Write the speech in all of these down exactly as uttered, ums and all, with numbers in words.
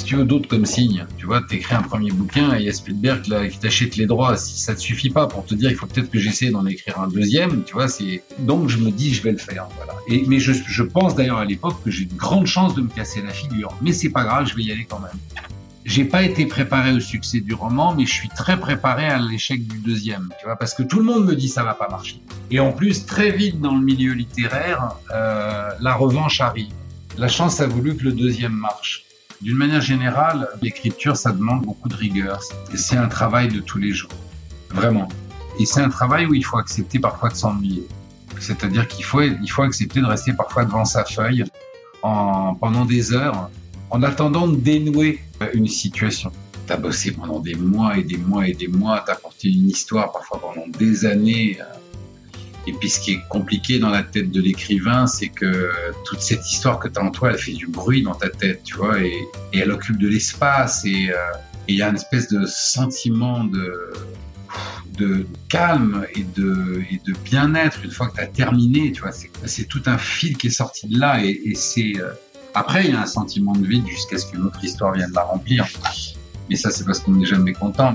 tu veux d'autres comme signe? Tu vois, t'écris un premier bouquin et il y a Spielberg là, qui t'achète les droits. Si ça te suffit pas pour te dire, il faut peut-être que j'essaie d'en écrire un deuxième, tu vois, c'est, donc je me dis, je vais le faire, voilà. Et, mais je, je pense d'ailleurs à l'époque que j'ai une grande chance de me casser la figure. Mais c'est pas grave, je vais y aller quand même. J'ai pas été préparé au succès du roman, mais je suis très préparé à l'échec du deuxième, tu vois, parce que tout le monde me dit ça va pas marcher. Et en plus, très vite dans le milieu littéraire, euh, la revanche arrive. La chance a voulu que le deuxième marche. D'une manière générale, l'écriture, ça demande beaucoup de rigueur. C'est un travail de tous les jours, vraiment. Et c'est un travail où il faut accepter parfois de s'ennuyer. C'est-à-dire qu'il faut, il faut accepter de rester parfois devant sa feuille en, pendant des heures, en attendant de dénouer une situation. T'as bossé pendant des mois et des mois et des mois, t'as porté une histoire parfois pendant des années. Et puis ce qui est compliqué dans la tête de l'écrivain, c'est que toute cette histoire que t'as en toi, elle fait du bruit dans ta tête, tu vois, et, et elle occupe de l'espace. Et il euh, y a une espèce de sentiment de, de calme et de, et de bien-être une fois que t'as terminé, tu vois. C'est, c'est tout un fil qui est sorti de là et, et c'est... Euh, Après, il y a un sentiment de vide jusqu'à ce qu'une autre histoire vienne la remplir. Mais ça, c'est parce qu'on n'est jamais content.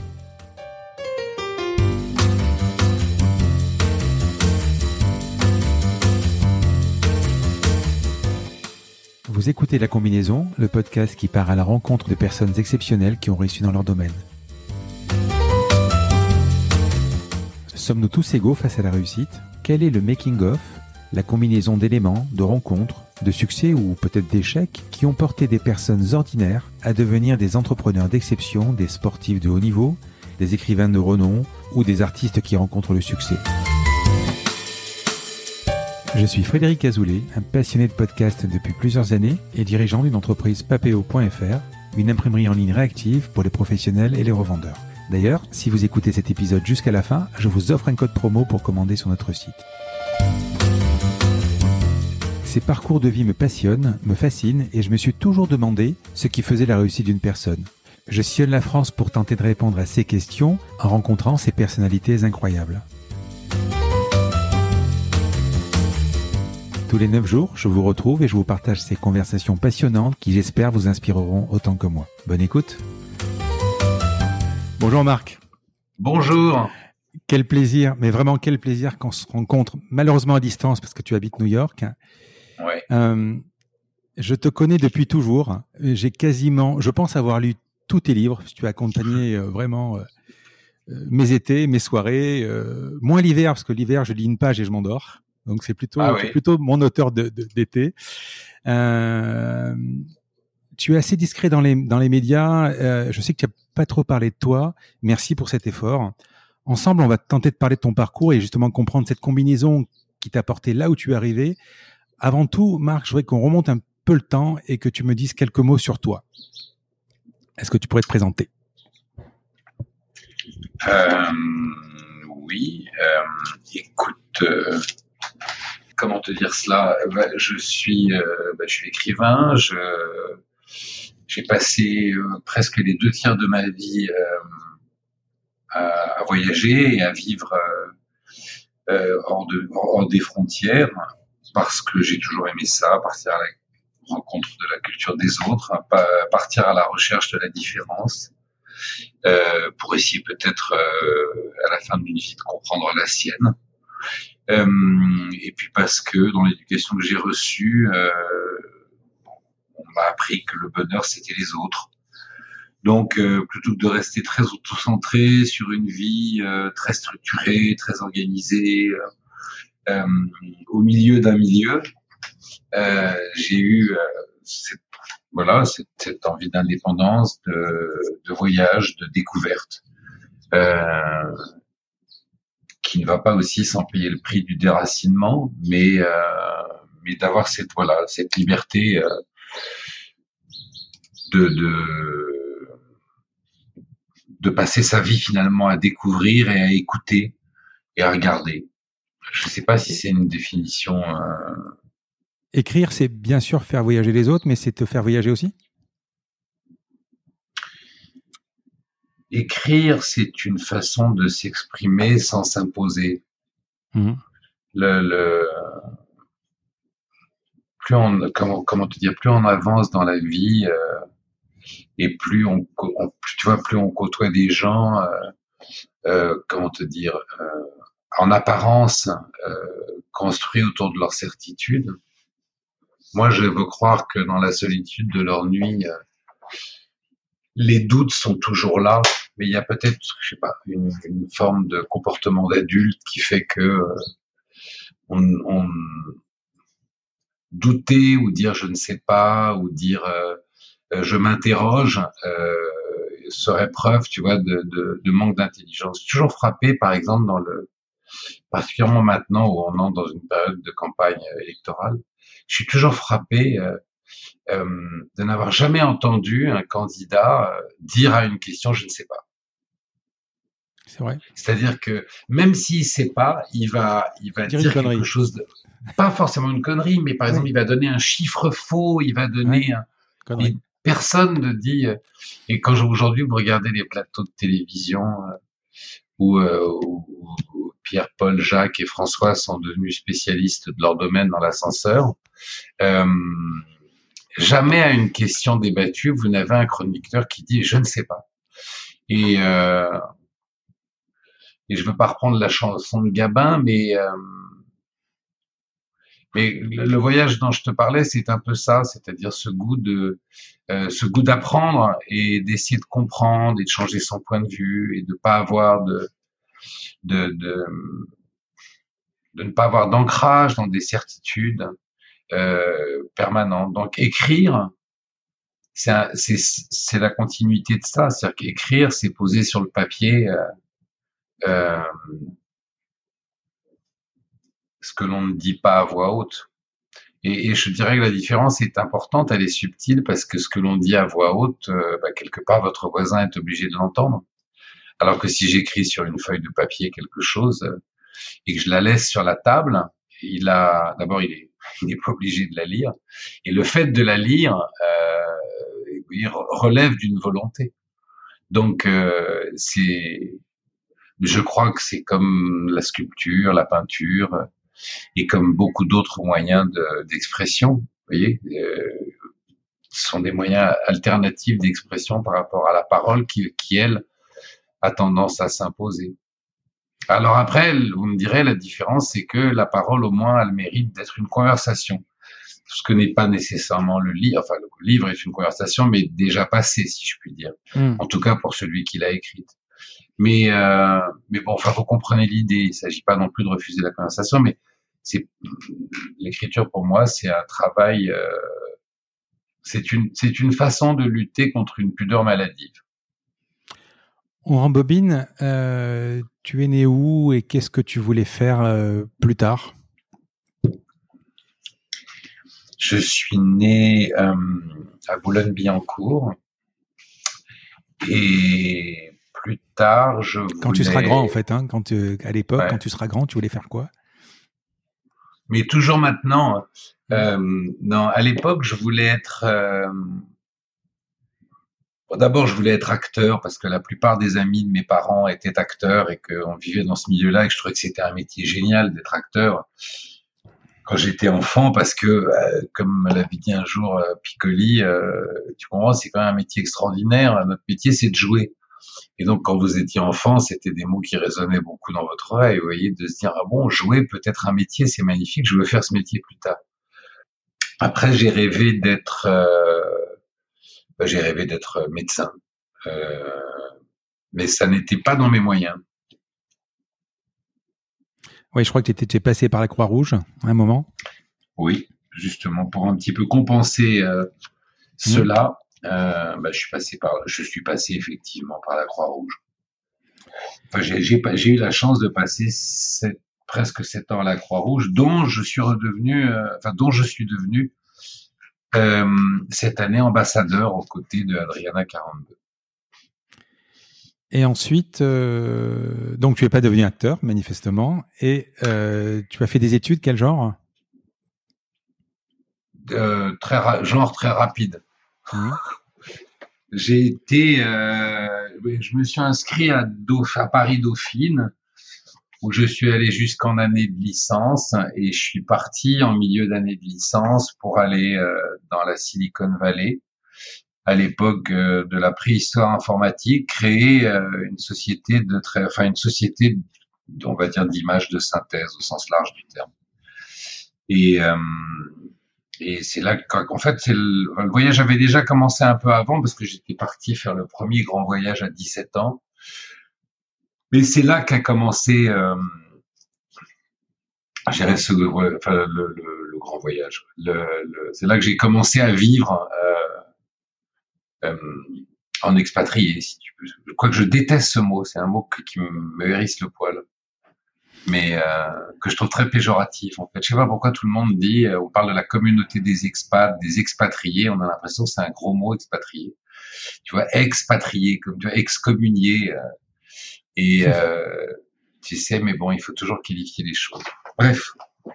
Vous écoutez La Combinaison, le podcast qui part à la rencontre de personnes exceptionnelles qui ont réussi dans leur domaine. Sommes-nous tous égaux face à la réussite ? Quel est le making-of ? La combinaison d'éléments, de rencontres, de succès ou peut-être d'échecs qui ont porté des personnes ordinaires à devenir des entrepreneurs d'exception, des sportifs de haut niveau, des écrivains de renom ou des artistes qui rencontrent le succès. Je suis Frédéric Azoulay, un passionné de podcast depuis plusieurs années et dirigeant d'une entreprise papéo point f r, une imprimerie en ligne réactive pour les professionnels et les revendeurs. D'ailleurs, si vous écoutez cet épisode jusqu'à la fin, je vous offre un code promo pour commander sur notre site. Ces parcours de vie me passionnent, me fascinent et je me suis toujours demandé ce qui faisait la réussite d'une personne. Je sillonne la France pour tenter de répondre à ces questions en rencontrant ces personnalités incroyables. Tous les neuf jours, je vous retrouve et je vous partage ces conversations passionnantes qui, j'espère, vous inspireront autant que moi. Bonne écoute. Bonjour Marc. Bonjour. Quel plaisir, mais vraiment quel plaisir qu'on se rencontre, malheureusement à distance parce que tu habites New York. Ouais. Euh, je te connais depuis toujours. J'ai quasiment, je pense avoir lu tous tes livres. Tu as accompagné euh, vraiment euh, mes étés, mes soirées. Euh, moins l'hiver parce que l'hiver je lis une page et je m'endors. Donc c'est plutôt, ah c'est oui. plutôt mon auteur de, de, d'été. Euh, tu es assez discret dans les dans les médias. Euh, je sais que tu n'as pas trop parlé de toi. Merci pour cet effort. Ensemble, on va tenter de parler de ton parcours et justement comprendre cette combinaison qui t'a porté là où tu es arrivé. Avant tout, Marc, je voudrais qu'on remonte un peu le temps et que tu me dises quelques mots sur toi. Est-ce que tu pourrais te présenter ? euh, Oui. Euh, écoute, euh, comment te dire cela ? bah, Je suis, euh, bah, je suis écrivain. Je, j'ai passé euh, presque les deux tiers de ma vie euh, à, à voyager et à vivre euh, euh, hors, de, hors des frontières. Parce que j'ai toujours aimé ça, partir à la rencontre de la culture des autres, partir à la recherche de la différence, euh, pour essayer peut-être euh, à la fin d'une vie de comprendre la sienne. Euh, et puis parce que dans l'éducation que j'ai reçue, euh, on m'a appris que le bonheur c'était les autres. Donc euh, plutôt que de rester très auto-centré sur une vie euh, très structurée, très organisée, euh, Euh, au milieu d'un milieu, euh, j'ai eu euh, cette, voilà, cette, cette envie d'indépendance, de, de voyage, de découverte, euh, qui ne va pas aussi sans payer le prix du déracinement, mais, euh, mais d'avoir cette, voilà, cette liberté euh, de, de, de passer sa vie finalement à découvrir et à écouter et à regarder. Je ne sais pas si c'est une définition... Euh... Écrire, c'est bien sûr faire voyager les autres, mais c'est te faire voyager aussi ? Écrire, c'est une façon de s'exprimer sans s'imposer. Mmh. Le, le... Plus on, comment, comment te dire, plus on avance dans la vie, euh, et plus on, on tu vois, plus on côtoie des gens, euh, euh, comment te dire, euh, en apparence euh, construits autour de leur certitude. Moi, je veux croire que dans la solitude de leur nuit, euh, les doutes sont toujours là, mais il y a peut-être, je sais pas, une, une forme de comportement d'adulte qui fait que euh, on, on douter ou dire je ne sais pas ou dire euh, je m'interroge euh, serait preuve, tu vois, de, de, de manque d'intelligence. Je suis toujours frappé, par exemple, dans le particulièrement maintenant où on entre dans une période de campagne électorale, je suis toujours frappé euh, euh, de n'avoir jamais entendu un candidat euh, dire à une question je ne sais pas. C'est vrai. C'est-à-dire que même s'il sait pas, il va, il va dire, dire quelque chose de, pas forcément une connerie, mais par exemple, oui. il va donner un chiffre faux, il va donner oui. un, et personne ne dit, et quand aujourd'hui vous regardez les plateaux de télévision, euh, où, euh, où, où Pierre-Paul, Jacques et François sont devenus spécialistes de leur domaine dans l'ascenseur, euh, jamais à une question débattue, vous n'avez un chroniqueur qui dit, je ne sais pas. Et, euh, Et je veux pas reprendre la chanson de Gabin, mais euh, mais le voyage dont je te parlais, c'est un peu ça, c'est-à-dire ce goût de euh, ce goût d'apprendre et d'essayer de comprendre et de changer son point de vue et de pas avoir de de de, de ne pas avoir d'ancrage dans des certitudes euh, permanentes. Donc écrire, c'est un, c'est c'est la continuité de ça, c'est-à-dire qu'écrire, c'est poser sur le papier. Euh, Euh, ce que l'on ne dit pas à voix haute. Et, et je dirais que la différence est importante, elle est subtile, parce que ce que l'on dit à voix haute, euh, bah, quelque part, votre voisin est obligé de l'entendre. Alors que si j'écris sur une feuille de papier quelque chose euh, et que je la laisse sur la table, il a d'abord il est il n'est pas obligé de la lire. Et le fait de la lire euh, il relève d'une volonté. Donc euh, c'est je crois que c'est comme la sculpture, la peinture, et comme beaucoup d'autres moyens de, d'expression. Vous voyez, euh, ce sont des moyens alternatifs d'expression par rapport à la parole qui, qui elle, a tendance à s'imposer. Alors après, vous me direz, la différence, c'est que la parole, au moins, a le mérite d'être une conversation. Ce que n'est pas nécessairement le livre. Enfin, le livre est une conversation, mais déjà passée, si je puis dire. Mmh. En tout cas, pour celui qui l'a écrite. Mais, euh, mais bon, enfin, vous comprenez l'idée. Il ne s'agit pas non plus de refuser la conversation, mais c'est l'écriture pour moi, c'est un travail. Euh, c'est une, c'est une façon de lutter contre une pudeur maladive. On rembobine. Euh, tu es né où et qu'est-ce que tu voulais faire euh, plus tard? Je suis né euh, à Boulogne-Billancourt et plus tard, je voulais... Quand tu seras grand, en fait, hein, quand tu, à l'époque, ouais. Quand tu seras grand, tu voulais faire quoi? Mais toujours maintenant. Euh, non, à l'époque, je voulais être... Euh... Bon, d'abord, je voulais être acteur parce que la plupart des amis de mes parents étaient acteurs et qu'on vivait dans ce milieu-là et que je trouvais que c'était un métier génial d'être acteur quand j'étais enfant parce que, euh, comme l'avait dit un jour euh, Piccoli, euh, tu comprends, c'est quand même un métier extraordinaire. Notre métier, c'est de jouer. Et donc, quand vous étiez enfant, c'était des mots qui résonnaient beaucoup dans votre oreille. Vous voyez, de se dire, ah bon, jouer peut être un métier, c'est magnifique, je veux faire ce métier plus tard. Après, j'ai rêvé d'être, euh, ben, j'ai rêvé d'être médecin. Euh, mais ça n'était pas dans mes moyens. Oui, je crois que tu étais passé par la Croix-Rouge à un moment. Oui, justement, pour un petit peu compenser euh, cela. Mmh. Euh, bah, je suis passé par, je suis passé effectivement par la Croix-Rouge. Enfin, j'ai, j'ai, j'ai eu la chance de passer sept, presque sept ans à la Croix-Rouge, dont je suis redevenu, euh, enfin, dont je suis devenu euh, cette année ambassadeur aux côtés de Adriana quarante-deux. Et ensuite, euh, donc tu n'es pas devenu acteur, manifestement, et euh, tu as fait des études, quel genre? euh, très ra- Genre très rapide. Mmh. J'ai été, euh, je me suis inscrit à, Dauph- à Paris-Dauphine, où je suis allé jusqu'en année de licence, et je suis parti en milieu d'année de licence pour aller euh, dans la Silicon Valley, à l'époque euh, de la préhistoire informatique, créer euh, une société de très, enfin une société, on va dire, d'images de synthèse au sens large du terme. Et euh, et c'est là qu'en fait, c'est le, le voyage avait déjà commencé un peu avant parce que j'étais parti faire le premier grand voyage à dix-sept ans. Mais c'est là qu'a commencé, euh, je dirais, ce, enfin, le, le, le grand voyage. Le, le, c'est là que j'ai commencé à vivre euh, euh, en expatrié, si tu veux. Je crois que je déteste ce mot. C'est un mot que, qui me hérisse le poil, mais euh, que je trouve très péjoratif. En fait, je sais pas pourquoi tout le monde dit, euh, on parle de la communauté des expats, des expatriés. On a l'impression que c'est un gros mot, expatrié. Tu vois, expatrié, comme tu vois, excommunié. Euh, et euh, tu sais, mais bon, il faut toujours qualifier les choses. Bref.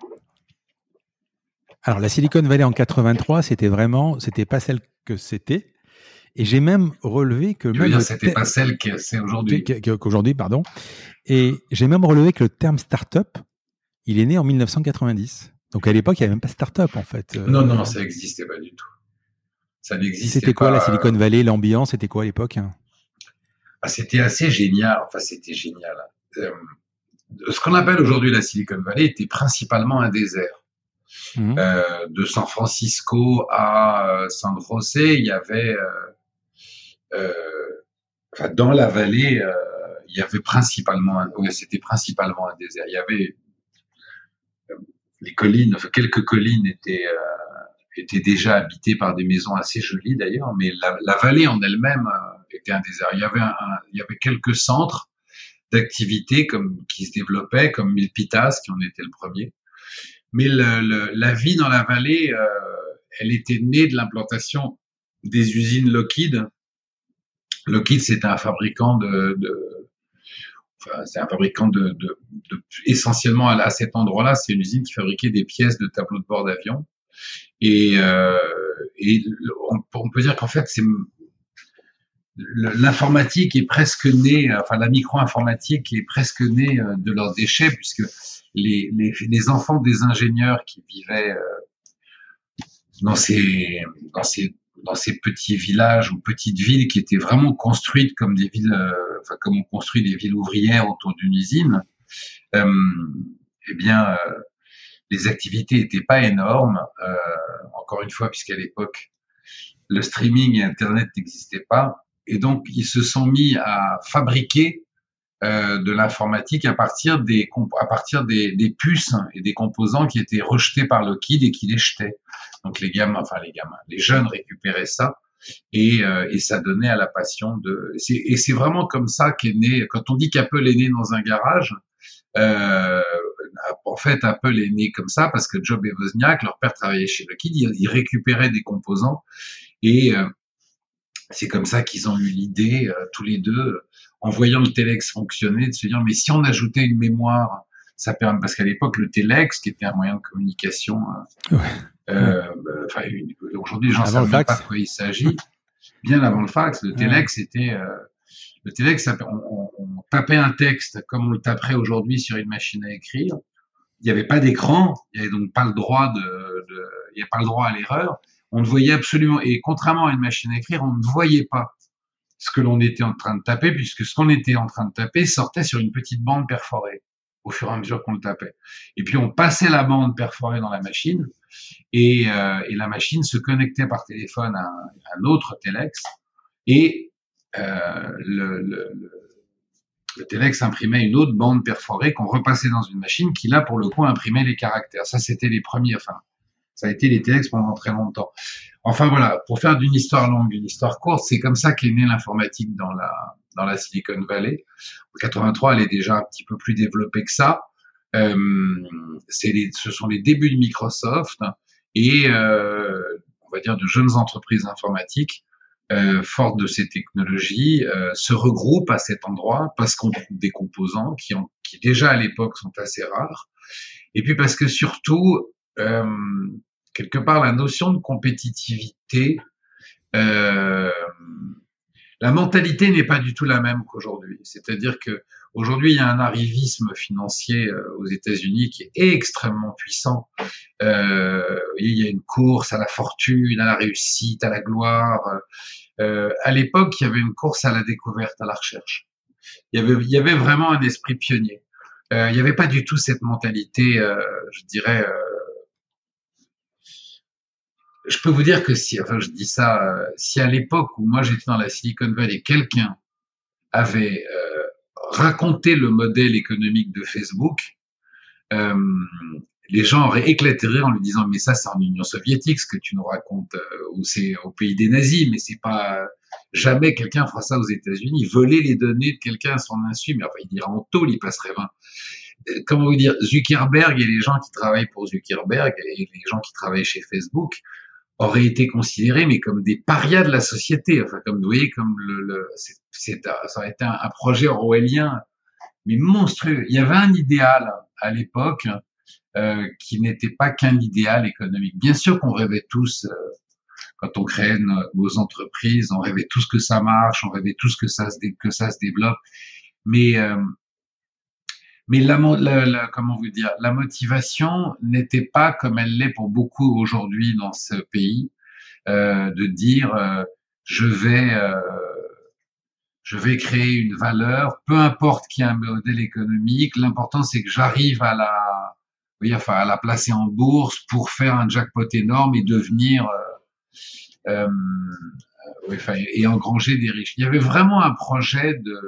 Alors, la Silicon Valley en quatre-vingt-trois, c'était vraiment, c'était pas celle que c'était. Et j'ai même relevé que tu même veux dire, c'était te... pas celle que c'est aujourd'hui. Qu'aujourd'hui, pardon. Et j'ai même relevé que le terme start-up, il est né en mille neuf cent quatre-vingt-dix. Donc à l'époque, il n'y avait même pas start-up en fait. Non, non, ça n'existait pas du tout. Ça n'existait pas. C'était quoi la Silicon Valley, l'ambiance, c'était quoi à l'époque? Ah, c'était assez génial. Enfin, c'était génial. Euh, ce qu'on appelle aujourd'hui la Silicon Valley était principalement un désert. Mmh. Euh, de San Francisco à euh, San José, il y avait, euh, euh, enfin, dans la vallée, euh, il y avait principalement, un, ouais, c'était principalement un désert. Il y avait euh, les collines, enfin, quelques collines étaient euh, étaient déjà habitées par des maisons assez jolies d'ailleurs, mais la, la vallée en elle-même euh, était un désert. Il y avait un, un, il y avait quelques centres d'activités comme qui se développaient, comme Milpitas qui en était le premier. Mais le, le, la vie dans la vallée, euh, elle était née de l'implantation des usines Lockheed. Lockheed, c'est un fabricant de, de enfin, c'est un fabricant de, de, de essentiellement à, à cet endroit-là, c'est une usine qui fabriquait des pièces de tableaux de bord d'avion. Et, euh, et on, on peut dire qu'en fait, c'est l'informatique est presque née, enfin la micro-informatique est presque née de leurs déchets, puisque les, les, les enfants des ingénieurs qui vivaient euh, dans ces dans ces dans ces petits villages ou petites villes qui étaient vraiment construites comme des villes, euh, enfin comme on construit des villes ouvrières autour d'une usine, euh, eh bien euh, les activités n'étaient pas énormes. Euh, encore une fois, puisqu'à l'époque le streaming et Internet n'existaient pas. Et donc, ils se sont mis à fabriquer euh, de l'informatique à partir des à partir des, des puces et des composants qui étaient rejetés par Lockheed et qui les jetaient. Donc les gamins, enfin les gamins, les jeunes récupéraient ça et, euh, et ça donnait à la passion de. C'est, et c'est vraiment comme ça qu'est né. Quand on dit qu'Apple est né dans un garage, euh, en fait Apple est né comme ça parce que Job et Wozniak, leur père travaillait chez Lockheed, ils, ils récupéraient des composants et euh, c'est comme ça qu'ils ont eu l'idée, euh, tous les deux, euh, en voyant le Telex fonctionner, de se dire, mais si on ajoutait une mémoire, ça permet, parce qu'à l'époque, le Telex, qui était un moyen de communication, euh, ouais. euh, enfin, aujourd'hui, les gens ne savent même pas de quoi il s'agit. Bien avant le fax, le Telex, ouais. était, euh, le Telex, on, on, on tapait un texte comme on le taperait aujourd'hui sur une machine à écrire. Il n'y avait pas d'écran, il n'y avait donc pas le droit de, de il n'y avait pas le droit à l'erreur. On ne voyait absolument, et contrairement à une machine à écrire, on ne voyait pas ce que l'on était en train de taper, puisque ce qu'on était en train de taper sortait sur une petite bande perforée, au fur et à mesure qu'on le tapait. Et puis on passait la bande perforée dans la machine, et, euh, et la machine se connectait par téléphone à un, un autre Telex, et euh, le, le, le, le Telex imprimait une autre bande perforée qu'on repassait dans une machine qui, là, pour le coup, imprimait les caractères. Ça, c'était les premiers, enfin, ça a été les Telex pendant très longtemps. Enfin voilà, pour faire d'une histoire longue une histoire courte, c'est comme ça qu'est née l'informatique dans la dans la Silicon Valley. En quatre-vingt-trois, elle est déjà un petit peu plus développée que ça. Euh, c'est les, ce sont les débuts de Microsoft et euh, on va dire de jeunes entreprises informatiques euh, fortes de ces technologies euh, se regroupent à cet endroit parce qu'on trouve des composants qui ont qui déjà à l'époque sont assez rares et puis parce que surtout euh, quelque part, la notion de compétitivité, euh, la mentalité n'est pas du tout la même qu'aujourd'hui. C'est-à-dire que Aujourd'hui, il y a un arrivisme financier euh, aux États-Unis qui est extrêmement puissant. Euh, il y a une course à la fortune, à la réussite, à la gloire. Euh, à l'époque, il y avait une course à la découverte, à la recherche. Il y avait, il y avait vraiment un esprit pionnier. Euh, il n'y avait pas du tout cette mentalité, euh, je dirais. Euh, je peux vous dire que si, enfin, je dis ça, euh, si à l'époque où moi j'étais dans la Silicon Valley, quelqu'un avait euh, raconté le modèle économique de Facebook, euh, les gens auraient éclaté de rire en lui disant mais ça c'est en Union soviétique ce que tu nous racontes, euh, ou c'est au pays des nazis, mais c'est pas, jamais quelqu'un fera ça aux États-Unis, voler les données de quelqu'un à son insu, mais enfin il dira en tôle, il passerait vingt. Euh, comment vous dire, Zuckerberg et les gens qui travaillent pour Zuckerberg et les gens qui travaillent chez Facebook auraient été considérés mais comme des parias de la société, enfin comme vous voyez, comme le, le c'est, c'est, ça aurait été un, un projet orwellien mais monstrueux. Il y avait un idéal à l'époque euh, qui n'était pas qu'un idéal économique. Bien sûr qu'on rêvait tous, euh, quand on créait nos, nos entreprises, on rêvait tous que ça marche, on rêvait tous que ça se, dé, que ça se développe, mais euh, mais la, la, la, comment vous dire, la motivation n'était pas comme elle l'est pour beaucoup aujourd'hui dans ce pays, euh, de dire euh, je vais euh, je vais créer une valeur, peu importe qu'il y ait un modèle économique, l'important c'est que j'arrive à la, oui, enfin à la placer en bourse pour faire un jackpot énorme et devenir, euh, euh, oui, enfin, et engranger des riches. Il y avait vraiment un projet de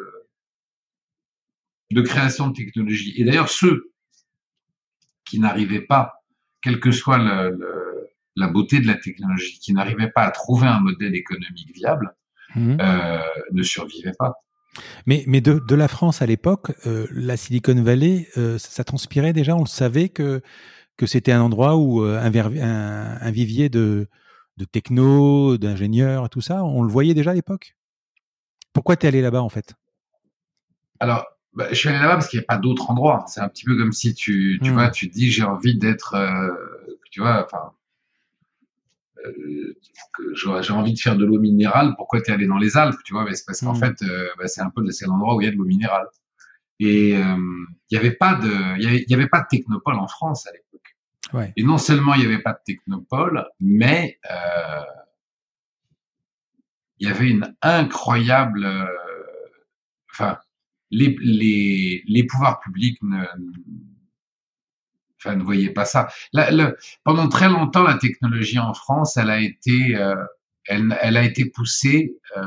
de création de technologie. Et d'ailleurs ceux qui n'arrivaient pas, quelle que soit le, le, la beauté de la technologie, qui n'arrivaient pas à trouver un modèle économique viable, mmh. euh, ne survivaient pas. Mais, mais de, de la France à l'époque, euh, la Silicon Valley, euh, ça, ça transpirait déjà, on le savait que, que c'était un endroit où euh, un, un, un vivier de, de techno, d'ingénieurs, tout ça, on le voyait déjà à l'époque. Pourquoi t'es allé là-bas en fait? Alors, bah, je suis allé là-bas parce qu'il n'y a pas d'autre endroit. C'est un petit peu comme si tu, tu mmh. vois, tu te dis j'ai envie d'être, euh, tu vois, enfin, euh, j'ai envie de faire de l'eau minérale. Pourquoi t'es allé dans les Alpes, tu vois? Mais c'est parce qu'en mmh. fait, euh, bah, c'est un peu c'est l'endroit où il y a de l'eau minérale. Et il euh, y avait pas de, il y avait, y avait pas de technopole en France à l'époque. Ouais. Et non seulement il y avait pas de technopole, mais euh, il y avait une incroyable, euh, enfin. Les, les, les pouvoirs publics ne, enfin, ne voyaient pas ça. La, le, pendant très longtemps, la technologie en France, elle a été, euh, elle, elle a été poussée, euh,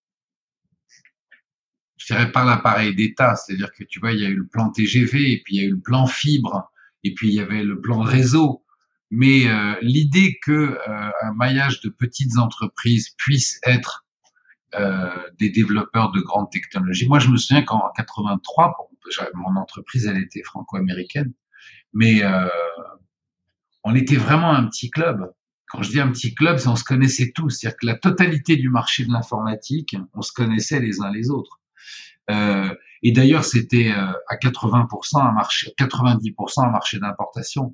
je dirais par l'appareil d'État. C'est-à-dire que tu vois, il y a eu le plan T G V, et puis il y a eu le plan fibre, et puis il y avait le plan réseau. Mais euh, l'idée que euh, un maillage de petites entreprises puisse être Euh, des développeurs de grandes technologies. Moi, je me souviens qu'en quatre-vingt-trois, bon, mon entreprise, elle était franco-américaine, mais euh, on était vraiment un petit club. Quand je dis un petit club, c'est on se connaissait tous. C'est-à-dire que la totalité du marché de l'informatique, on se connaissait les uns les autres. Euh, et d'ailleurs, c'était euh, à quatre-vingts pour cent un marché, quatre-vingt-dix pour cent un marché d'importation.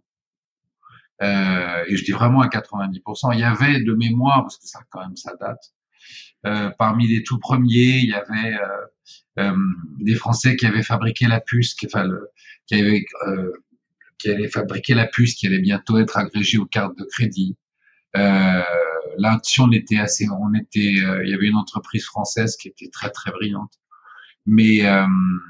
Euh, et je dis vraiment à quatre-vingt-dix pour cent. Il y avait de mémoire, parce que ça quand même ça date, Euh, parmi les tout premiers, il y avait euh, euh, des Français qui avaient fabriqué la puce, qui, enfin, le, qui avaient euh, qui allaient fabriquer la puce, qui allait bientôt être agrégée aux cartes de crédit. Euh, Là-dessus, on était assez, on était, euh, il y avait une entreprise française qui était très très brillante, mais euh,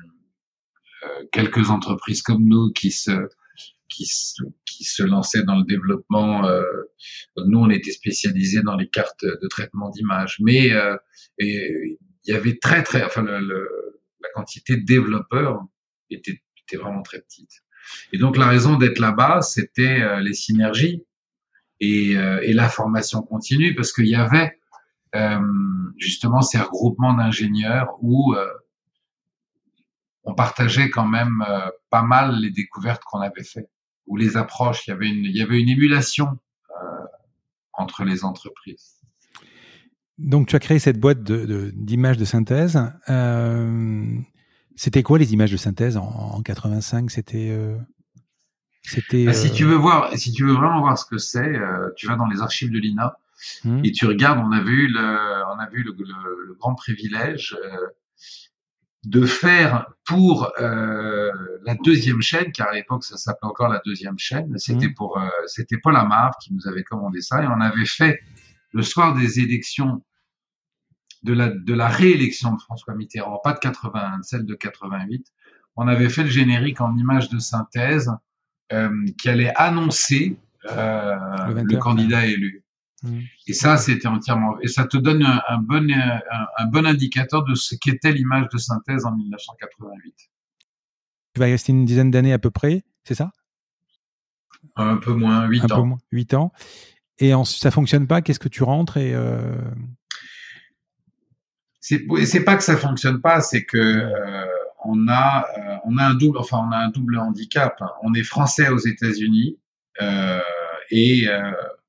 euh, quelques entreprises comme nous qui se Qui se, qui se lançaient dans le développement. Euh, nous, on était spécialisés dans les cartes de traitement d'image, mais euh, et, il y avait très très, enfin le, le, la quantité de développeurs était, était vraiment très petite. Et donc la raison d'être là-bas, c'était euh, les synergies et, euh, et la formation continue, parce qu'il y avait euh, justement ces regroupements d'ingénieurs où euh, on partageait quand même euh, pas mal les découvertes qu'on avait faites, ou les approches. Il y avait une, il y avait une émulation euh, entre les entreprises. Donc, tu as créé cette boîte de, de, d'images de synthèse. Euh, c'était quoi les images de synthèse en, en quatre-vingt-cinq? C'était, euh, c'était. Bah, euh... Si tu veux voir, si tu veux vraiment voir ce que c'est, euh, tu vas dans les archives de l'I N A mmh. et tu regardes. On avait eu le, on avait eu le, le, le grand privilège. Euh, de faire pour euh, la deuxième chaîne, car à l'époque ça s'appelait encore la deuxième chaîne. C'était Mmh. pour, euh, c'était Paul Amar qui nous avait commandé ça, et on avait fait le soir des élections de la de la réélection de François Mitterrand, pas de quatre-vingt-un, celle de quatre-vingt-huit. On avait fait le générique en image de synthèse euh, qui allait annoncer euh, Le le vingt heures. candidat élu. Mmh. Et ça, c'était entièrement, et ça te donne un, un bon, un, un bon indicateur de ce qu'était l'image de synthèse en mille neuf cent quatre-vingt-huit. Tu vas y rester une dizaine d'années à peu près, c'est ça? Un peu moins, huit Un ans. peu moins, huit ans. Et ensuite, ça fonctionne pas, qu'est-ce que tu rentres et euh... C'est, c'est pas que ça fonctionne pas, c'est que euh, on a, euh, on a un double, enfin on a un double handicap. On est français aux États-Unis euh, et euh,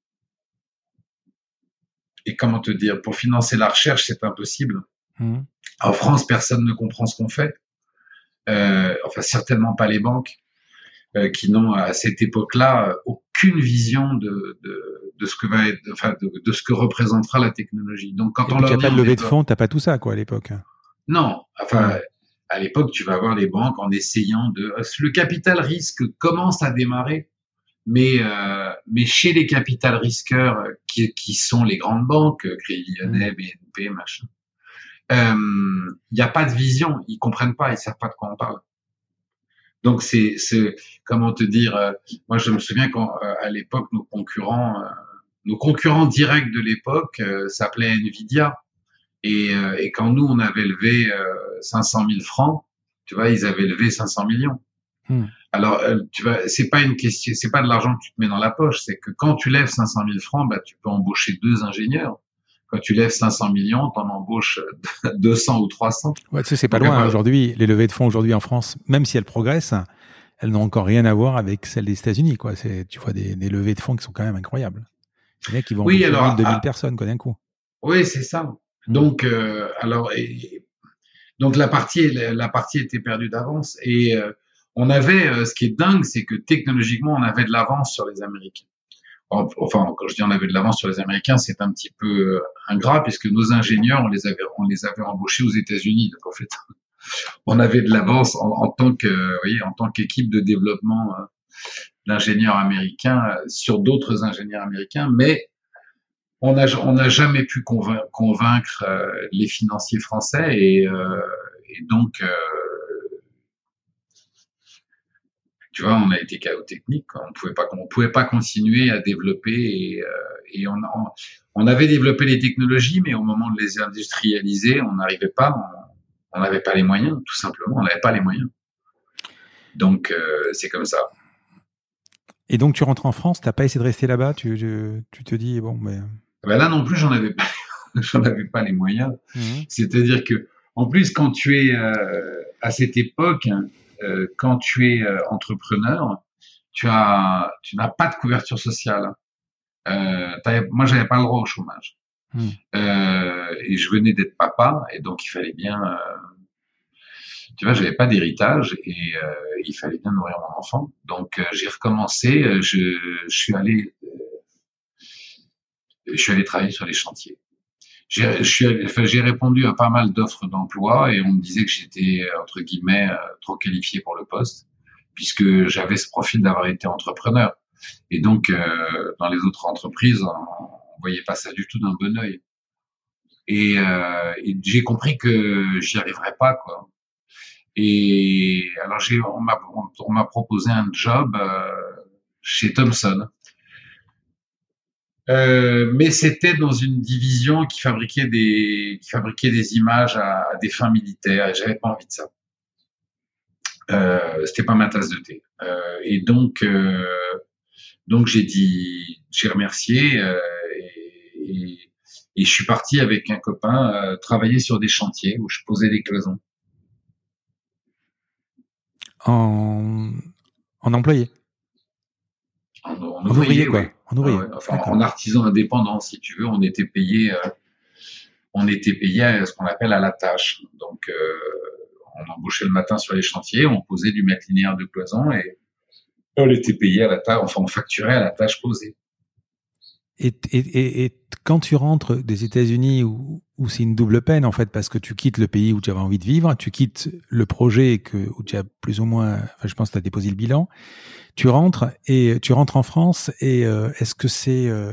et comment te dire, pour financer la recherche, c'est impossible. Mmh. En France, personne ne comprend ce qu'on fait. Euh, enfin, certainement pas les banques euh, qui n'ont à cette époque-là aucune vision de, de, de ce que va être, enfin, de, de ce que représentera la technologie. Donc, quand et on leur dit, t'as pas de levée de fonds, t'as pas tout ça, quoi, à l'époque. Non, enfin, ouais. À l'époque, tu vas voir les banques en essayant de. Le capital risque commence à démarrer. Mais, euh, mais chez les capital risqueurs qui, qui sont les grandes banques, Crédit Lyonnais, B N P, machin, il euh, n'y a pas de vision, ils comprennent pas, ils savent pas de quoi on parle. Donc c'est, c'est comment te dire, euh, moi je me souviens qu'à euh, l'époque nos concurrents, euh, nos concurrents directs de l'époque euh, s'appelaient Nvidia, et, euh, et quand nous on avait levé euh, cinq cent mille francs, tu vois, ils avaient levé cinq cents millions. Hmm. Alors, euh, tu vas, c'est pas une question, c'est pas de l'argent que tu te mets dans la poche, c'est que quand tu lèves cinq cent mille francs, bah, tu peux embaucher deux ingénieurs. Quand tu lèves cinq cents millions, t'en embauches deux cents ou trois cents. Ouais, tu sais, c'est pas Donc, loin, hein, aujourd'hui. Les levées de fonds aujourd'hui en France, même si elles progressent, elles n'ont encore rien à voir avec celles des États-Unis, quoi. C'est, tu vois, des, des levées de fonds qui sont quand même incroyables. Il y en a qui vont oui, embaucher alors, mille, deux mille ah, personnes, quoi, d'un coup. Oui, c'est ça. Mmh. Donc, euh, alors, et, donc la partie, la, la partie était perdue d'avance, et euh, on avait, euh, ce qui est dingue, c'est que technologiquement, on avait de l'avance sur les Américains. Enfin, quand je dis on avait de l'avance sur les Américains, c'est un petit peu ingrat, puisque nos ingénieurs, on les avait, on les avait embauchés aux États-Unis. Donc, en fait, on avait de l'avance en, en tant que, vous voyez, en tant qu'équipe de développement euh, d'ingénieurs américains euh, sur d'autres ingénieurs américains, mais on n'a on n'a jamais pu convaincre, convaincre euh, les financiers français, et, euh, et donc euh, tu vois, on a été chaos technique. On pouvait pas, on pouvait pas continuer à développer, et, euh, et on, on, on avait développé les technologies, mais au moment de les industrialiser, on n'arrivait pas, on n'avait pas les moyens, tout simplement, on n'avait pas les moyens. Donc euh, c'est comme ça. Et donc tu rentres en France, t'as pas essayé de rester là-bas, tu, tu, tu te dis bon, mais ben là non plus, j'en avais pas, j'en avais pas les moyens. Mmh. C'est-à-dire que, en plus, quand tu es euh, à cette époque, hein, Euh, quand tu es euh, entrepreneur, tu as, tu n'as pas de couverture sociale. Euh, moi, j'avais pas le droit au chômage. Mmh. Euh, et je venais d'être papa, et donc il fallait bien, euh, tu vois, j'avais pas d'héritage, et euh, il fallait bien nourrir mon enfant. Donc euh, j'ai recommencé. Je, je suis allé, euh, je suis allé travailler sur les chantiers. J'ai, je suis, enfin, j'ai répondu à pas mal d'offres d'emploi, et on me disait que j'étais, entre guillemets, trop qualifié pour le poste, puisque j'avais ce profil d'avoir été entrepreneur. Et donc, euh, dans les autres entreprises, on, on voyait pas ça du tout d'un bon œil. Et, euh, et j'ai compris que j'y arriverais pas, quoi. Et alors, j'ai, on m'a, on m'a proposé un job euh, chez Thomson. Euh, mais c'était dans une division qui fabriquait des qui fabriquait des images à, à des fins militaires, et j'avais pas envie de ça. Euh, c'était pas ma tasse de thé. Euh, et donc euh, donc j'ai dit, j'ai remercié, euh, et, et, et je suis parti avec un copain euh, travailler sur des chantiers où je posais des cloisons. En en employé. En, en, en ouvrier, quoi. Oui. En ouvrier. Ah ouais. Enfin, en artisan indépendant, si tu veux. On était payé, euh, on était payé à ce qu'on appelle à la tâche. Donc, euh, on embauchait le matin sur les chantiers, on posait du mètre linéaire de cloison, et on était payé à la tâche. Enfin, on facturait à la tâche posée. Et, et, et, et quand tu rentres des États-Unis où, où c'est une double peine en fait, parce que tu quittes le pays où tu avais envie de vivre, tu quittes le projet que, où tu as plus ou moins, enfin, je pense que tu as déposé le bilan, tu rentres et tu rentres en France et euh, est-ce que c'est, euh,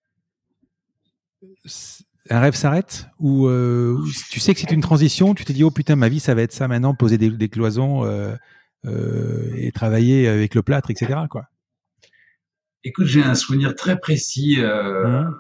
c'est un rêve s'arrête ou euh, tu sais que c'est une transition, tu te dis oh putain ma vie ça va être ça maintenant, poser des, des cloisons euh, euh, et travailler avec le plâtre, et cetera quoi. Écoute, j'ai un souvenir très précis. Euh, Mmh.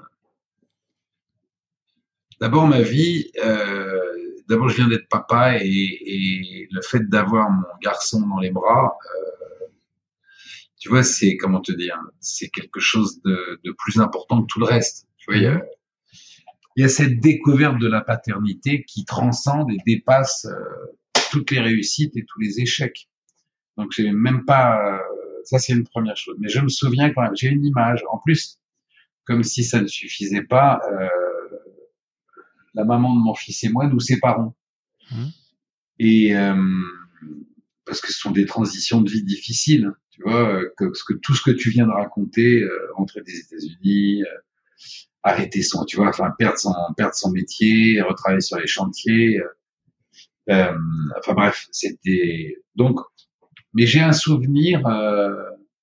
D'abord, ma vie, euh, d'abord, je viens d'être papa et, et le fait d'avoir mon garçon dans les bras, euh, tu vois, c'est, comment te dire, c'est quelque chose de, de plus important que tout le reste. Tu vois, il y a, Mmh. il y a cette découverte de la paternité qui transcende et dépasse euh, toutes les réussites et tous les échecs. Donc, j'ai même pas, euh, ça c'est une première chose. Mais je me souviens quand même, j'ai une image. En plus, comme si ça ne suffisait pas, euh, la maman de mon fils et moi nous séparons. Mmh. Et euh, parce que ce sont des transitions de vie difficiles, tu vois, que, que tout ce que tu viens de raconter, euh, rentrer des États-Unis, euh, arrêter son, tu vois, enfin perdre son, perdre son métier, retravailler sur les chantiers, euh, enfin bref, c'était donc. Mais j'ai un souvenir, euh,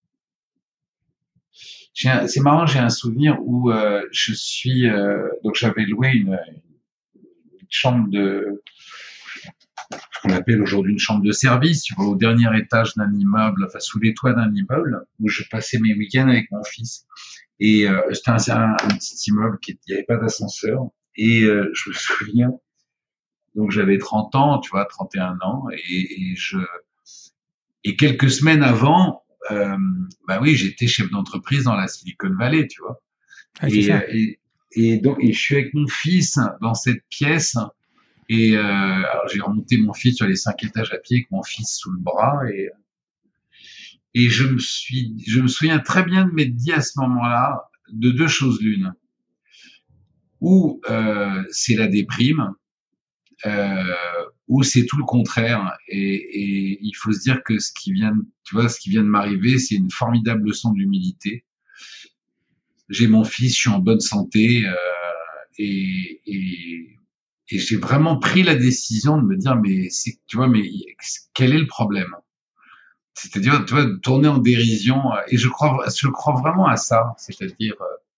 j'ai un, c'est marrant, j'ai un souvenir où euh, je suis, euh, donc j'avais loué une, une chambre de ce qu'on appelle aujourd'hui une chambre de service, tu vois, au dernier étage d'un immeuble, enfin sous les toits d'un immeuble, où je passais mes week-ends avec mon fils. Et euh, c'était un, un, un petit immeuble qui, il n'y avait pas d'ascenseur. Et euh, je me souviens, donc j'avais trente ans, tu vois, trente et un ans, et, et je et quelques semaines avant, euh, bah oui, j'étais chef d'entreprise dans la Silicon Valley, tu vois. Ah, c'est Et, ça. et, et donc, et je suis avec mon fils dans cette pièce. Et euh, alors j'ai remonté mon fils sur les cinq étages à pied avec mon fils sous le bras et et je me suis je me souviens très bien de m'être dit à ce moment-là de deux choses l'une, ou euh, c'est la déprime, euh, ou c'est tout le contraire et, et il faut se dire que ce qui vient tu vois ce qui vient de m'arriver c'est une formidable leçon d'humilité. J'ai mon fils, je suis en bonne santé euh, et, et Et j'ai vraiment pris la décision de me dire, mais c'est, tu vois, mais quel est le problème? C'est-à-dire, tu vois, de tourner en dérision. Et je crois, je crois vraiment à ça. C'est-à-dire,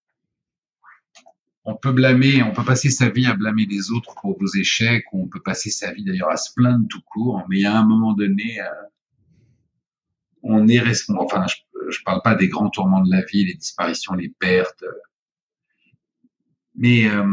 on peut blâmer, on peut passer sa vie à blâmer les autres pour vos échecs, ou on peut passer sa vie d'ailleurs à se plaindre tout court. Mais à un moment donné, on est responsable. Enfin, je, je parle pas des grands tourments de la vie, les disparitions, les pertes. Mais euh,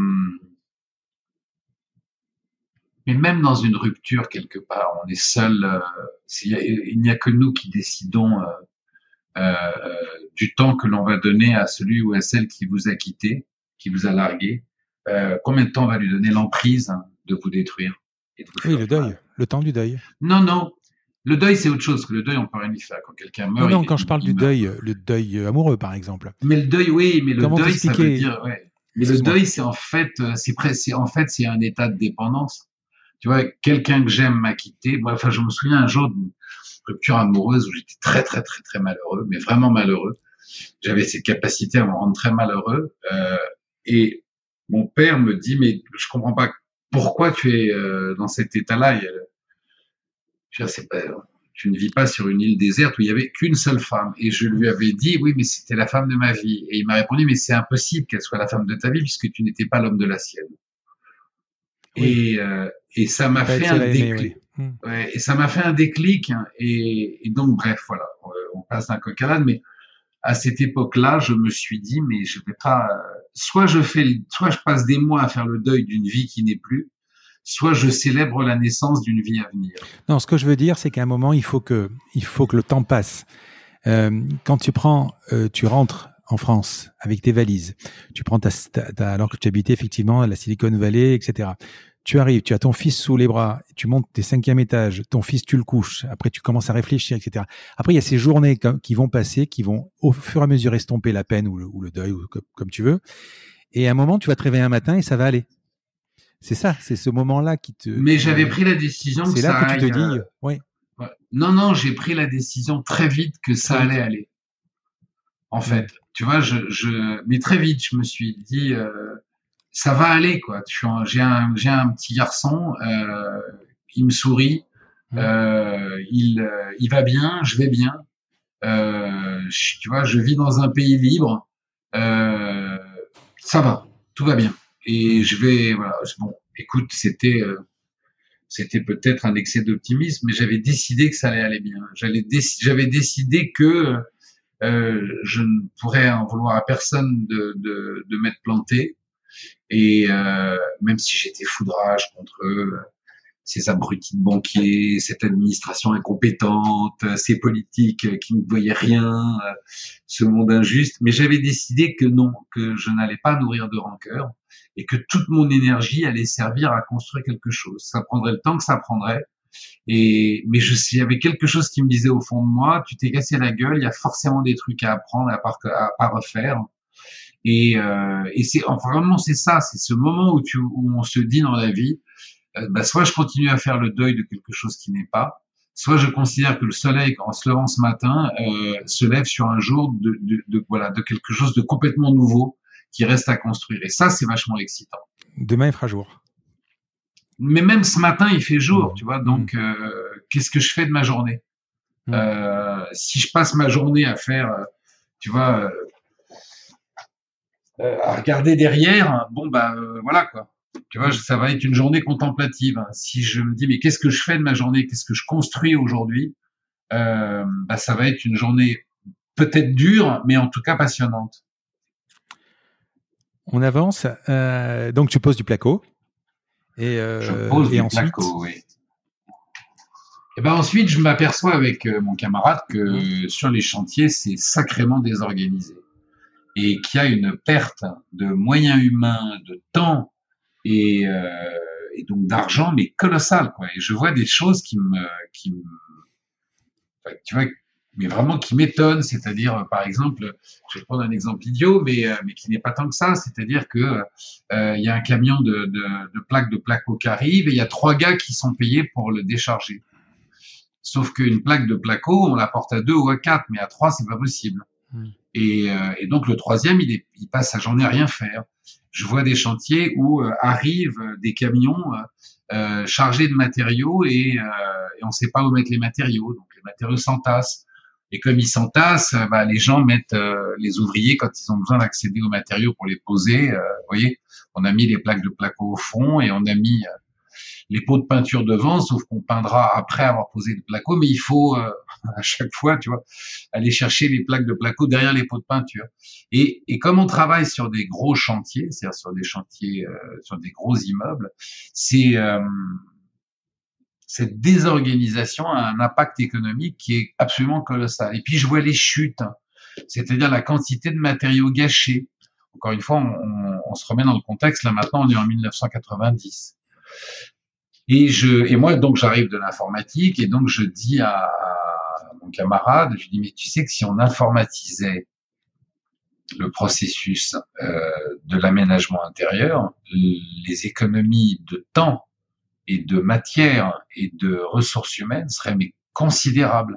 Mais même dans une rupture, quelque part, on est seul. Euh, il n'y a que nous qui décidons euh, euh, du temps que l'on va donner à celui ou à celle qui vous a quitté, qui vous a largué. Euh, combien de temps on va lui donner l'emprise de vous détruire et de vous Oui, faire le du mal? deuil, le temps du deuil. Non, non. Le deuil, c'est autre chose. Que le deuil, on peut rien y faire. Quand quelqu'un Non, meurt, non, il, quand je il, parle il du meurt. deuil, le deuil amoureux, par exemple. Mais le deuil, oui, mais le Comment deuil, ça veut t'expliquer? dire, ouais. Mais le Excuse-moi. deuil, c'est en fait, c'est presque, en fait, c'est un état de dépendance. Tu vois, quelqu'un que j'aime m'a quitté. Moi, enfin, je me souviens un jour d'une rupture amoureuse où j'étais très, très, très, très malheureux, mais vraiment malheureux. J'avais cette capacité à me rendre très malheureux. Euh, et mon père me dit, mais je comprends pas pourquoi tu es euh, dans cet état-là. Et, euh, je veux dire, c'est pas, tu ne vis pas sur une île déserte où il y avait qu'une seule femme. Et je lui avais dit, oui, mais c'était la femme de ma vie. Et il m'a répondu, mais c'est impossible qu'elle soit la femme de ta vie puisque tu n'étais pas l'homme de la sienne. Oui. Et, euh, et ça m'a Pas être fait seul un à aimer, déclic. oui. Hmm. Ouais, et ça m'a fait un déclic. Hein, et, et donc, bref, voilà, on passe d'un coq à l'âne. Mais à cette époque-là, je me suis dit, mais je vais pas. Soit je fais, soit je passe des mois à faire le deuil d'une vie qui n'est plus, soit je célèbre la naissance d'une vie à venir. Non, ce que je veux dire, c'est qu'à un moment, il faut que, il faut que le temps passe. Euh, quand tu prends, euh, tu rentres en France avec tes valises, tu prends ta, ta, ta alors que tu habitais effectivement à la Silicon Valley, et cetera. Tu arrives, tu as ton fils sous les bras, tu montes tes cinquième étage, ton fils tu le couches, après tu commences à réfléchir, et cetera. Après il y a ces journées qui vont passer, qui vont au fur et à mesure estomper la peine ou le, ou le deuil, ou comme, comme tu veux. Et à un moment, tu vas te réveiller un matin et ça va aller. C'est ça, c'est ce moment-là qui te. Mais j'avais pris la décision que c'est là ça que tu te aille, dis, euh, oui. Ouais. Non, non, j'ai pris la décision très vite que ça Très vite. allait aller. en fait. Ouais. Tu vois, je, je, mais très vite, je me suis dit, euh, ça va aller, quoi. Je suis en- J'ai un, j'ai un petit garçon, euh, qui me sourit, euh, il, euh, il va bien, je vais bien. Euh, je- tu vois, je vis dans un pays libre. Euh, ça va, tout va bien. Et je vais, voilà. Bon, écoute, c'était, euh, c'était peut-être un excès d'optimisme, mais j'avais décidé que ça allait aller bien. J'allais déc- j'avais décidé que euh, je ne pourrais en vouloir à personne de, de, de m'être planté. Et euh, même si j'étais foudrage contre eux, ces abrutis de banquiers, cette administration incompétente, ces politiques qui ne voyaient rien, ce monde injuste. Mais j'avais décidé que non, que je n'allais pas nourrir de rancœur et que toute mon énergie allait servir à construire quelque chose. Ça prendrait le temps que ça prendrait. Et mais je sais, il y avait quelque chose qui me disait au fond de moi, tu t'es cassé la gueule, il y a forcément des trucs à apprendre, à pas à pas refaire. Et, euh, et c'est enfin, vraiment c'est ça, c'est ce moment où tu où on se dit dans la vie, euh, bah, soit je continue à faire le deuil de quelque chose qui n'est pas, soit je considère que le soleil, en se levant ce matin, euh, se lève sur un jour de, de, de voilà de quelque chose de complètement nouveau qui reste à construire. Et ça, c'est vachement excitant. Demain, il fera jour. Mais même ce matin, il fait jour, mmh. tu vois. Donc, mmh. euh, qu'est-ce que je fais de ma journée? mmh. euh, Si je passe ma journée à faire, euh, tu vois, euh, à regarder derrière, bon bah euh, voilà quoi. Tu vois, ça va être une journée contemplative. Si je me dis mais qu'est-ce que je fais de ma journée, qu'est-ce que je construis aujourd'hui, euh, bah ça va être une journée peut-être dure, mais en tout cas passionnante. On avance. Euh, donc tu poses du placo. Et, euh, je pose et du ensuite... placo, oui. Et ben ensuite, je m'aperçois avec euh, mon camarade que mmh. sur les chantiers, c'est sacrément désorganisé et qu'il y a une perte de moyens humains, de temps et, euh, et donc d'argent, mais colossale, quoi. Et je vois des choses qui me, qui me, enfin, tu vois, mais vraiment qui m'étonnent. C'est-à-dire, par exemple, je vais prendre un exemple idiot, mais euh, mais qui n'est pas tant que ça. C'est-à-dire que euh, il y a un camion de, de, de plaques de placo qui arrive et il y a trois gars qui sont payés pour le décharger. Sauf qu'une plaque de placo, on la porte à deux ou à quatre, mais à trois, c'est pas possible. Mmh. Et, euh, et donc le troisième, il, est, il passe sa journée à rien faire. Je vois des chantiers où euh, arrivent des camions euh, chargés de matériaux et, euh, et on ne sait pas où mettre les matériaux. Donc les matériaux s'entassent. Et comme ils s'entassent, bah, les gens mettent euh, les ouvriers quand ils ont besoin d'accéder aux matériaux pour les poser. Euh, vous voyez, on a mis les plaques de placo au fond et on a mis euh, les pots de peinture devant, sauf qu'on peindra après avoir posé le placo, mais il faut euh, à chaque fois, tu vois, aller chercher les plaques de placo derrière les pots de peinture. Et, et comme on travaille sur des gros chantiers, c'est-à-dire sur des chantiers, euh, sur des gros immeubles, c'est euh, cette désorganisation a un impact économique qui est absolument colossal. Et puis je vois les chutes, c'est-à-dire la quantité de matériaux gâchés. Encore une fois, on, on, on se remet dans le contexte. Là maintenant, on est en mille neuf cent quatre-vingt-dix. Et je, et moi, donc, j'arrive de l'informatique et donc je dis à, à mon camarade, je dis, mais tu sais que si on informatisait le processus euh, de l'aménagement intérieur, les économies de temps et de matière et de ressources humaines seraient mais considérables.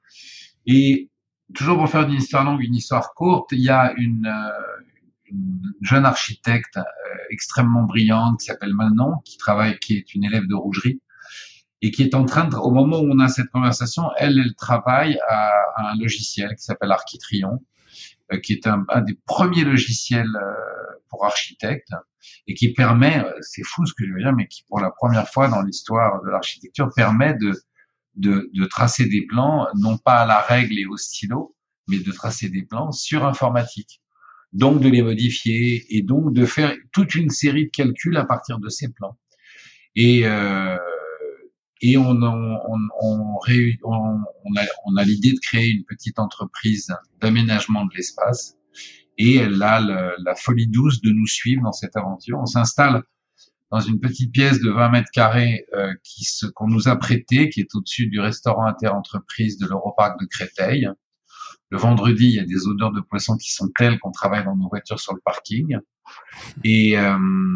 Et toujours pour faire une histoire longue, une histoire courte, il y a une, euh, une jeune architecte euh, extrêmement brillante qui s'appelle Manon, qui travaille, qui est une élève de Rougerie et qui est en train de, au moment où on a cette conversation, elle, elle travaille à, à un logiciel qui s'appelle Architrion, euh, qui est un, un des premiers logiciels euh, pour architectes et qui permet, euh, c'est fou ce que je veux dire, mais qui pour la première fois dans l'histoire de l'architecture permet de, de, de tracer des plans, non pas à la règle et au stylo, mais de tracer des plans sur informatique. Donc de les modifier et donc de faire toute une série de calculs à partir de ces plans. Et euh, et on on on on, réu, on, on a on a l'idée de créer une petite entreprise d'aménagement de l'espace et elle a le, la folie douce de nous suivre dans cette aventure. On s'installe dans une petite pièce de vingt mètres carrés euh, qui se qu'on nous a prêtée, qui est au-dessus du restaurant interentreprise de l'Europarc de Créteil. Le vendredi, il y a des odeurs de poisson qui sont telles qu'on travaille dans nos voitures sur le parking. Et euh,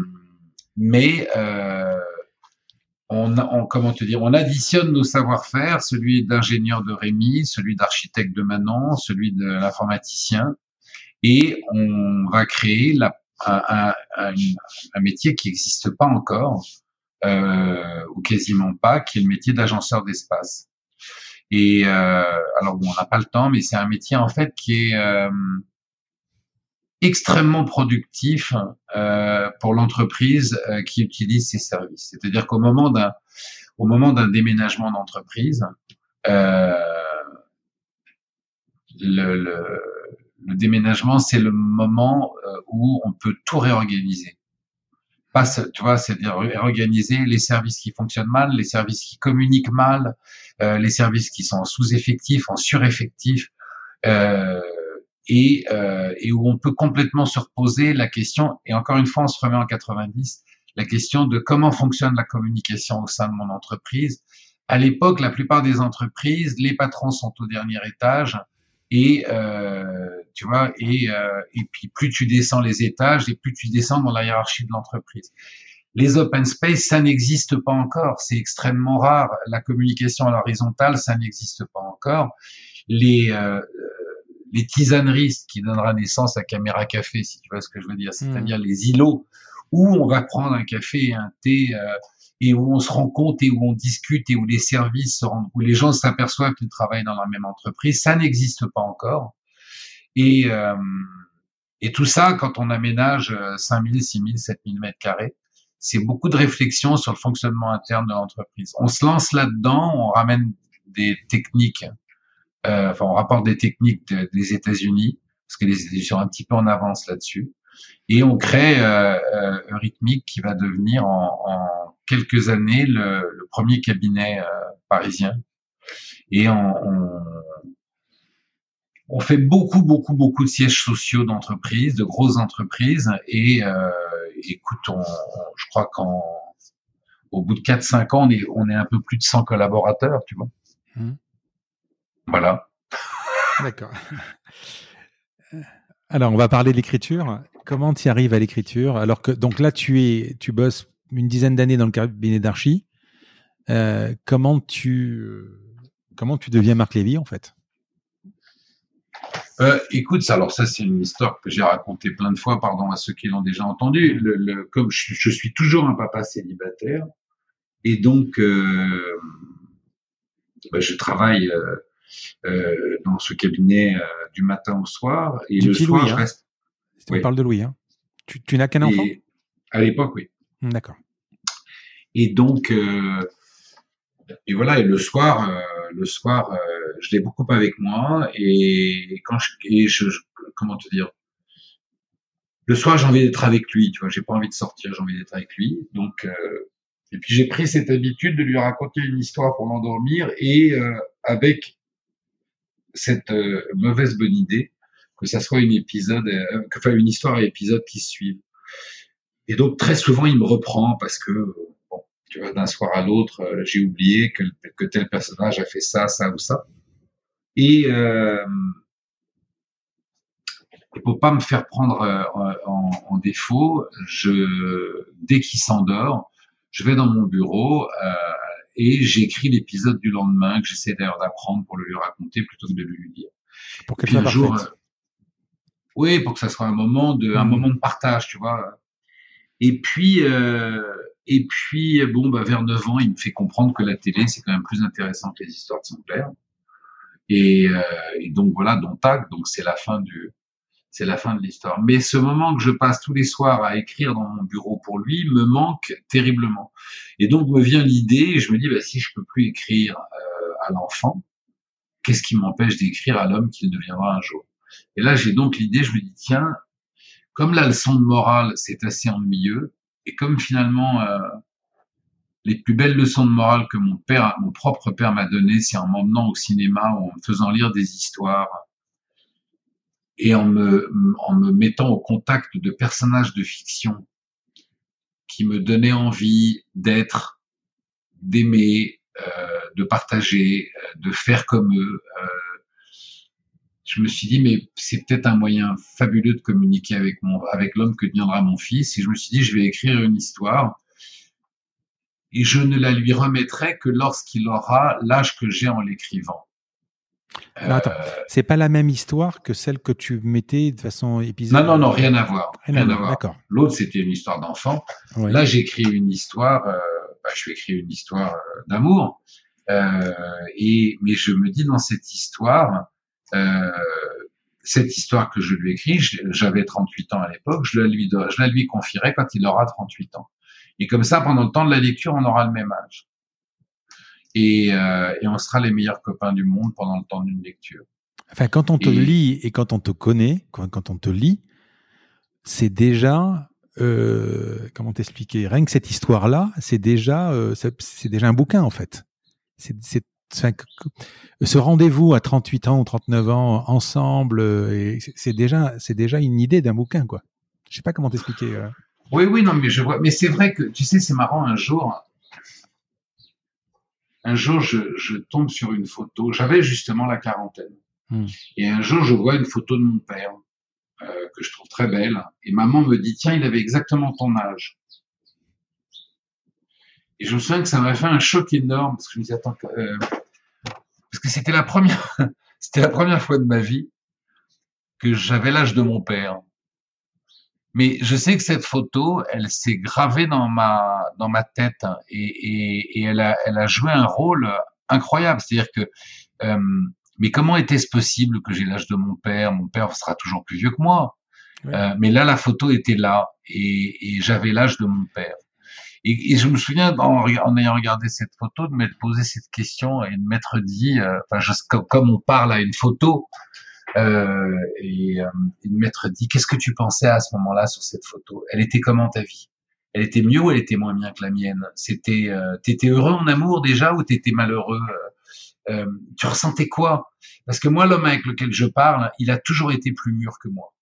mais euh, on, on, comment te dire, on additionne nos savoir-faire, celui d'ingénieur de Rémi, celui d'architecte de Manon, celui de l'informaticien, et on va créer la, un, un, un, un métier qui n'existe pas encore, euh, ou quasiment pas, qui est le métier d'agenceur d'espace. Et euh, alors bon, on n'a pas le temps, mais c'est un métier en fait qui est euh, extrêmement productif euh, pour l'entreprise euh, qui utilise ses services. C'est-à-dire qu'au moment d'un au moment d'un déménagement d'entreprise, euh, le, le, le déménagement, c'est le moment euh, où on peut tout réorganiser. Pas, tu vois, c'est-à-dire réorganiser les services qui fonctionnent mal, les services qui communiquent mal, euh, les services qui sont en sous-effectif, en sureffectif, euh, et, euh, et où on peut complètement se reposer la question, et encore une fois, on se remet en quatre-vingt-dix, la question de comment fonctionne la communication au sein de mon entreprise. À l'époque, la plupart des entreprises, les patrons sont au dernier étage, et euh, tu vois, et, euh, et puis plus tu descends les étages, et plus tu descends dans la hiérarchie de l'entreprise. Les open space, ça n'existe pas encore, c'est extrêmement rare. La communication à l'horizontale, ça n'existe pas encore. Les euh, les tisaneristes qui donnera naissance à Caméra Café, si tu vois ce que je veux dire, c'est-à-dire mmh. les îlots où on va prendre un café et un thé euh, et où on se rend compte et où on discute et où les services se rendent, où les gens s'aperçoivent qu'ils travaillent dans la même entreprise, ça n'existe pas encore. Et, euh, et tout ça, quand on aménage cinq mille, six mille, sept mille mètres carrés, c'est beaucoup de réflexion sur le fonctionnement interne de l'entreprise. On se lance là-dedans, on ramène des techniques, euh, enfin on rapporte des techniques de, des États-Unis, parce que les États-Unis sont un petit peu en avance là-dessus, et on crée euh, euh, Eurythmic qui va devenir en, en quelques années le, le premier cabinet euh, parisien. Et on, on, on fait beaucoup, beaucoup, beaucoup de sièges sociaux d'entreprises, de grosses entreprises, et euh, écoute, on, on, je crois qu'en au bout de quatre cinq ans, on est, on est un peu plus de cent collaborateurs, tu vois. Mmh. Voilà. D'accord. Alors, on va parler de l'écriture. Comment tu y arrives à l'écriture? Alors que, donc là, tu es, tu bosses une dizaine d'années dans le cabinet d'archi. Euh, comment tu, comment tu deviens Marc Lévy, en fait? Euh, écoute, alors ça, c'est une histoire que j'ai racontée plein de fois, pardon à ceux qui l'ont déjà entendue. Le, le, comme je, je suis toujours un papa célibataire, et donc, euh, ben, je travaille euh, euh, dans ce cabinet euh, du matin au soir, et tu le soir, Louis, je hein. reste. On oui. parle de Louis, hein. Tu, tu n'as qu'un enfant? Et, à l'époque, oui. D'accord. Et donc, euh, et voilà, et le soir, euh, le soir, euh, je l'ai beaucoup avec moi, et quand je, et je, je comment te dire, le soir, j'ai envie d'être avec lui, tu vois, j'ai pas envie de sortir, j'ai envie d'être avec lui, donc, euh, et puis j'ai pris cette habitude de lui raconter une histoire pour l'endormir, et euh, avec cette euh, mauvaise bonne idée que ça soit une épisode, euh, enfin une histoire et épisode qui se suivent. Et donc très souvent, il me reprend parce que bon, tu vois, d'un soir à l'autre, euh, j'ai oublié que, que tel personnage a fait ça, ça ou ça. Et euh, pour pas me faire prendre euh, en, en défaut, je, dès qu'il s'endort, je vais dans mon bureau euh, et j'écris l'épisode du lendemain que j'essaie d'ailleurs d'apprendre pour le lui raconter plutôt que de le lui lire. Pour qu'elle soit parfaite. Jour, euh, oui, pour que ça soit un moment de, mmh. un moment de partage, tu vois. Et puis, euh, et puis, bon, bah, vers neuf ans, il me fait comprendre que la télé, c'est quand même plus intéressant que les histoires de son père. Et, euh, et donc voilà, donc tac, donc c'est la fin du, c'est la fin de l'histoire. Mais ce moment que je passe tous les soirs à écrire dans mon bureau pour lui me manque terriblement. Et donc me vient l'idée, et je me dis, bah, si je peux plus écrire euh, à l'enfant, qu'est-ce qui m'empêche d'écrire à l'homme qu'il deviendra un jour? Et là, j'ai donc l'idée, je me dis, tiens, comme la leçon de morale, c'est assez ennuyeux, et comme finalement, euh, les plus belles leçons de morale que mon père, mon propre père m'a données, c'est en m'emmenant au cinéma ou en me faisant lire des histoires et en me, en me mettant au contact de personnages de fiction qui me donnaient envie d'être, d'aimer, euh, de partager, de faire comme eux. Euh, je me suis dit, mais c'est peut-être un moyen fabuleux de communiquer avec mon, avec l'homme que deviendra mon fils. Et je me suis dit, je vais écrire une histoire et je ne la lui remettrai que lorsqu'il aura l'âge que j'ai en l'écrivant. Alors attends, c'est pas la même histoire que celle que tu mettais de façon épisodique? Non, non, non, rien à voir. Rien, rien à à voir. D'accord. L'autre, c'était une histoire d'enfant. Oui. Là, j'écris une histoire. Euh, bah, je vais écrire une histoire euh, d'amour. Euh, et mais je me dis dans cette histoire, euh, cette histoire que je lui écris, j'avais trente-huit ans à l'époque, je la lui, je la lui confierai quand il aura trente-huit ans. Et comme ça, pendant le temps de la lecture, on aura le même âge. Et, euh, et on sera les meilleurs copains du monde pendant le temps d'une lecture. Enfin, quand on te et... lit et quand on te connaît, quand, quand on te lit, c'est déjà, euh, comment t'expliquer, rien que cette histoire-là, c'est déjà, euh, c'est, c'est déjà un bouquin en fait. C'est, c'est, c'est un, ce rendez-vous à trente-huit ans ou trente-neuf ans ensemble, et c'est, c'est déjà, c'est déjà une idée d'un bouquin, quoi. Je sais pas comment t'expliquer. Euh. Oui, oui, non, mais je vois. Mais c'est vrai que, tu sais, c'est marrant. Un jour, un jour, je, je tombe sur une photo. J'avais justement la quarantaine. Hmm. Et un jour, je vois une photo de mon père euh, que je trouve très belle. Et maman me dit, tiens, il avait exactement ton âge. Et je me souviens que ça m'a fait un choc énorme parce que je me disais, attends, euh, parce que c'était la première, c'était la première fois de ma vie que j'avais l'âge de mon père. Mais je sais que cette photo, elle s'est gravée dans ma dans ma tête et, et, et elle a elle a joué un rôle incroyable. C'est-à-dire que euh, mais comment était-ce possible que j'ai l'âge de mon père? Mon père sera toujours plus vieux que moi. Oui. Euh, mais là, la photo était là et, et j'avais l'âge de mon père. Et, et je me souviens, en, en ayant regardé cette photo, de m'être posé cette question et de m'être dit, euh, enfin, je, comme on parle à une photo, euh, et, euh, et de m'être dit, qu'est-ce que tu pensais à ce moment-là sur cette photo? Elle était comment ta vie? Elle était mieux ou elle était moins bien que la mienne? C'était, euh, t'étais heureux en amour déjà ou t'étais malheureux? euh, Tu ressentais quoi? Parce que moi, l'homme avec lequel je parle, il a toujours été plus mûr que moi.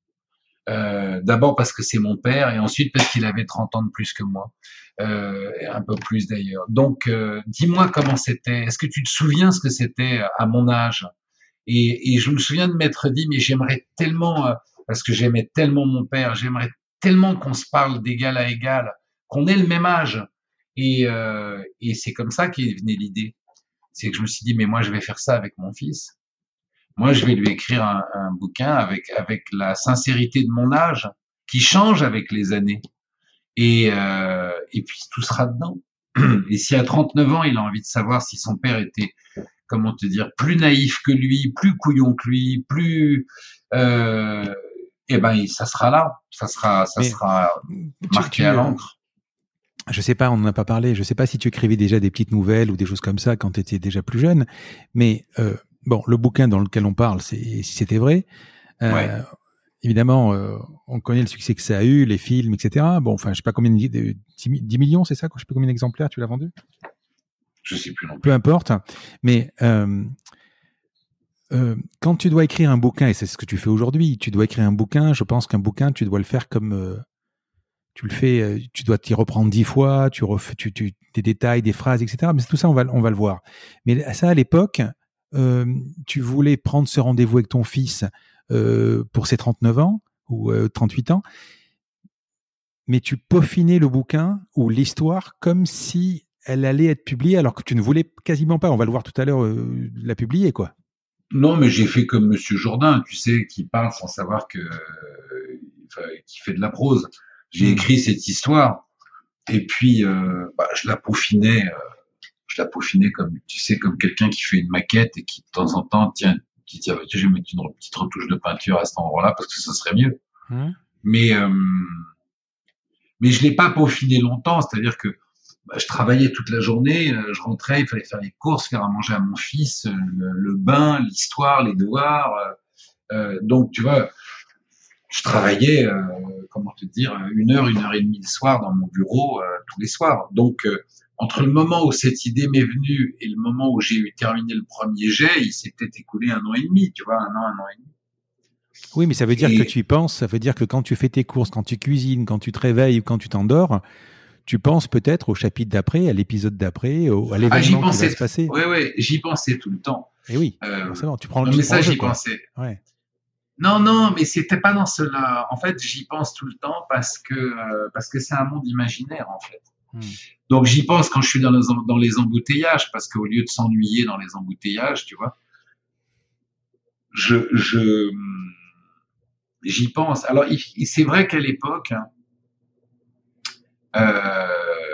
Euh, d'abord parce que c'est mon père et ensuite parce qu'il avait trente ans de plus que moi, euh, un peu plus d'ailleurs. Donc, euh, dis-moi comment c'était. Est-ce que tu te souviens ce que c'était à mon âge? Et, et je me souviens de m'être dit, mais j'aimerais tellement, euh, parce que j'aimais tellement mon père, j'aimerais tellement qu'on se parle d'égal à égal, qu'on ait le même âge. Et, euh, et c'est comme ça qu'est venue l'idée. C'est que je me suis dit, mais moi, je vais faire ça avec mon fils. Moi, je vais lui écrire un, un bouquin avec avec la sincérité de mon âge, qui change avec les années. Et euh, et puis tout sera dedans. Et si à trente-neuf ans, il a envie de savoir si son père était, comment te dire, plus naïf que lui, plus couillon que lui, plus, euh, eh ben, ça sera là, ça sera, ça Mais sera marqué tu, à l'encre. Je sais pas, on n'en a pas parlé. Je sais pas si tu écrivais déjà des petites nouvelles ou des choses comme ça quand tu étais déjà plus jeune. Mais euh, bon, le bouquin dans lequel on parle, c'est, si c'était vrai, euh, ouais. Évidemment, euh, on connaît le succès que ça a eu, les films, et cetera. Bon, enfin, je sais pas combien de dix millions, c'est ça? Je sais pas combien d'exemplaires tu l'as vendu? Je sais plus non plus. Peu importe. Mais euh, euh, quand tu dois écrire un bouquin, et c'est ce que tu fais aujourd'hui, tu dois écrire un bouquin. Je pense qu'un bouquin, tu dois le faire comme euh, tu le fais. Euh, tu dois t'y reprendre dix fois. Tu refais, tu, tu, des détails, des phrases, et cetera. Mais tout ça, on va, on va le voir. Mais ça, à l'époque, euh, tu voulais prendre ce rendez-vous avec ton fils euh, pour ses trente-neuf ans ou euh, trente-huit ans, mais tu peaufinais le bouquin ou l'histoire comme si elle allait être publiée alors que tu ne voulais quasiment pas, on va le voir tout à l'heure, euh, la publier, quoi. Non, mais j'ai fait comme Monsieur Jourdain, tu sais, qui parle sans savoir que, euh, enfin, qui fait de la prose. J'ai mmh. écrit cette histoire et puis euh, bah, je la peaufinais, euh, je la peaufinais comme, tu sais, comme quelqu'un qui fait une maquette et qui de temps en temps, tiens, qui dit, je vais mettre une petite retouche de peinture à cet endroit-là parce que ça serait mieux. Mmh. Mais euh, mais je l'ai pas peaufiné longtemps, c'est-à-dire que bah, je travaillais toute la journée, euh, je rentrais, il fallait faire les courses, faire à manger à mon fils, euh, le, le bain, l'histoire, les devoirs. Euh, euh, donc, tu vois, je travaillais, euh, comment te dire, une heure, une heure et demie le soir dans mon bureau euh, tous les soirs. Donc, euh, entre le moment où cette idée m'est venue et le moment où j'ai eu terminé le premier jet, il s'est peut-être écoulé un an et demi, tu vois, un an, un an et demi. Oui, mais ça veut dire et... que tu y penses, ça veut dire que quand tu fais tes courses, quand tu cuisines, quand tu te réveilles ou quand tu t'endors, tu penses peut-être au chapitre d'après, à l'épisode d'après, au, à l'événement ah, qui va se passer. Oui, oui, j'y pensais tout le temps. Et oui, euh, forcément, tu prends le non, mais ça, j'y pensais. Ouais. Non, non, mais c'était pas dans cela. En fait, j'y pense tout le temps parce que euh, parce que c'est un monde imaginaire, en fait. Hmm. Donc, j'y pense quand je suis dans les, dans les embouteillages, parce qu'au lieu de s'ennuyer dans les embouteillages, tu vois, je, je, j'y pense. Alors, il, c'est vrai qu'à l'époque, euh,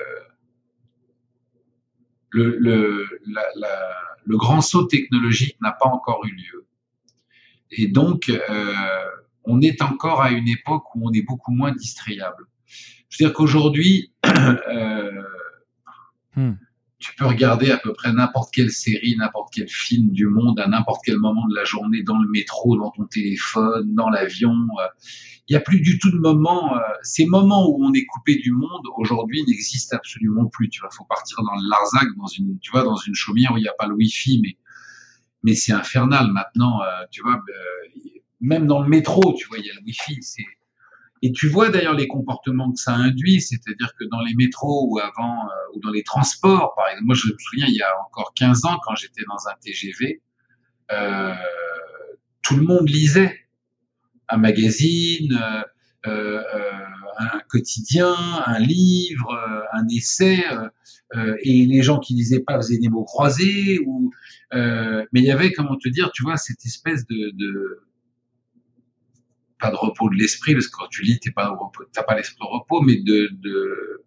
le, le, la, la, le grand saut technologique n'a pas encore eu lieu. Et donc, euh, on est encore à une époque où on est beaucoup moins distrayable. Je veux dire qu'aujourd'hui, euh, hmm. tu peux regarder à peu près n'importe quelle série, n'importe quel film du monde, à n'importe quel moment de la journée, dans le métro, dans ton téléphone, dans l'avion. Il n'y a plus du tout de moments. Euh, ces moments où on est coupé du monde, aujourd'hui, n'existent absolument plus. Tu vois, faut partir dans le Larzac, dans une, tu vois, dans une chaumière où il n'y a pas le Wi-Fi, mais mais c'est infernal maintenant. Euh, tu vois, euh, même dans le métro, tu vois, il y a le Wi-Fi. C'est Et tu vois d'ailleurs les comportements que ça induit, c'est-à-dire que dans les métros ou avant, euh, ou dans les transports, par exemple, moi je me souviens il y a encore quinze ans quand j'étais dans un T G V, euh, tout le monde lisait un magazine, euh, euh, un quotidien, un livre, euh, un essai, euh, euh, et les gens qui lisaient pas faisaient des mots croisés, ou, euh, mais il y avait, comment te dire, tu vois, cette espèce de, de pas de repos de l'esprit, parce que quand tu lis, t'es pas au repos, t'as pas l'esprit au repos, mais de, de,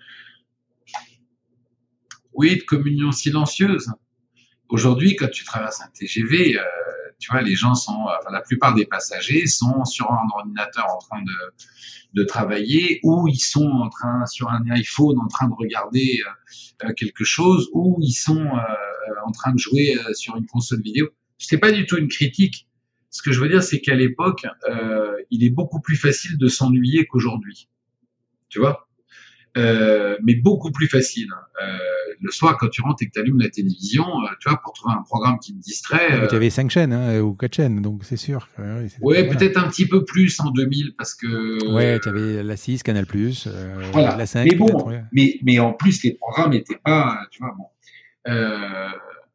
oui, de communion silencieuse. Aujourd'hui, quand tu traverses un T G V, euh, tu vois, les gens sont, enfin, la plupart des passagers sont sur un ordinateur en train de, de travailler, ou ils sont en train, sur un iPhone, en train de regarder euh, quelque chose, ou ils sont euh, en train de jouer euh, sur une console vidéo. C'est pas du tout une critique. Ce que je veux dire, c'est qu'à l'époque, euh, il est beaucoup plus facile de s'ennuyer qu'aujourd'hui. Tu vois, euh, mais beaucoup plus facile. Euh, le soir, quand tu rentres et que tu allumes la télévision, euh, tu vois, pour trouver un programme qui te distrait. Ah, mais euh... tu avais cinq chaînes hein, ou quatre chaînes, donc c'est sûr. Euh, oui, ouais, peut-être un petit peu plus en deux mille, parce que. Ouais, tu avais la six, Canal plus, euh, voilà. la cinq. Mais bon, ouais. mais mais en plus les programmes n'étaient pas, tu vois, bon. Euh...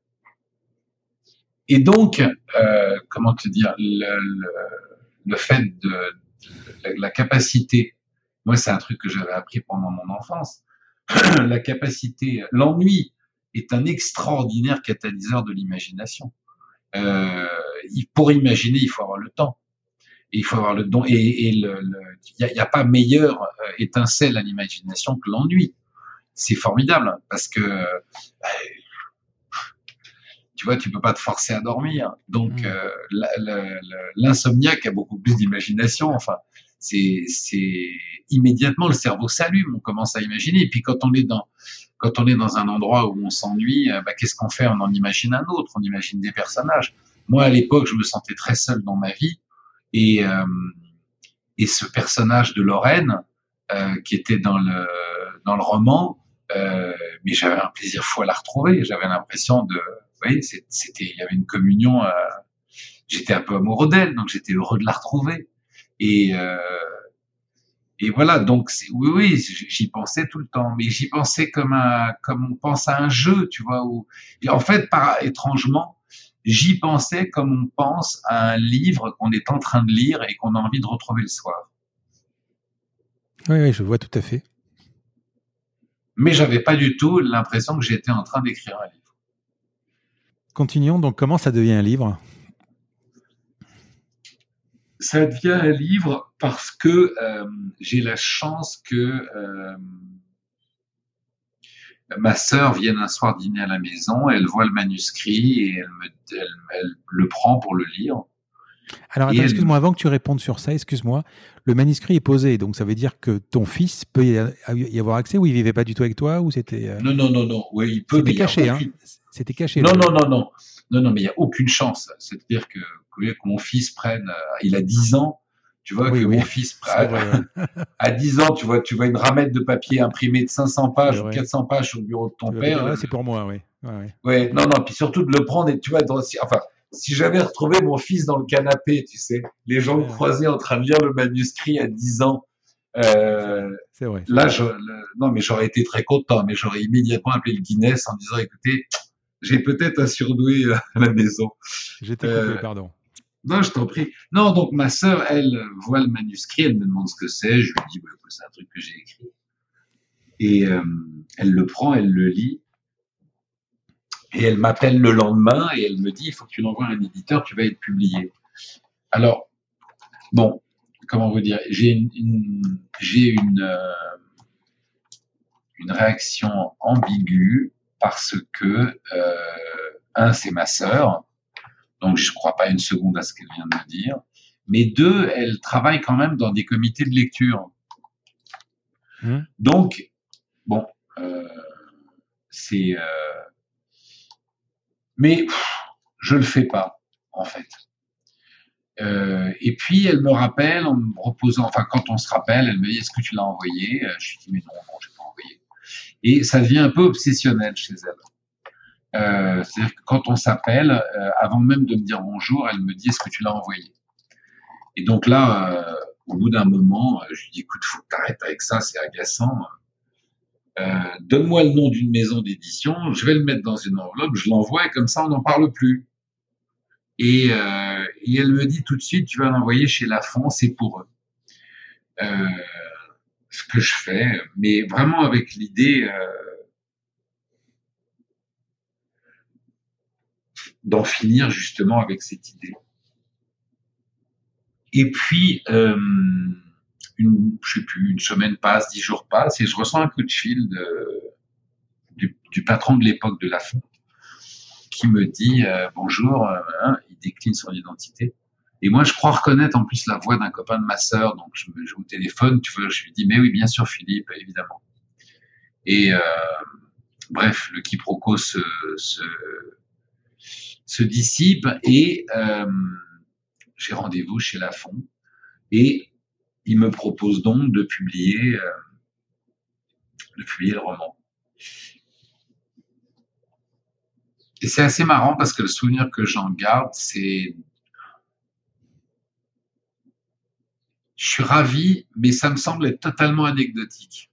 Et donc, euh, comment te dire, le, le, le fait de, de la, la capacité. Moi, c'est un truc que j'avais appris pendant mon enfance. La capacité, l'ennui est un extraordinaire catalyseur de l'imagination. Euh, pour imaginer, il faut avoir le temps. Et il faut avoir le don. Et il n'y a, y a pas meilleure euh, étincelle à l'imagination que l'ennui. C'est formidable parce que euh, tu vois, tu peux pas te forcer à dormir. Donc, mmh. euh, l'insomniaque a beaucoup plus d'imagination. Enfin, c'est, c'est immédiatement le cerveau s'allume, on commence à imaginer. Et puis quand on est dans, quand on est dans un endroit où on s'ennuie, bah, qu'est-ce qu'on fait? On en imagine un autre, on imagine des personnages. Moi, à l'époque, je me sentais très seul dans ma vie, et euh, et ce personnage de Lorraine, euh, qui était dans le dans le roman, euh, mais j'avais un plaisir fou à la retrouver. J'avais l'impression de, vous voyez, c'était, il y avait une communion. Euh, j'étais un peu amoureux d'elle, donc j'étais heureux de la retrouver. Et euh, et voilà, donc oui, oui, j'y pensais tout le temps, mais j'y pensais comme un, comme on pense à un jeu, tu vois. Où, et en fait, par étrangement, j'y pensais comme on pense à un livre qu'on est en train de lire et qu'on a envie de retrouver le soir. Oui, oui, je vois tout à fait. Mais j'avais pas du tout l'impression que j'étais en train d'écrire un livre. Continuons, donc comment ça devient un livre ? Ça devient un livre parce que euh, j'ai la chance que euh, ma sœur vienne un soir dîner à la maison, elle voit le manuscrit et elle, me, elle, elle le prend pour le lire. Alors attends, excuse-moi, avant que tu répondes sur ça, excuse-moi, le manuscrit est posé, donc ça veut dire que ton fils peut y avoir accès, ou il vivait pas du tout avec toi, ou c'était... Euh... Non, non, non, non, oui, il peut, C'était mais caché, il y a aucune... hein. C'était caché. Non, non, non, non, non, non, mais il y a aucune chance. C'est-à-dire que, que mon fils prenne, euh, il a dix ans, tu vois, oui, que oui. mon fils prenne, vrai, ouais. à dix ans, tu vois, tu vois une ramette de papier imprimée de cinq cents pages ou quatre cents pages sur le bureau de ton père. Dire, ah, c'est pour moi, oui. Ouais, ouais. ouais, non, non, puis surtout de le prendre et tu vois, dans, enfin, si j'avais retrouvé mon fils dans le canapé, tu sais, les jambes ouais, croisées en train de lire le manuscrit à dix ans, euh, c'est vrai. Là, je, le, non, mais j'aurais été très content, mais j'aurais immédiatement appelé le Guinness en disant, écoutez, j'ai peut-être un surdoué à la maison. Je t'ai coupé, euh, pardon. Non, je t'en prie. Non, donc ma sœur, elle voit le manuscrit, elle me demande ce que c'est, je lui dis, bah, c'est un truc que j'ai écrit. Et euh, elle le prend, elle le lit. Et elle m'appelle le lendemain et elle me dit, il faut que tu l'envoies à un éditeur, tu vas être publié. Alors, bon, comment vous dire, j'ai une, une j'ai une, euh, une réaction ambiguë parce que, euh, un, c'est ma sœur, donc je ne crois pas une seconde à ce qu'elle vient de me dire, mais deux, elle travaille quand même dans des comités de lecture. Mmh. Donc, bon, euh, c'est... Euh, mais pff, je le fais pas, en fait. Euh, et puis, elle me rappelle, en me proposant, enfin, quand on se rappelle, elle me dit, est-ce que tu l'as envoyé? Je lui dis, mais non, non, j'ai pas envoyé. Et ça devient un peu obsessionnel chez elle. Euh, c'est-à-dire que quand on s'appelle, euh, avant même de me dire bonjour, elle me dit, est-ce que tu l'as envoyé? Et donc là, euh, au bout d'un moment, je lui dis, écoute, faut que t'arrêtes avec ça, c'est agaçant. Euh, donne-moi le nom d'une maison d'édition, je vais le mettre dans une enveloppe, je l'envoie et comme ça, on n'en parle plus. Et, euh, et elle me dit tout de suite, tu vas l'envoyer chez Lafon, c'est pour eux. Euh, ce que je fais, mais vraiment avec l'idée euh, d'en finir justement avec cette idée. Et puis, euh, une, je sais plus, une semaine passe, dix jours passent, et je reçois un coup de fil de, du, du patron de l'époque de Lafon, qui me dit euh, bonjour, euh, hein, il décline son identité. Et moi, je crois reconnaître en plus la voix d'un copain de ma sœur, donc je me joue au téléphone, tu vois, je lui dis mais oui, bien sûr, Philippe, évidemment. Et euh, bref, le quiproquo se, se, se dissipe et euh, j'ai rendez-vous chez Lafon et il me propose donc de publier, euh, de publier le roman. Et c'est assez marrant parce que le souvenir que j'en garde, c'est... Je suis ravi, mais ça me semble être totalement anecdotique.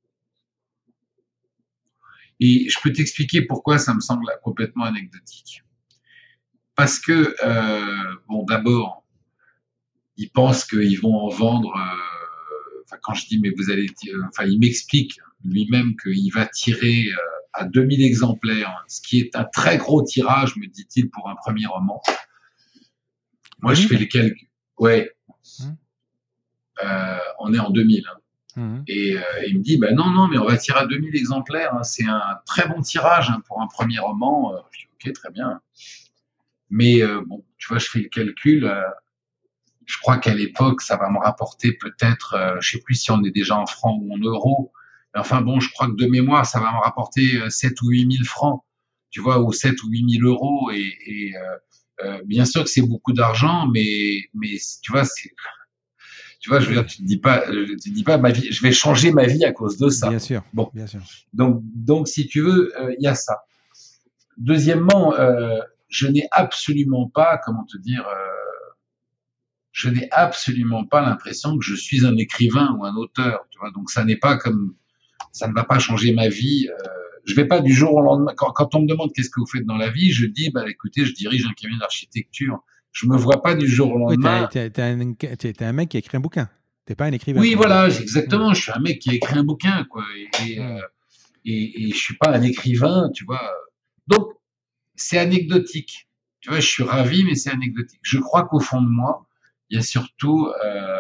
Et je peux t'expliquer pourquoi ça me semble complètement anecdotique. Parce que, euh, bon, d'abord, ils pensent qu'ils vont en vendre... Euh, enfin, quand je dis, mais vous allez... Euh, enfin, il m'explique lui-même qu'il va tirer... Euh, à deux mille exemplaires, ce qui est un très gros tirage, me dit-il, pour un premier roman. Moi, je fais les calculs. Ouais. Mmh. Euh, on est en deux mille. Hein. Mmh. Et euh, il me dit, bah non, non, mais on va tirer à deux mille exemplaires. Hein. C'est un très bon tirage hein, pour un premier roman. Euh, je dis, ok, très bien. Mais euh, bon, tu vois, je fais le calcul. Euh, je crois qu'à l'époque, ça va me rapporter peut-être, euh, je sais plus si on est déjà en francs ou en euros. Enfin bon, je crois que de mémoire, ça va me rapporter sept ou huit mille francs, tu vois, ou sept ou huit mille euros. Et, et euh, euh, bien sûr que c'est beaucoup d'argent, mais mais tu vois, c'est, tu vois, je veux dire, tu te dis pas, tu te dis pas, ma vie, je vais changer ma vie à cause de ça. Bien sûr. Bon, bien sûr. Donc donc si tu veux, il euh, y a ça. Deuxièmement, euh, je n'ai absolument pas, comment te dire. Euh, je n'ai absolument pas l'impression que je suis un écrivain ou un auteur, tu vois. Donc ça n'est pas comme ça ne va pas changer ma vie. Euh, je vais pas du jour au lendemain. Quand, quand on me demande qu'est-ce que vous faites dans la vie, je dis, bah écoutez, je dirige un cabinet d'architecture. Je me vois pas du jour au lendemain. Oui, t'es, t'es, t'es, un, t'es un mec qui a écrit un bouquin. T'es pas un écrivain. Oui, voilà, exactement. Mmh. Je suis un mec qui a écrit un bouquin, quoi. Et, et, mmh. euh, et, et je suis pas un écrivain, tu vois. Donc, c'est anecdotique. Tu vois, je suis ravi, mais c'est anecdotique. Je crois qu'au fond de moi, il y a surtout... Euh,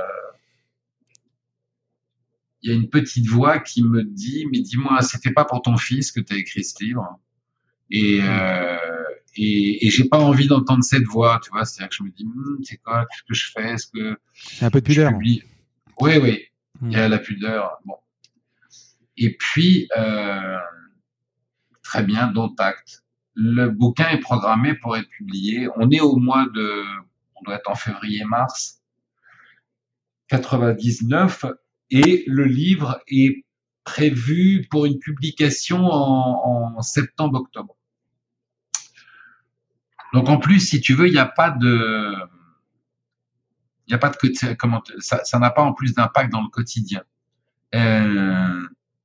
il y a une petite voix qui me dit, mais dis-moi, c'était pas pour ton fils que tu as écrit ce livre. Et, euh, et, et j'ai pas envie d'entendre cette voix, tu vois. C'est-à-dire que je me dis, hm, c'est quoi, qu'est-ce que je fais, est-ce que c'est un peu de pudeur. Oui, oui, il y a la pudeur. Bon. Et puis, euh, très bien, dont acte. Le bouquin est programmé pour être publié. On est au mois de, on doit être en février-mars quatre-vingt-dix-neuf. Et le livre est prévu pour une publication en, en septembre-octobre. Donc en plus, si tu veux, il n'y a pas de, il n'y a pas de comment ça, ça n'a pas en plus d'impact dans le quotidien. Euh,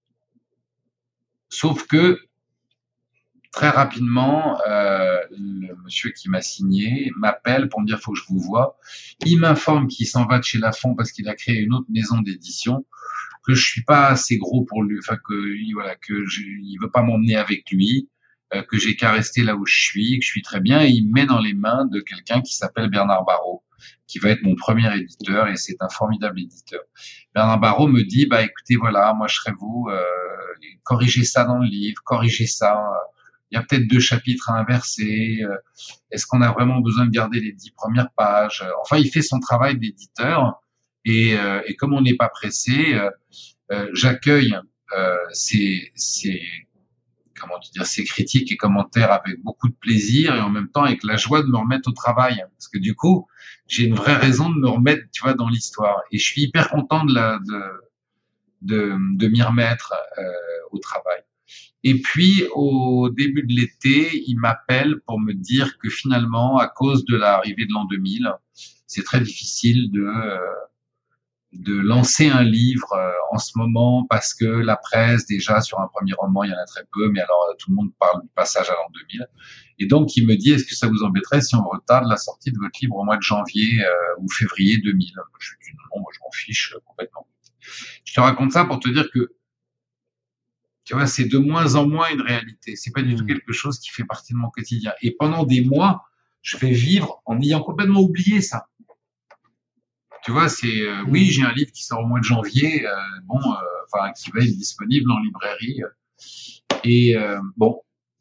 sauf que très rapidement, euh, le monsieur qui m'a signé m'appelle pour me dire faut que je vous voie. Il m'informe qu'il s'en va de chez Lafon parce qu'il a créé une autre maison d'édition. Que je suis pas assez gros pour lui, enfin que voilà, que je, il veut pas m'emmener avec lui. euh, que j'ai qu'à rester là où je suis, que je suis très bien, et il me met dans les mains de quelqu'un qui s'appelle Bernard Barrault, qui va être mon premier éditeur, et c'est un formidable éditeur. Bernard Barrault me dit, bah écoutez, voilà, moi je serai vous, euh, corrigez ça dans le livre, corrigez ça, il y a peut-être deux chapitres à inverser, euh, est-ce qu'on a vraiment besoin de garder les dix premières pages? Enfin, il fait son travail d'éditeur, et, euh, et comme on n'est pas pressé, euh, euh, j'accueille euh, ces, ces comment dire, ces critiques et commentaires avec beaucoup de plaisir, et en même temps avec la joie de me remettre au travail, parce que du coup j'ai une vraie raison de me remettre, tu vois, dans l'histoire, et je suis hyper content de la de de, de m'y remettre euh, au travail. Et puis au début de l'été, il m'appelle pour me dire que finalement, à cause de l'arrivée de l'an deux mille, c'est très difficile de euh, de lancer un livre euh, en ce moment, parce que la presse, déjà, sur un premier roman, il y en a très peu, mais alors tout le monde parle du passage à l'an deux mille. Et donc, il me dit, est-ce que ça vous embêterait si on retarde la sortie de votre livre au mois de janvier euh, ou février deux mille? Je lui dis, non, moi, je m'en fiche euh, complètement. Je te raconte ça pour te dire que, tu vois, c'est de moins en moins une réalité. C'est pas du mmh. tout quelque chose qui fait partie de mon quotidien. Et pendant des mois, je vais vivre en ayant complètement oublié ça. Tu vois, c'est euh, mmh. oui, j'ai un livre qui sort au mois de janvier, euh, bon, euh, enfin, qui va être disponible en librairie. Euh, et euh, bon.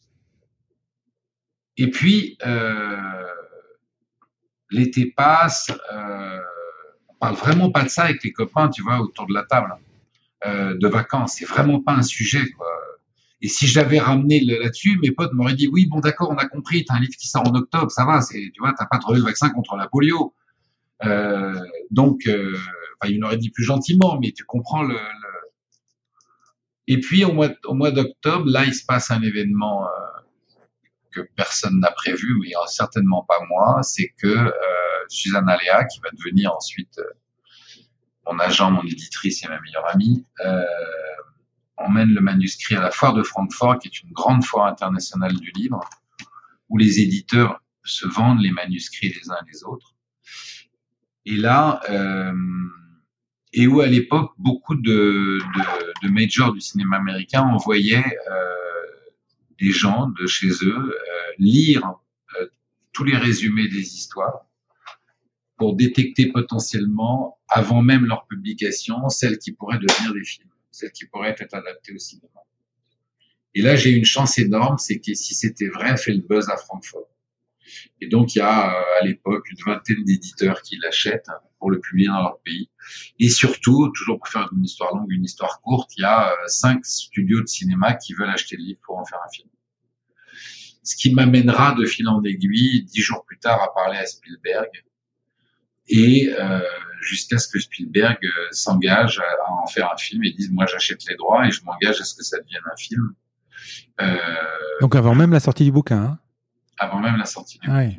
Et puis, euh, l'été passe. Euh, on parle vraiment pas de ça avec les copains, tu vois, autour de la table euh, de vacances. C'est vraiment pas un sujet, quoi. Et si je l'avais ramené là-dessus, mes potes m'auraient dit, oui, bon, d'accord, on a compris, t'as un livre qui sort en octobre, ça va, c'est, tu vois, t'as pas trouvé le vaccin contre la polio. Euh, donc, euh, enfin, il m'aurait dit plus gentiment, mais tu comprends le. le... Et puis au mois, au mois d'octobre, là, il se passe un événement euh, que personne n'a prévu, mais certainement pas moi. C'est que euh, Suzanne Aléa, qui va devenir ensuite euh, mon agent, mon éditrice et ma meilleure amie, euh, emmène le manuscrit à la foire de Francfort, qui est une grande foire internationale du livre, où les éditeurs se vendent les manuscrits les uns les autres. Et là, euh, et où à l'époque, beaucoup de, de, de majors du cinéma américain envoyaient euh, des gens de chez eux euh, lire euh, tous les résumés des histoires pour détecter potentiellement, avant même leur publication, celles qui pourraient devenir des films, celles qui pourraient être adaptées au cinéma. Et là, j'ai une chance énorme, c'est que si c'était vrai, fait le buzz à Francfort. Et donc, il y a à l'époque une vingtaine d'éditeurs qui l'achètent pour le publier dans leur pays. Et surtout, toujours pour faire une histoire longue, une histoire courte, il y a cinq studios de cinéma qui veulent acheter le livre pour en faire un film. Ce qui m'amènera de fil en aiguille, dix jours plus tard, à parler à Spielberg. Et euh, jusqu'à ce que Spielberg euh, s'engage à, à en faire un film et dise, moi j'achète les droits et je m'engage à ce que ça devienne un film. Euh, Donc avant même la sortie du bouquin, hein? Avant même la sortie du ah oui.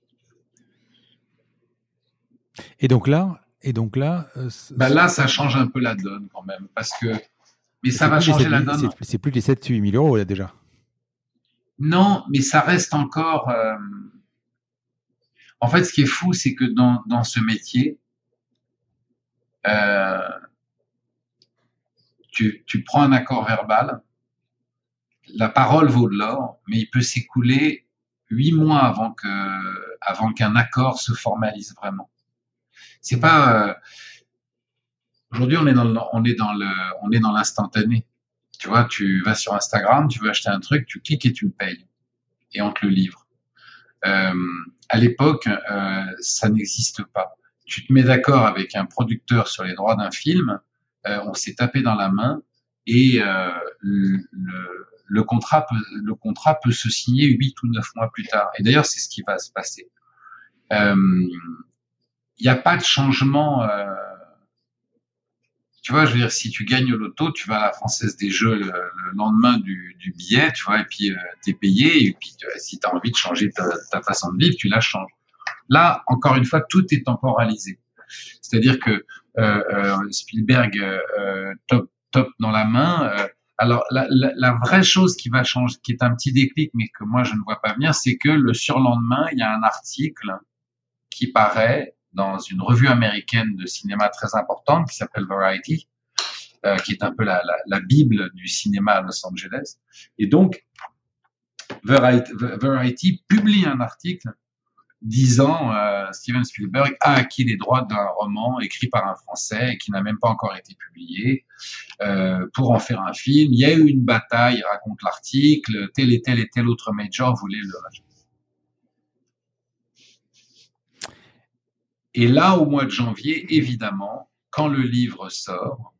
Et donc là, et donc là, euh, bah là, ça change un peu la donne quand même, parce que mais ça va changer la donne. C'est, c'est plus les sept huit mille euros là déjà. Non, mais ça reste encore. Euh... En fait, ce qui est fou, c'est que dans dans ce métier, euh... tu tu prends un accord verbal, la parole vaut de l'or, mais il peut s'écouler huit mois avant que avant qu'un accord se formalise vraiment. C'est pas euh... aujourd'hui on est dans le, on est dans le on est dans l'instantané. Tu vois, tu vas sur Instagram, tu veux acheter un truc, tu cliques et tu le payes et on te le livre. Euh, à l'époque, euh, ça n'existe pas. Tu te mets d'accord avec un producteur sur les droits d'un film, euh, on s'est tapé dans la main et euh, le, le, le contrat peut, le contrat peut se signer huit ou neuf mois plus tard. Et d'ailleurs, c'est ce qui va se passer. Il euh, n'y a pas de changement. Euh, tu vois, je veux dire, si tu gagnes au loto, tu vas à la Française des Jeux le, le lendemain du, du billet, tu vois, et puis euh, t'es payé, et puis euh, si t'as envie de changer ta, ta façon de vivre, tu la changes. Là, encore une fois, tout est temporalisé. C'est-à-dire que euh, euh, Spielberg euh, top top dans la main. Euh, alors la, la, la vraie chose qui va changer, qui est un petit déclic, mais que moi je ne vois pas venir, c'est que le surlendemain, il y a un article qui paraît dans une revue américaine de cinéma très importante qui s'appelle Variety, euh, qui est un peu la, la, la bible du cinéma à Los Angeles. Et donc, Variety, Variety publie un article disant euh, Steven Spielberg a acquis les droits d'un roman écrit par un Français et qui n'a même pas encore été publié euh, pour en faire un film. Il y a eu une bataille, il raconte l'article, tel et tel et tel autre major voulait le racheter. Et là, au mois de janvier, évidemment, quand le livre sort,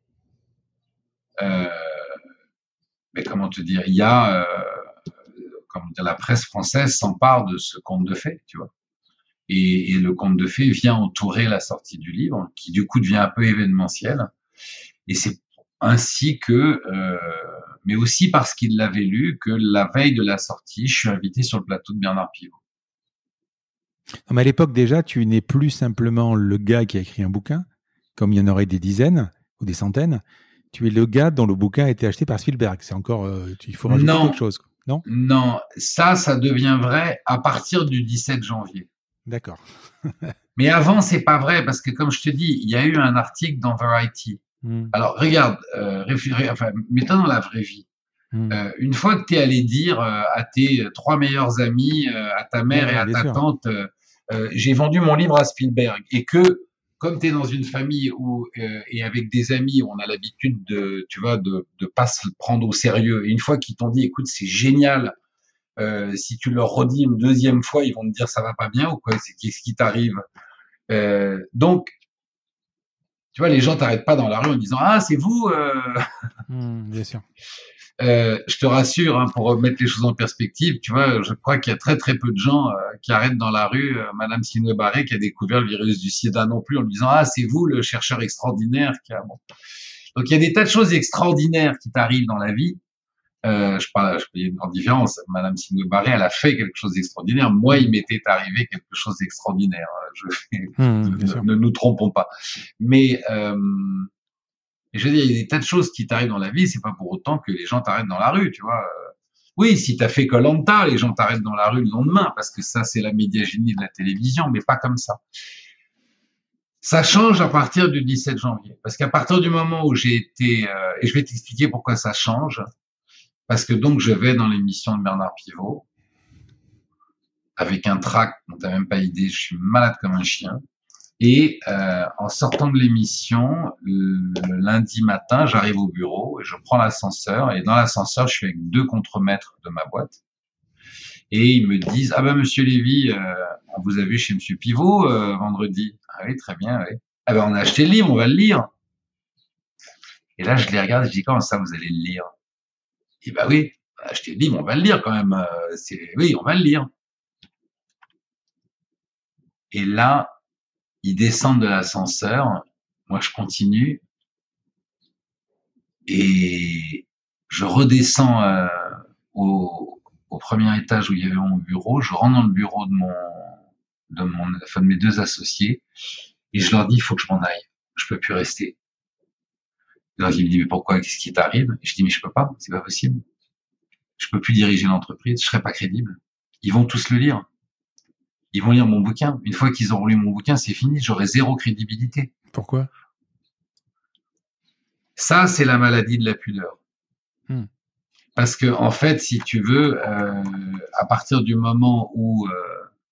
euh, mais comment te dire, il y a, euh, comment dire, la presse française s'empare de ce conte de fées, tu vois. Et, et le conte de fées vient entourer la sortie du livre, qui du coup devient un peu événementiel. Et c'est ainsi que, euh, mais aussi parce qu'il l'avait lu, que la veille de la sortie, je suis invité sur le plateau de Bernard Pivot. Non, mais à l'époque déjà, tu n'es plus simplement le gars qui a écrit un bouquin, comme il y en aurait des dizaines ou des centaines. Tu es le gars dont le bouquin a été acheté par Spielberg. C'est encore, euh, il faut rajouter non, quelque chose, non? Non, ça, ça devient vrai à partir du dix-sept janvier. D'accord. Mais avant, c'est pas vrai parce que, comme je te dis, il y a eu un article dans Variety. Mm. Alors, regarde, euh, réfléchis, enfin, mets-toi dans la vraie vie. Mm. Euh, une fois que tu es allé dire euh, à tes trois meilleurs amis, euh, à ta mère ouais, et à ta sûr. tante, euh, euh, j'ai vendu mon livre à Spielberg, et que, comme tu es dans une famille où euh, et avec des amis où on a l'habitude de, tu vois, de de pas se prendre au sérieux, et une fois qu'ils t'ont dit, écoute, c'est génial. Euh, si tu leur redis une deuxième fois, ils vont te dire ça va pas bien ou quoi, c'est qu'est-ce qui t'arrive. Euh, donc, tu vois, les gens t'arrêtent pas dans la rue en disant ah c'est vous. Euh... Mmh, bien sûr. Euh, je te rassure, hein, pour remettre les choses en perspective, tu vois, je crois qu'il y a très très peu de gens euh, qui arrêtent dans la rue euh, Madame Sinoué Barré qui a découvert le virus du sida non plus en lui disant ah c'est vous le chercheur extraordinaire qui a. Bon. Donc il y a des tas de choses extraordinaires qui t'arrivent dans la vie. Euh, je parle, il y a une grande différence. Madame Sinoué Barré, elle a fait quelque chose d'extraordinaire. Moi, il m'était arrivé quelque chose d'extraordinaire. Je, mmh, ne, ne nous trompons pas. Mais euh, je veux dire, il y a des tas de choses qui t'arrivent dans la vie. C'est pas pour autant que les gens t'arrêtent dans la rue, tu vois. Oui, si t'as fait Koh-Lanta, les gens t'arrêtent dans la rue le lendemain parce que ça, c'est la médiagynie de la télévision, mais pas comme ça. Ça change à partir du dix-sept janvier, parce qu'à partir du moment où j'ai été, euh, et je vais t'expliquer pourquoi ça change. Parce que donc je vais dans l'émission de Bernard Pivot avec un trac dont t'as même pas idée, je suis malade comme un chien. Et euh, en sortant de l'émission, le, le lundi matin, j'arrive au bureau et je prends l'ascenseur. Et dans l'ascenseur, je suis avec deux contremaîtres de ma boîte. Et ils me disent ah ben Monsieur Lévy, euh, on vous a vu chez Monsieur Pivot euh, vendredi. Ah oui, très bien. Oui. Ah ben on a acheté le livre, on va le lire. Et là, je les regarde et je dis comment ça, vous allez le lire? Et bah oui, acheter le livre, on va le lire quand même. C'est, oui, on va le lire. Et là, ils descendent de l'ascenseur. Moi, je continue. Et je redescends euh, au, au premier étage où il y avait mon bureau. Je rentre dans le bureau de mon, de mon, enfin de mes deux associés. Et je leur dis, il faut que je m'en aille. Je peux plus rester. Et donc, ils me disent, mais pourquoi? Qu'est-ce qui t'arrive? Et je dis, mais je peux pas. C'est pas possible. Je peux plus diriger l'entreprise, je serai pas crédible. Ils vont tous le lire. Ils vont lire mon bouquin. Une fois qu'ils auront lu mon bouquin, c'est fini, j'aurai zéro crédibilité. Pourquoi? Ça, c'est la maladie de la pudeur. Hmm. Parce que, en fait, si tu veux, euh, à partir du moment où... Euh,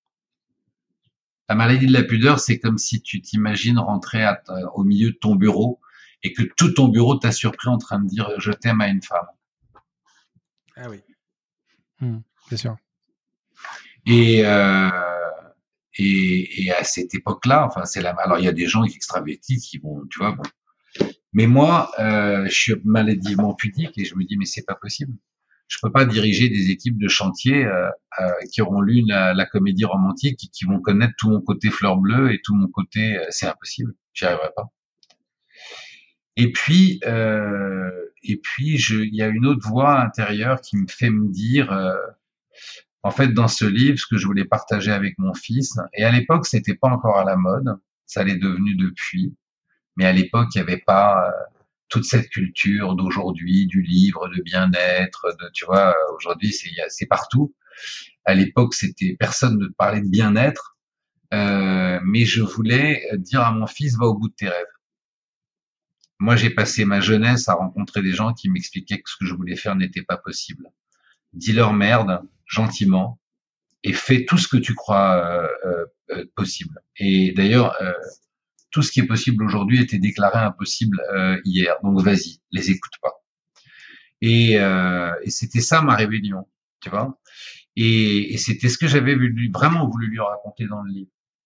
la maladie de la pudeur, c'est comme si tu t'imagines rentrer à, au milieu de ton bureau et que tout ton bureau t'a surpris en train de dire « je t'aime » à une femme. Ah oui. Mmh, c'est sûr. Et, euh, et, et à cette époque-là, enfin, c'est la, alors il y a des gens extravertis qui vont, tu vois, bon. Mais moi, euh, je suis maladivement pudique et je me dis, mais c'est pas possible. Je peux pas diriger des équipes de chantier euh, euh, qui auront lu la, la comédie romantique et qui vont connaître tout mon côté fleur bleue et tout mon côté, euh, c'est impossible. J'y arriverai pas. Et puis, euh, et puis, je, il y a une autre voix intérieure qui me fait me dire, euh, en fait, dans ce livre, ce que je voulais partager avec mon fils, et à l'époque, c'était pas encore à la mode, ça l'est devenu depuis, mais à l'époque, il y avait pas euh, toute cette culture d'aujourd'hui, du livre, de bien-être, de, tu vois, aujourd'hui, c'est, c'est partout. À l'époque, c'était, personne ne parlait de bien-être, euh, mais je voulais dire à mon fils, va au bout de tes rêves. Moi, j'ai passé ma jeunesse à rencontrer des gens qui m'expliquaient que ce que je voulais faire n'était pas possible. Dis leur merde, gentiment, et fais tout ce que tu crois euh, euh, possible. Et d'ailleurs, euh, tout ce qui est possible aujourd'hui était déclaré impossible euh, hier. Donc vas-y, les écoute pas. Et, euh, et c'était ça ma rébellion, tu vois. Et, et c'était ce que j'avais voulu, vraiment voulu lui raconter dans le livre.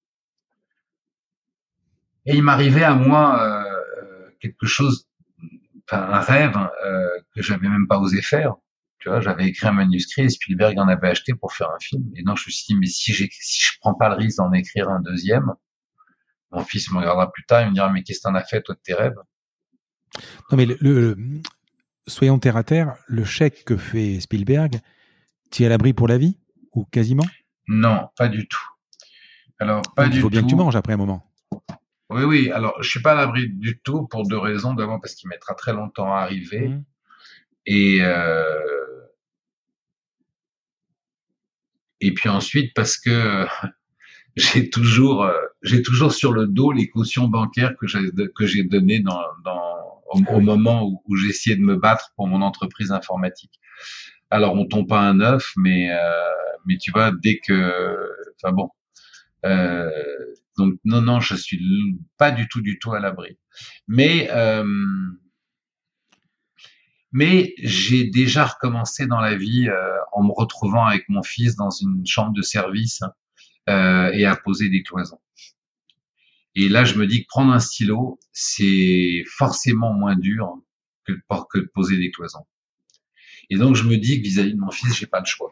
Et il m'arrivait à moi euh, quelque chose, enfin un rêve euh, que j'avais même pas osé faire. Tu vois, j'avais écrit un manuscrit et Spielberg en avait acheté pour faire un film. Et donc je me suis dit, mais si, j'ai, si je prends pas le risque d'en écrire un deuxième, mon fils me regardera plus tard, il me dira, mais qu'est-ce que t'en as fait toi de tes rêves? Non mais le, le, soyons terre à terre, le chèque que fait Spielberg, tu es à l'abri pour la vie ou quasiment? Non, pas du tout. Alors pas Donc il du faut bien tout. que tu manges après un moment. Oui, oui. Alors je suis pas à l'abri du tout pour deux raisons. D'abord parce qu'il mettra très longtemps à arriver, Mmh. et euh, et puis ensuite parce que j'ai toujours euh, j'ai toujours sur le dos les cautions bancaires que j'ai que j'ai données dans dans au, Ah au oui. moment où, où j'ai essayé de me battre pour mon entreprise informatique. Alors on tombe pas un œuf, mais euh, mais tu vois, dès que, enfin bon, euh, donc non non, je suis pas du tout du tout à l'abri. Mais euh, mais j'ai déjà recommencé dans la vie euh, en me retrouvant avec mon fils dans une chambre de service euh, et à poser des cloisons. Et là, je me dis que prendre un stylo, c'est forcément moins dur que de, que de poser des cloisons. Et donc, je me dis que vis-à-vis de mon fils, j'ai pas le choix.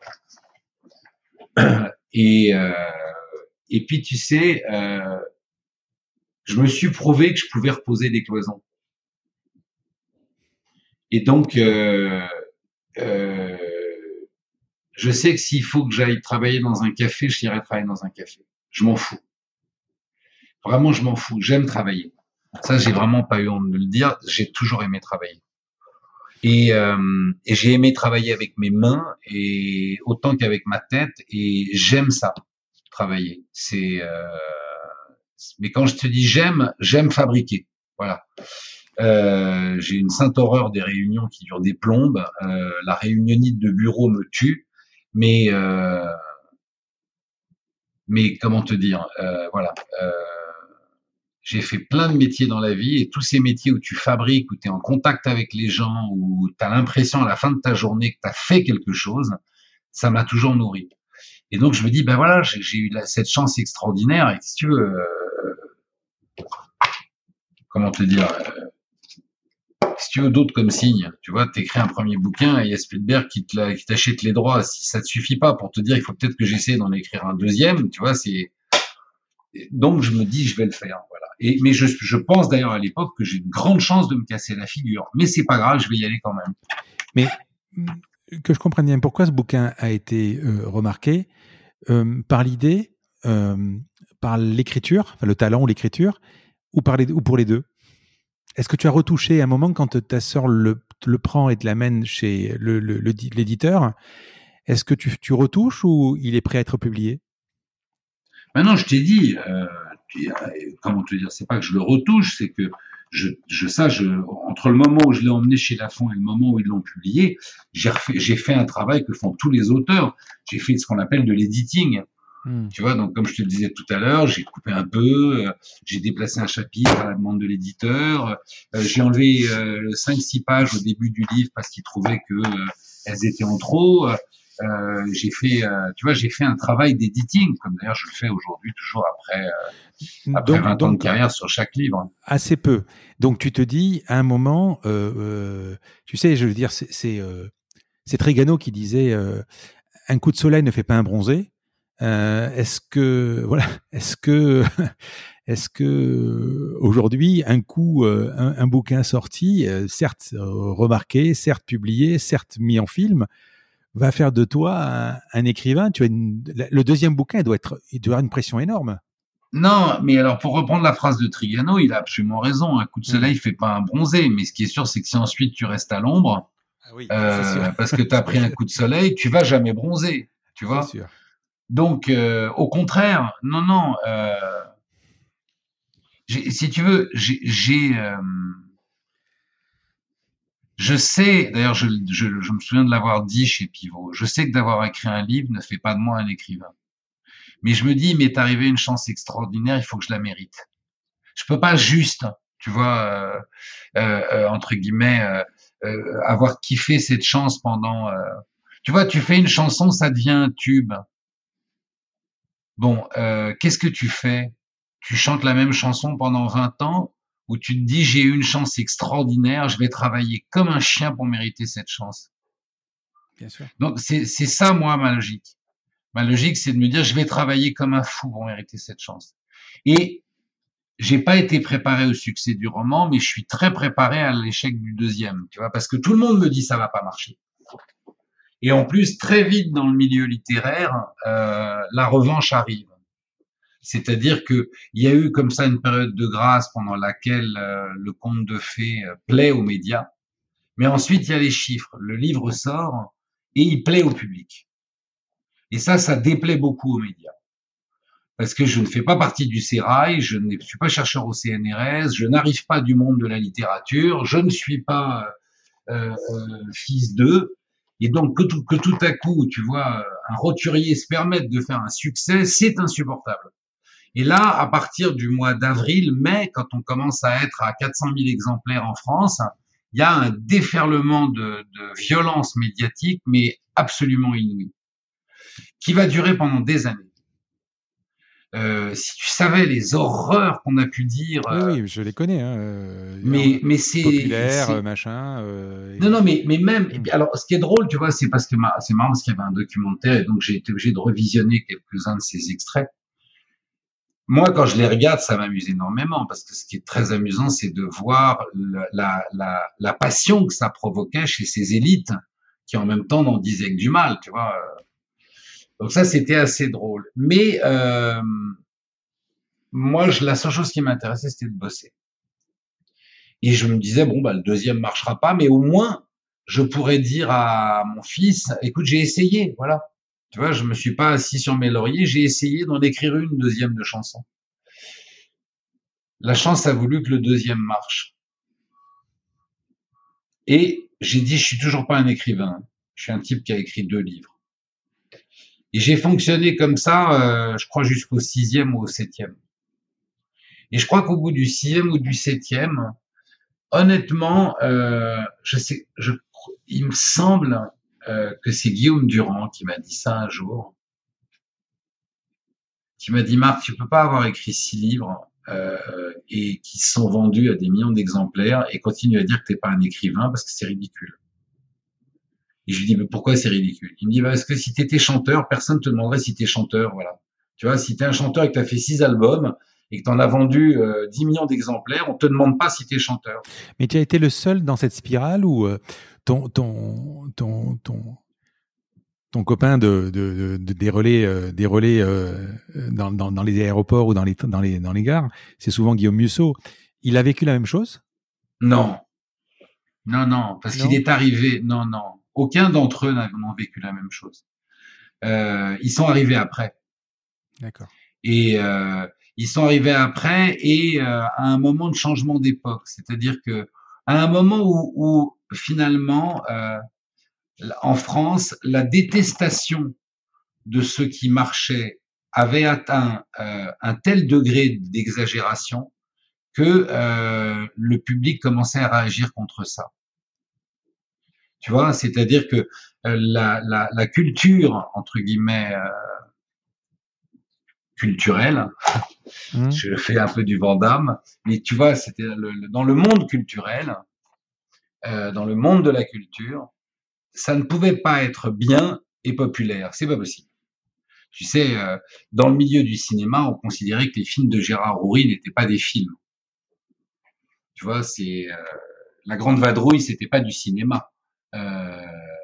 Et euh, et puis, tu sais, euh, je me suis prouvé que je pouvais reposer des cloisons. Et donc, euh, euh, je sais que s'il faut que j'aille travailler dans un café, j'irai travailler dans un café. Je m'en fous. Vraiment, je m'en fous. J'aime travailler. Ça, j'ai vraiment pas eu honte de le dire. J'ai toujours aimé travailler. Et, euh, et j'ai aimé travailler avec mes mains et autant qu'avec ma tête. Et j'aime ça, travailler. C'est. Euh, mais quand je te dis j'aime, j'aime fabriquer. Voilà. Euh, j'ai une sainte horreur des réunions qui durent des plombes. Euh, la réunionnite de bureau me tue. Mais euh, mais comment te dire, euh, voilà. Euh, j'ai fait plein de métiers dans la vie et tous ces métiers où tu fabriques, où tu es en contact avec les gens, où tu as l'impression à la fin de ta journée que tu as fait quelque chose, ça m'a toujours nourri. Et donc je me dis, ben voilà, j'ai, j'ai eu la, cette chance extraordinaire. Et si tu veux, euh, comment te dire, euh, si tu veux d'autres comme signe, tu vois, t'écris un premier bouquin et il y a Spielberg qui, te la, qui t'achète les droits. Si ça te suffit pas pour te dire, il faut peut-être que j'essaie d'en écrire un deuxième, tu vois, c'est donc je me dis, je vais le faire. Voilà. Et mais je, je pense d'ailleurs à l'époque que j'ai une grande chance de me casser la figure. Mais c'est pas grave, je vais y aller quand même. Mais que je comprenne bien, pourquoi ce bouquin a été euh, remarqué euh, par l'idée, euh, par l'écriture, enfin le talent ou l'écriture, ou par les, ou pour les deux. Est-ce que tu as retouché à un moment quand ta sœur le, le prend et te l'amène chez le, le, le, l'éditeur? Est-ce que tu, tu retouches ou il est prêt à être publié? Maintenant, je t'ai dit, euh, puis, euh, comment te dire, c'est pas que je le retouche, c'est que je, je ça, je, entre le moment où je l'ai emmené chez Lafon et le moment où ils l'ont publié, j'ai, refait, j'ai fait un travail que font tous les auteurs. J'ai fait ce qu'on appelle de l'editing. Hmm. Tu vois, donc comme je te le disais tout à l'heure, j'ai coupé un peu, euh, j'ai déplacé un chapitre à la demande de l'éditeur, euh, j'ai enlevé euh, cinq six pages au début du livre parce qu'il trouvait que euh, elles étaient en trop. Euh, j'ai fait, euh, tu vois, j'ai fait un travail d'editing, comme d'ailleurs je le fais aujourd'hui toujours après, euh, après donc, vingt ans donc, de carrière sur chaque livre. Assez peu. Donc tu te dis, à un moment, euh, euh, tu sais, je veux dire, c'est c'est, euh, c'est Trigano qui disait, euh, un coup de soleil ne fait pas un bronzé. Euh, est-ce que voilà, est-ce que est-ce que aujourd'hui un coup euh, un, un bouquin sorti, euh, certes euh, remarqué, certes publié, certes mis en film, va faire de toi un, un écrivain? Tu as une, le deuxième bouquin il doit être, il doit avoir une pression énorme. Non, mais alors pour reprendre la phrase de Trigano, il a absolument raison. Un coup de soleil mmh. fait pas un bronzé, mais ce qui est sûr, c'est que si ensuite tu restes à l'ombre, ah oui, euh, parce que tu as pris un coup de soleil, tu vas jamais bronzer, tu vois. C'est sûr. Donc, euh, au contraire, non, non. Euh, si tu veux, j'ai, j'ai, euh, Je sais, d'ailleurs, je, je, je me souviens de l'avoir dit chez Pivot, je sais que d'avoir écrit un livre ne fait pas de moi un écrivain. Mais je me dis, il m'est arrivé une chance extraordinaire, il faut que je la mérite. Je peux pas juste, tu vois, euh, euh, euh, entre guillemets, euh, euh, avoir kiffé cette chance pendant... Euh... Tu vois, tu fais une chanson, ça devient un tube. Bon, euh, qu'est-ce que tu fais? Tu chantes la même chanson pendant vingt ans ou tu te dis, j'ai eu une chance extraordinaire, je vais travailler comme un chien pour mériter cette chance. Bien sûr. Donc, c'est c'est ça, moi, ma logique. Ma logique, c'est de me dire, je vais travailler comme un fou pour mériter cette chance. Et j'ai pas été préparé au succès du roman, mais je suis très préparé à l'échec du deuxième, tu vois, parce que tout le monde me dit ça va pas marcher. Et en plus, très vite dans le milieu littéraire, euh, la revanche arrive. C'est-à-dire que il y a eu comme ça une période de grâce pendant laquelle euh, le conte de fées euh, plaît aux médias, mais ensuite il y a les chiffres. Le livre sort et il plaît au public. Et ça, ça déplaît beaucoup aux médias. Parce que je ne fais pas partie du sérail, je ne suis pas chercheur au C N R S, je n'arrive pas du monde de la littérature, je ne suis pas euh, euh, fils d'eux. Et donc que tout, que tout à coup, tu vois, un roturier se permette de faire un succès, c'est insupportable. Et là, à partir du mois d'avril, mai, quand on commence à être à quatre cent mille exemplaires en France, il y a un déferlement de, de violence médiatique, mais absolument inouï, qui va durer pendant des années. Euh, si tu savais les horreurs qu'on a pu dire, Oui, euh, oui, je les connais. Hein, euh, mais mais c'est populaire, c'est machin. Euh, non et... non mais mais même Mmh. alors ce qui est drôle, tu vois, c'est parce que ma... c'est marrant parce qu'il y avait un documentaire et donc j'ai été obligé de revisionner quelques-uns de ces extraits. Moi, quand je les regarde, ça m'amuse énormément parce que ce qui est très amusant, c'est de voir la, la, la, la passion que ça provoquait chez ces élites qui en même temps n'en disaient que du mal, tu vois. Donc ça, c'était assez drôle. Mais euh, moi, je, la seule chose qui m'intéressait, c'était de bosser. Et je me disais, bon, bah, le deuxième marchera pas, mais au moins, je pourrais dire à mon fils, écoute, j'ai essayé, voilà. Tu vois, je me suis pas assis sur mes lauriers, j'ai essayé d'en écrire une deuxième de chanson. La chance a voulu que le deuxième marche. Et j'ai dit, je suis toujours pas un écrivain. Je suis un type qui a écrit deux livres. Et j'ai fonctionné comme ça, euh, je crois, jusqu'au sixième ou au septième. Et je crois qu'au bout du sixième ou du septième, honnêtement, euh, je sais, je, il me semble euh, que c'est Guillaume Durand qui m'a dit ça un jour. Qui m'a dit, Marc, tu peux pas avoir écrit six livres euh, et qui sont vendus à des millions d'exemplaires et continuer à dire que t'es pas un écrivain parce que c'est ridicule. Et je lui dis, mais pourquoi c'est ridicule? Il me dit, bah, parce que si t'étais chanteur, personne te demanderait si t'es chanteur, voilà. Tu vois, si t'es un chanteur et que t'as fait six albums et que t'en as vendu euh, dix millions d'exemplaires, on te demande pas si t'es chanteur. Mais tu as été le seul dans cette spirale où euh, ton, ton, ton, ton, ton copain de, de, de des relais, euh, des relais euh, dans, dans, dans les aéroports ou dans les, dans les, dans les gares, c'est souvent Guillaume Musso. Il a vécu la même chose? Non, non, non, parce Non. qu'il est arrivé. Non, non, aucun d'entre eux n'a vécu la même chose. Euh, ils sont arrivés après. D'accord. Et euh, ils sont arrivés après et euh, à un moment de changement d'époque, c'est-à-dire que à un moment où, où finalement, euh, en France, la détestation de ce qui marchait avait atteint euh, un tel degré d'exagération que euh, le public commençait à réagir contre ça. Tu vois, c'est-à-dire que euh, la, la, la culture, entre guillemets, euh, culturelle, mmh. je fais un peu du Van Damme, mais tu vois, c'était le, le, dans le monde culturel, euh, dans le monde de la culture, ça ne pouvait pas être bien et populaire, c'est pas possible. Tu sais, euh, dans le milieu du cinéma, on considérait que les films de Gérard Houry n'étaient pas des films. Tu vois, c'est euh, La Grande Vadrouille, c'était pas du cinéma. Euh,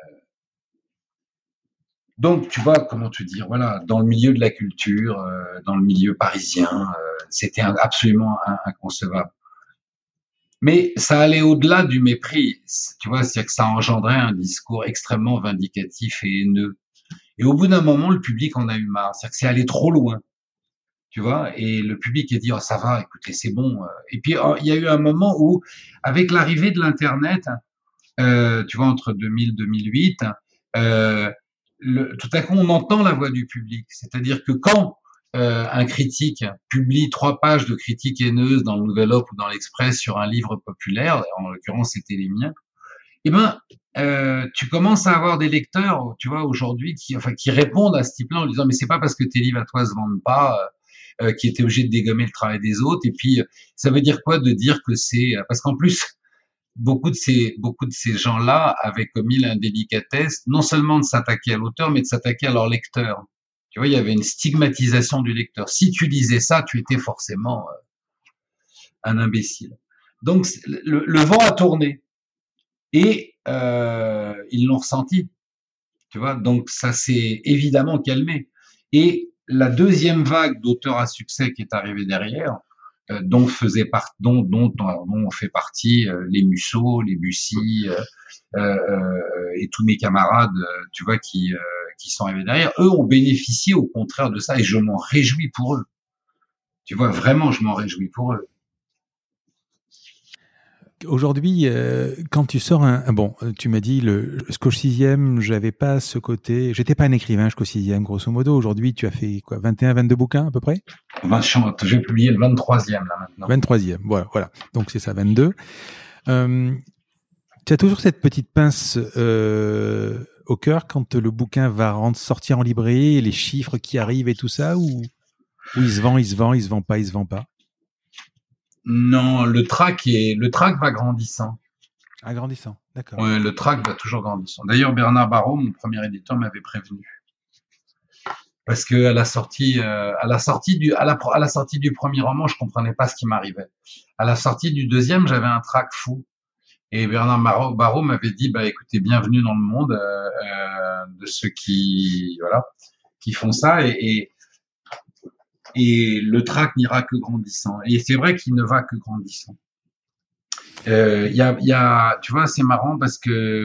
donc, tu vois, comment te dire, voilà, dans le milieu de la culture, euh, dans le milieu parisien, euh, c'était un, absolument inconcevable. Mais ça allait au-delà du mépris, tu vois, c'est-à-dire que ça engendrait un discours extrêmement vindicatif et haineux. Et au bout d'un moment, le public en a eu marre, c'est-à-dire que c'est allé trop loin. Tu vois, et le public a dit, oh, ça va, écoutez, c'est bon. Et puis, il y a eu un moment où, avec l'arrivée de l'Internet, euh, tu vois, entre deux mille et deux mille huit, euh, le, tout à coup, on entend la voix du public. C'est-à-dire que quand euh, un critique publie trois pages de critiques haineuses dans le Nouvel Obs ou dans l'Express sur un livre populaire, en l'occurrence, c'était les miens, eh ben, euh, tu commences à avoir des lecteurs, tu vois, aujourd'hui, qui, enfin, qui répondent à ce type-là en disant, mais c'est pas parce que tes livres à toi se vendent pas, euh, qui étaient obligés de dégommer le travail des autres. Et puis, ça veut dire quoi de dire que c'est, parce qu'en plus, beaucoup de ces, beaucoup de ces gens-là avaient commis l'indélicatesse, non seulement de s'attaquer à l'auteur, mais de s'attaquer à leur lecteur. Tu vois, il y avait une stigmatisation du lecteur. Si tu lisais ça, tu étais forcément euh, un imbécile. Donc, le, le vent a tourné. Et euh, ils l'ont ressenti, tu vois. Donc ça s'est évidemment calmé. Et la deuxième vague d'auteurs à succès qui est arrivée derrière, euh, dont faisait part, dont, dont, dont on fait partie euh, les Musso, les Bussy euh, euh, et tous mes camarades, euh, tu vois, qui euh, qui sont arrivés derrière, eux ont bénéficié au contraire de ça, et je m'en réjouis pour eux. Tu vois, vraiment, je m'en réjouis pour eux. Aujourd'hui, euh, quand tu sors un, un bon, tu m'as dit le jusqu'au sixième, j'avais pas ce côté, j'étais pas un écrivain jusqu'au sixième, grosso modo. Aujourd'hui, tu as fait quoi, vingt et un, vingt-deux bouquins à peu près? J'ai publié le vingt-troisième là maintenant. vingt-troisième, voilà, voilà. Donc c'est ça, vingt-deux. Euh, tu as toujours cette petite pince euh, au cœur quand le bouquin va sortir en librairie, les chiffres qui arrivent et tout ça, ou, ou il se vend, il se vend, il se vend pas, il se vend pas? Non, le trac est, le trac va grandissant. Ah, grandissant, d'accord. Ouais, le trac va toujours grandissant. D'ailleurs, Bernard Barrault, mon premier éditeur, m'avait prévenu. Parce que à la sortie, euh, à la sortie du, à la, à la sortie du premier roman, je comprenais pas ce qui m'arrivait. À la sortie du deuxième, j'avais un trac fou. Et Bernard Barrault, Barrault m'avait dit, bah, écoutez, bienvenue dans le monde, euh, euh, de ceux qui, voilà, qui font ça. Et, et Et le trac n'ira que grandissant. Et c'est vrai qu'il ne va que grandissant. Il euh, y, a, y a, tu vois, c'est marrant parce que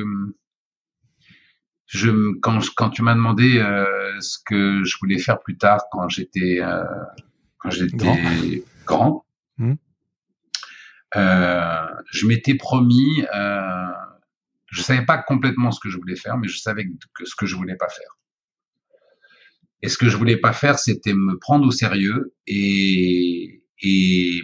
je, quand, quand tu m'as demandé euh, ce que je voulais faire plus tard, quand j'étais, euh, quand j'étais grand, grand mmh. euh, je m'étais promis. Euh, je savais pas complètement ce que je voulais faire, mais je savais que ce que je voulais pas faire. Et ce que je voulais pas faire, c'était me prendre au sérieux et, et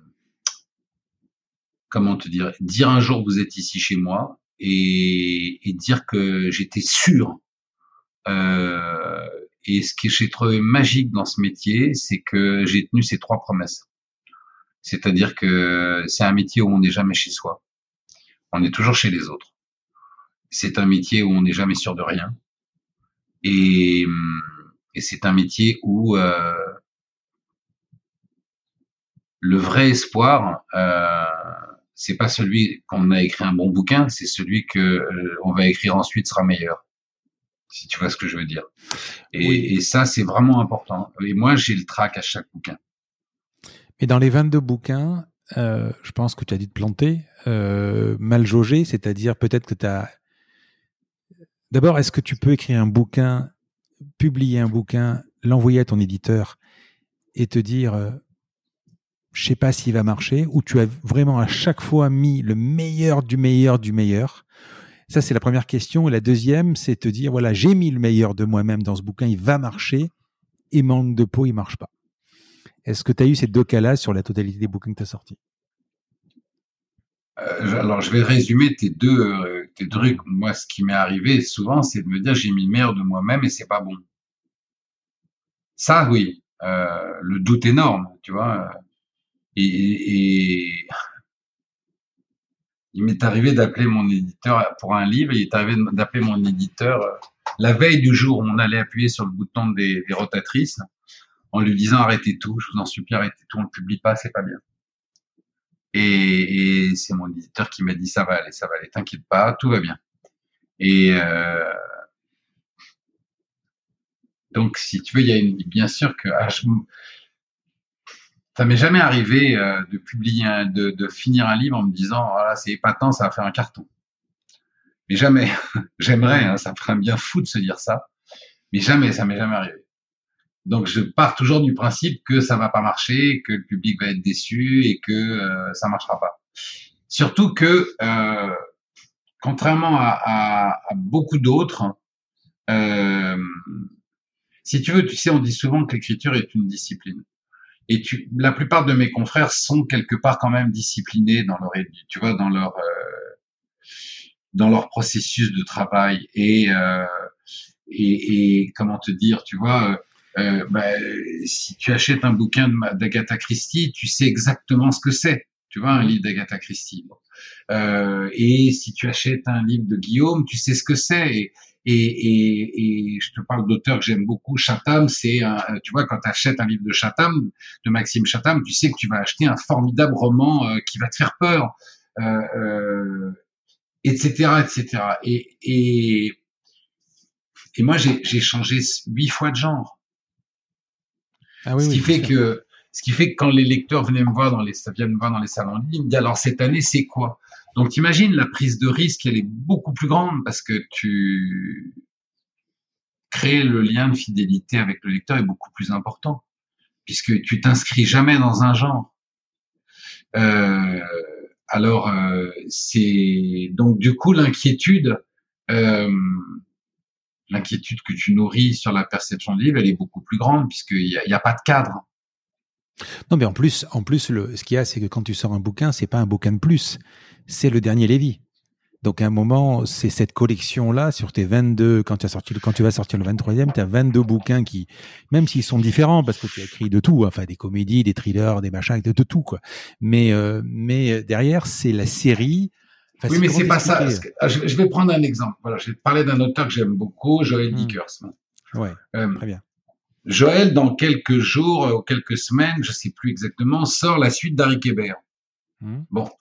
comment te dire, dire un jour vous êtes ici chez moi et, et dire que j'étais sûr. Euh, et ce que j'ai trouvé magique dans ce métier, c'est que j'ai tenu ces trois promesses. C'est-à-dire que c'est un métier où on n'est jamais chez soi. On est toujours chez les autres. C'est un métier où on n'est jamais sûr de rien. Et Et c'est un métier où euh, le vrai espoir, euh, c'est pas celui qu'on a écrit un bon bouquin, c'est celui que euh, on va écrire ensuite sera meilleur. Si tu vois ce que je veux dire. Et, oui. et ça, c'est vraiment important. Et moi, j'ai le trac à chaque bouquin. Mais dans les vingt-deux bouquins, euh, je pense que tu as dû te planter, euh, mal jaugé, c'est-à-dire peut-être que tu as... D'abord, est-ce que tu peux écrire un bouquin, publier un bouquin, l'envoyer à ton éditeur et te dire euh, je sais pas s'il va marcher, ou tu as vraiment à chaque fois mis le meilleur du meilleur du meilleur? Ça, c'est la première question. Et la deuxième, c'est te dire voilà, j'ai mis le meilleur de moi-même dans ce bouquin, il va marcher, et manque de peau, il marche pas. Est-ce que tu as eu ces deux cas-là sur la totalité des bouquins que tu as sortis? euh, Alors, je vais résumer tes deux, euh, tes trucs. Moi, ce qui m'est arrivé souvent, c'est de me dire j'ai mis le meilleur de moi-même et c'est pas bon. Ça, oui. Euh, le doute énorme, tu vois. Et, et il m'est arrivé d'appeler mon éditeur pour un livre, et il est arrivé d'appeler mon éditeur la veille du jour où on allait appuyer sur le bouton des, des rotatrices, en lui disant arrêtez tout, je vous en supplie, arrêtez tout, on ne le publie pas, c'est pas bien. Et, et c'est mon éditeur qui m'a dit ça va aller, ça va aller, t'inquiète pas, tout va bien. Et euh, donc, si tu veux, il y a une, bien sûr que ah, je, ça m'est jamais arrivé euh, de publier, un, de, de finir un livre en me disant voilà, c'est épatant, ça va faire un carton. Mais jamais. J'aimerais, hein, ça me ferait un bien fou de se dire ça. Mais jamais, ça m'est jamais arrivé. Donc, je pars toujours du principe que ça va pas marcher, que le public va être déçu et que euh, ça marchera pas. Surtout que euh, contrairement à, à, à beaucoup d'autres, euh, si tu veux, tu sais, on dit souvent que l'écriture est une discipline. Et tu, la plupart de mes confrères sont quelque part quand même disciplinés dans leur, tu vois, dans leur, euh, dans leur processus de travail. Et, euh, et, et comment te dire, tu vois, euh, bah, si tu achètes un bouquin d'Agatha Christie, tu sais exactement ce que c'est. Tu vois, un mmh. livre d'Agatha Christie. Euh, et si tu achètes un livre de Guillaume, tu sais ce que c'est. Et, et, et, et je te parle d'auteurs que j'aime beaucoup. Chatham, c'est un, tu vois, quand tu achètes un livre de Chatham, de Maxime Chatham, tu sais que tu vas acheter un formidable roman euh, qui va te faire peur, euh, euh, et cetera, et cetera. Et, et, et moi, j'ai, j'ai changé huit fois de genre. Ah oui, ce qui oui, fait que, ce qui fait que quand les lecteurs venaient me voir dans les, viennent me voir dans les salons de livres, ils me disent alors cette année c'est quoi? Donc t'imagines la prise de risque, elle est beaucoup plus grande parce que tu crées le lien de fidélité avec le lecteur est beaucoup plus important puisque tu t'inscris jamais dans un genre. Euh, alors euh, c'est donc du coup l'inquiétude. Euh, L'inquiétude que tu nourris sur la perception du livre, elle est beaucoup plus grande puisqu'il n'y a, il y a pas de cadre. Non, mais en plus, en plus, le, ce qu'il y a, c'est que quand tu sors un bouquin, c'est pas un bouquin de plus, c'est le dernier Lévy. Donc à un moment, c'est cette collection-là sur tes vingt-deux. Quand tu as sorti, quand tu vas sortir le vingt-troisième, tu as vingt-deux bouquins qui, même s'ils sont différents, parce que tu as écrit de tout, enfin des comédies, des thrillers, des machins, de, de tout quoi. Mais euh, mais derrière, c'est la série. Enfin, oui, mais c'est pas ça. Que, je vais prendre un exemple. Voilà, je vais te parler d'un auteur que j'aime beaucoup, Joël mmh. Dickers. Ouais, euh, très bien. Joël, dans quelques jours ou quelques semaines, je sais plus exactement, sort la suite d'Harry Kéber. Mmh. Bon.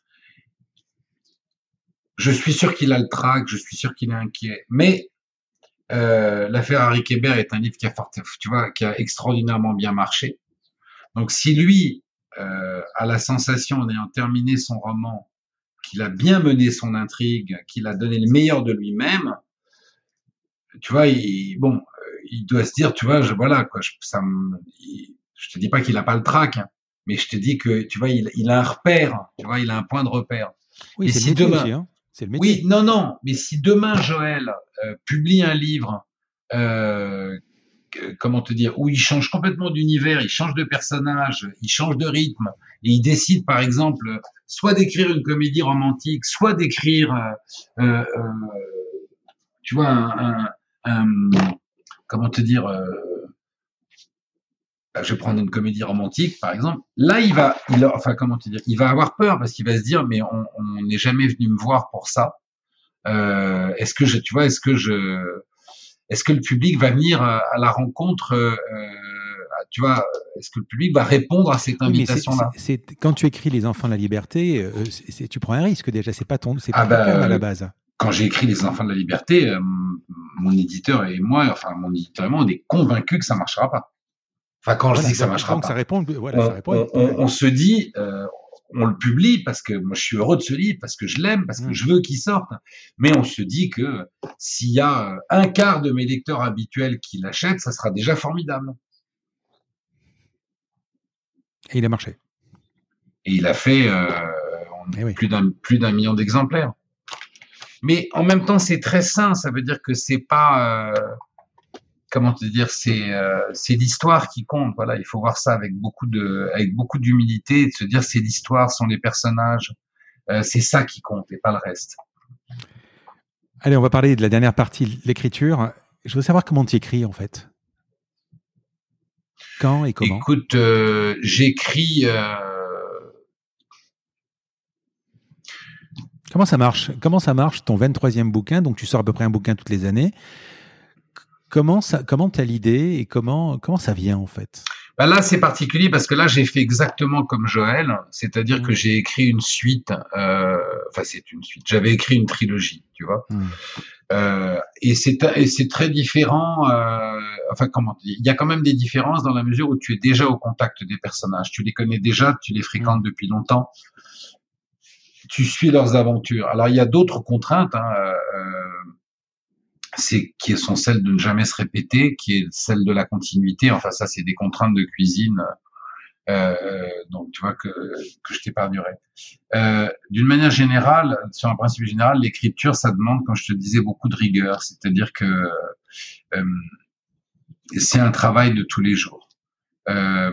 Je suis sûr qu'il a le trac, je suis sûr qu'il est inquiet. Mais euh, l'affaire Harry Kéber est un livre qui a, tu vois, qui a extraordinairement bien marché. Donc si lui euh, a la sensation, en ayant terminé son roman, qu'il a bien mené son intrigue, qu'il a donné le meilleur de lui-même, tu vois, il, bon, il doit se dire, tu vois, je, voilà, quoi, je, ça me, il, je te dis pas qu'il a pas le trac, hein, mais je te dis que, tu vois, il, il a un repère, tu vois, il a un point de repère. Oui, et c'est si le métier demain, aussi, hein. C'est le métier. Oui, non, non, mais si demain Joël euh, publie un livre, euh, que, comment te dire, où il change complètement d'univers, il change de personnage, il change de rythme, et il décide, par exemple, soit d'écrire une comédie romantique, soit d'écrire, euh, euh, tu vois, un, un, un comment te dire, euh, je vais prendre une comédie romantique, par exemple. Là, il va, il, enfin, comment te dire, il va avoir peur parce qu'il va se dire, mais on n'est jamais venu me voir pour ça. Euh, est-ce que je, tu vois, est-ce que je, est-ce que le public va venir à, à la rencontre, euh, tu vois, est-ce que le public va répondre à cette invitation-là? Oui, c'est, c'est, quand tu écris Les Enfants de la Liberté, euh, c'est, c'est, tu prends un risque déjà. C'est pas ton, c'est pas ah bah, ton à la base. Quand j'ai écrit Les Enfants de la Liberté, euh, mon éditeur et moi, enfin mon éditeur et moi, on est convaincus que ça marchera pas. Enfin, quand voilà, je dis que ça marchera donc pas, ça répond, voilà, on, ça répond. On, on, on se dit. Euh, on le publie parce que moi je suis heureux de ce livre, parce que je l'aime, parce que mmh. je veux qu'il sorte. Mais on se dit que s'il y a un quart de mes lecteurs habituels qui l'achètent, ça sera déjà formidable. Et il a marché. Et il a fait euh, oui. plus d'un plus d'un million d'exemplaires. Mais en même temps, c'est très sain. Ça veut dire que c'est pas euh, comment te dire, c'est euh, c'est l'histoire qui compte. Voilà, il faut voir ça avec beaucoup de avec beaucoup d'humilité, et de se dire c'est l'histoire, sont les personnages, euh, c'est ça qui compte et pas le reste. Allez, on va parler de la dernière partie, l'écriture. Je veux savoir comment tu écris en fait. Quand et comment? Écoute, euh, j'écris. Euh... Comment ça marche? Comment ça marche ton vingt-troisième bouquin? Donc tu sors à peu près un bouquin toutes les années. Comment ça, comment t'as l'idée et comment comment ça vient en fait? Ben là, c'est particulier parce que là, j'ai fait exactement comme Joël, c'est-à-dire mmh. que j'ai écrit une suite. Euh, enfin, c'est une suite. J'avais écrit une trilogie, tu vois. Mmh. Euh, et c'est et c'est très différent. Euh, enfin, comment dire, il y a quand même des différences dans la mesure où tu es déjà au contact des personnages. Tu les connais déjà, tu les fréquentes mmh. depuis longtemps. Tu suis leurs aventures. Alors, il y a d'autres contraintes. Hein, euh, c'est qui sont celles de ne jamais se répéter, qui est celle de la continuité. Enfin, ça, c'est des contraintes de cuisine Euh, donc tu vois que que je t'épargnerai. Euh, d'une manière générale, sur un principe général, l'écriture, ça demande, comme je te disais, beaucoup de rigueur. C'est-à-dire que euh, c'est un travail de tous les jours, euh,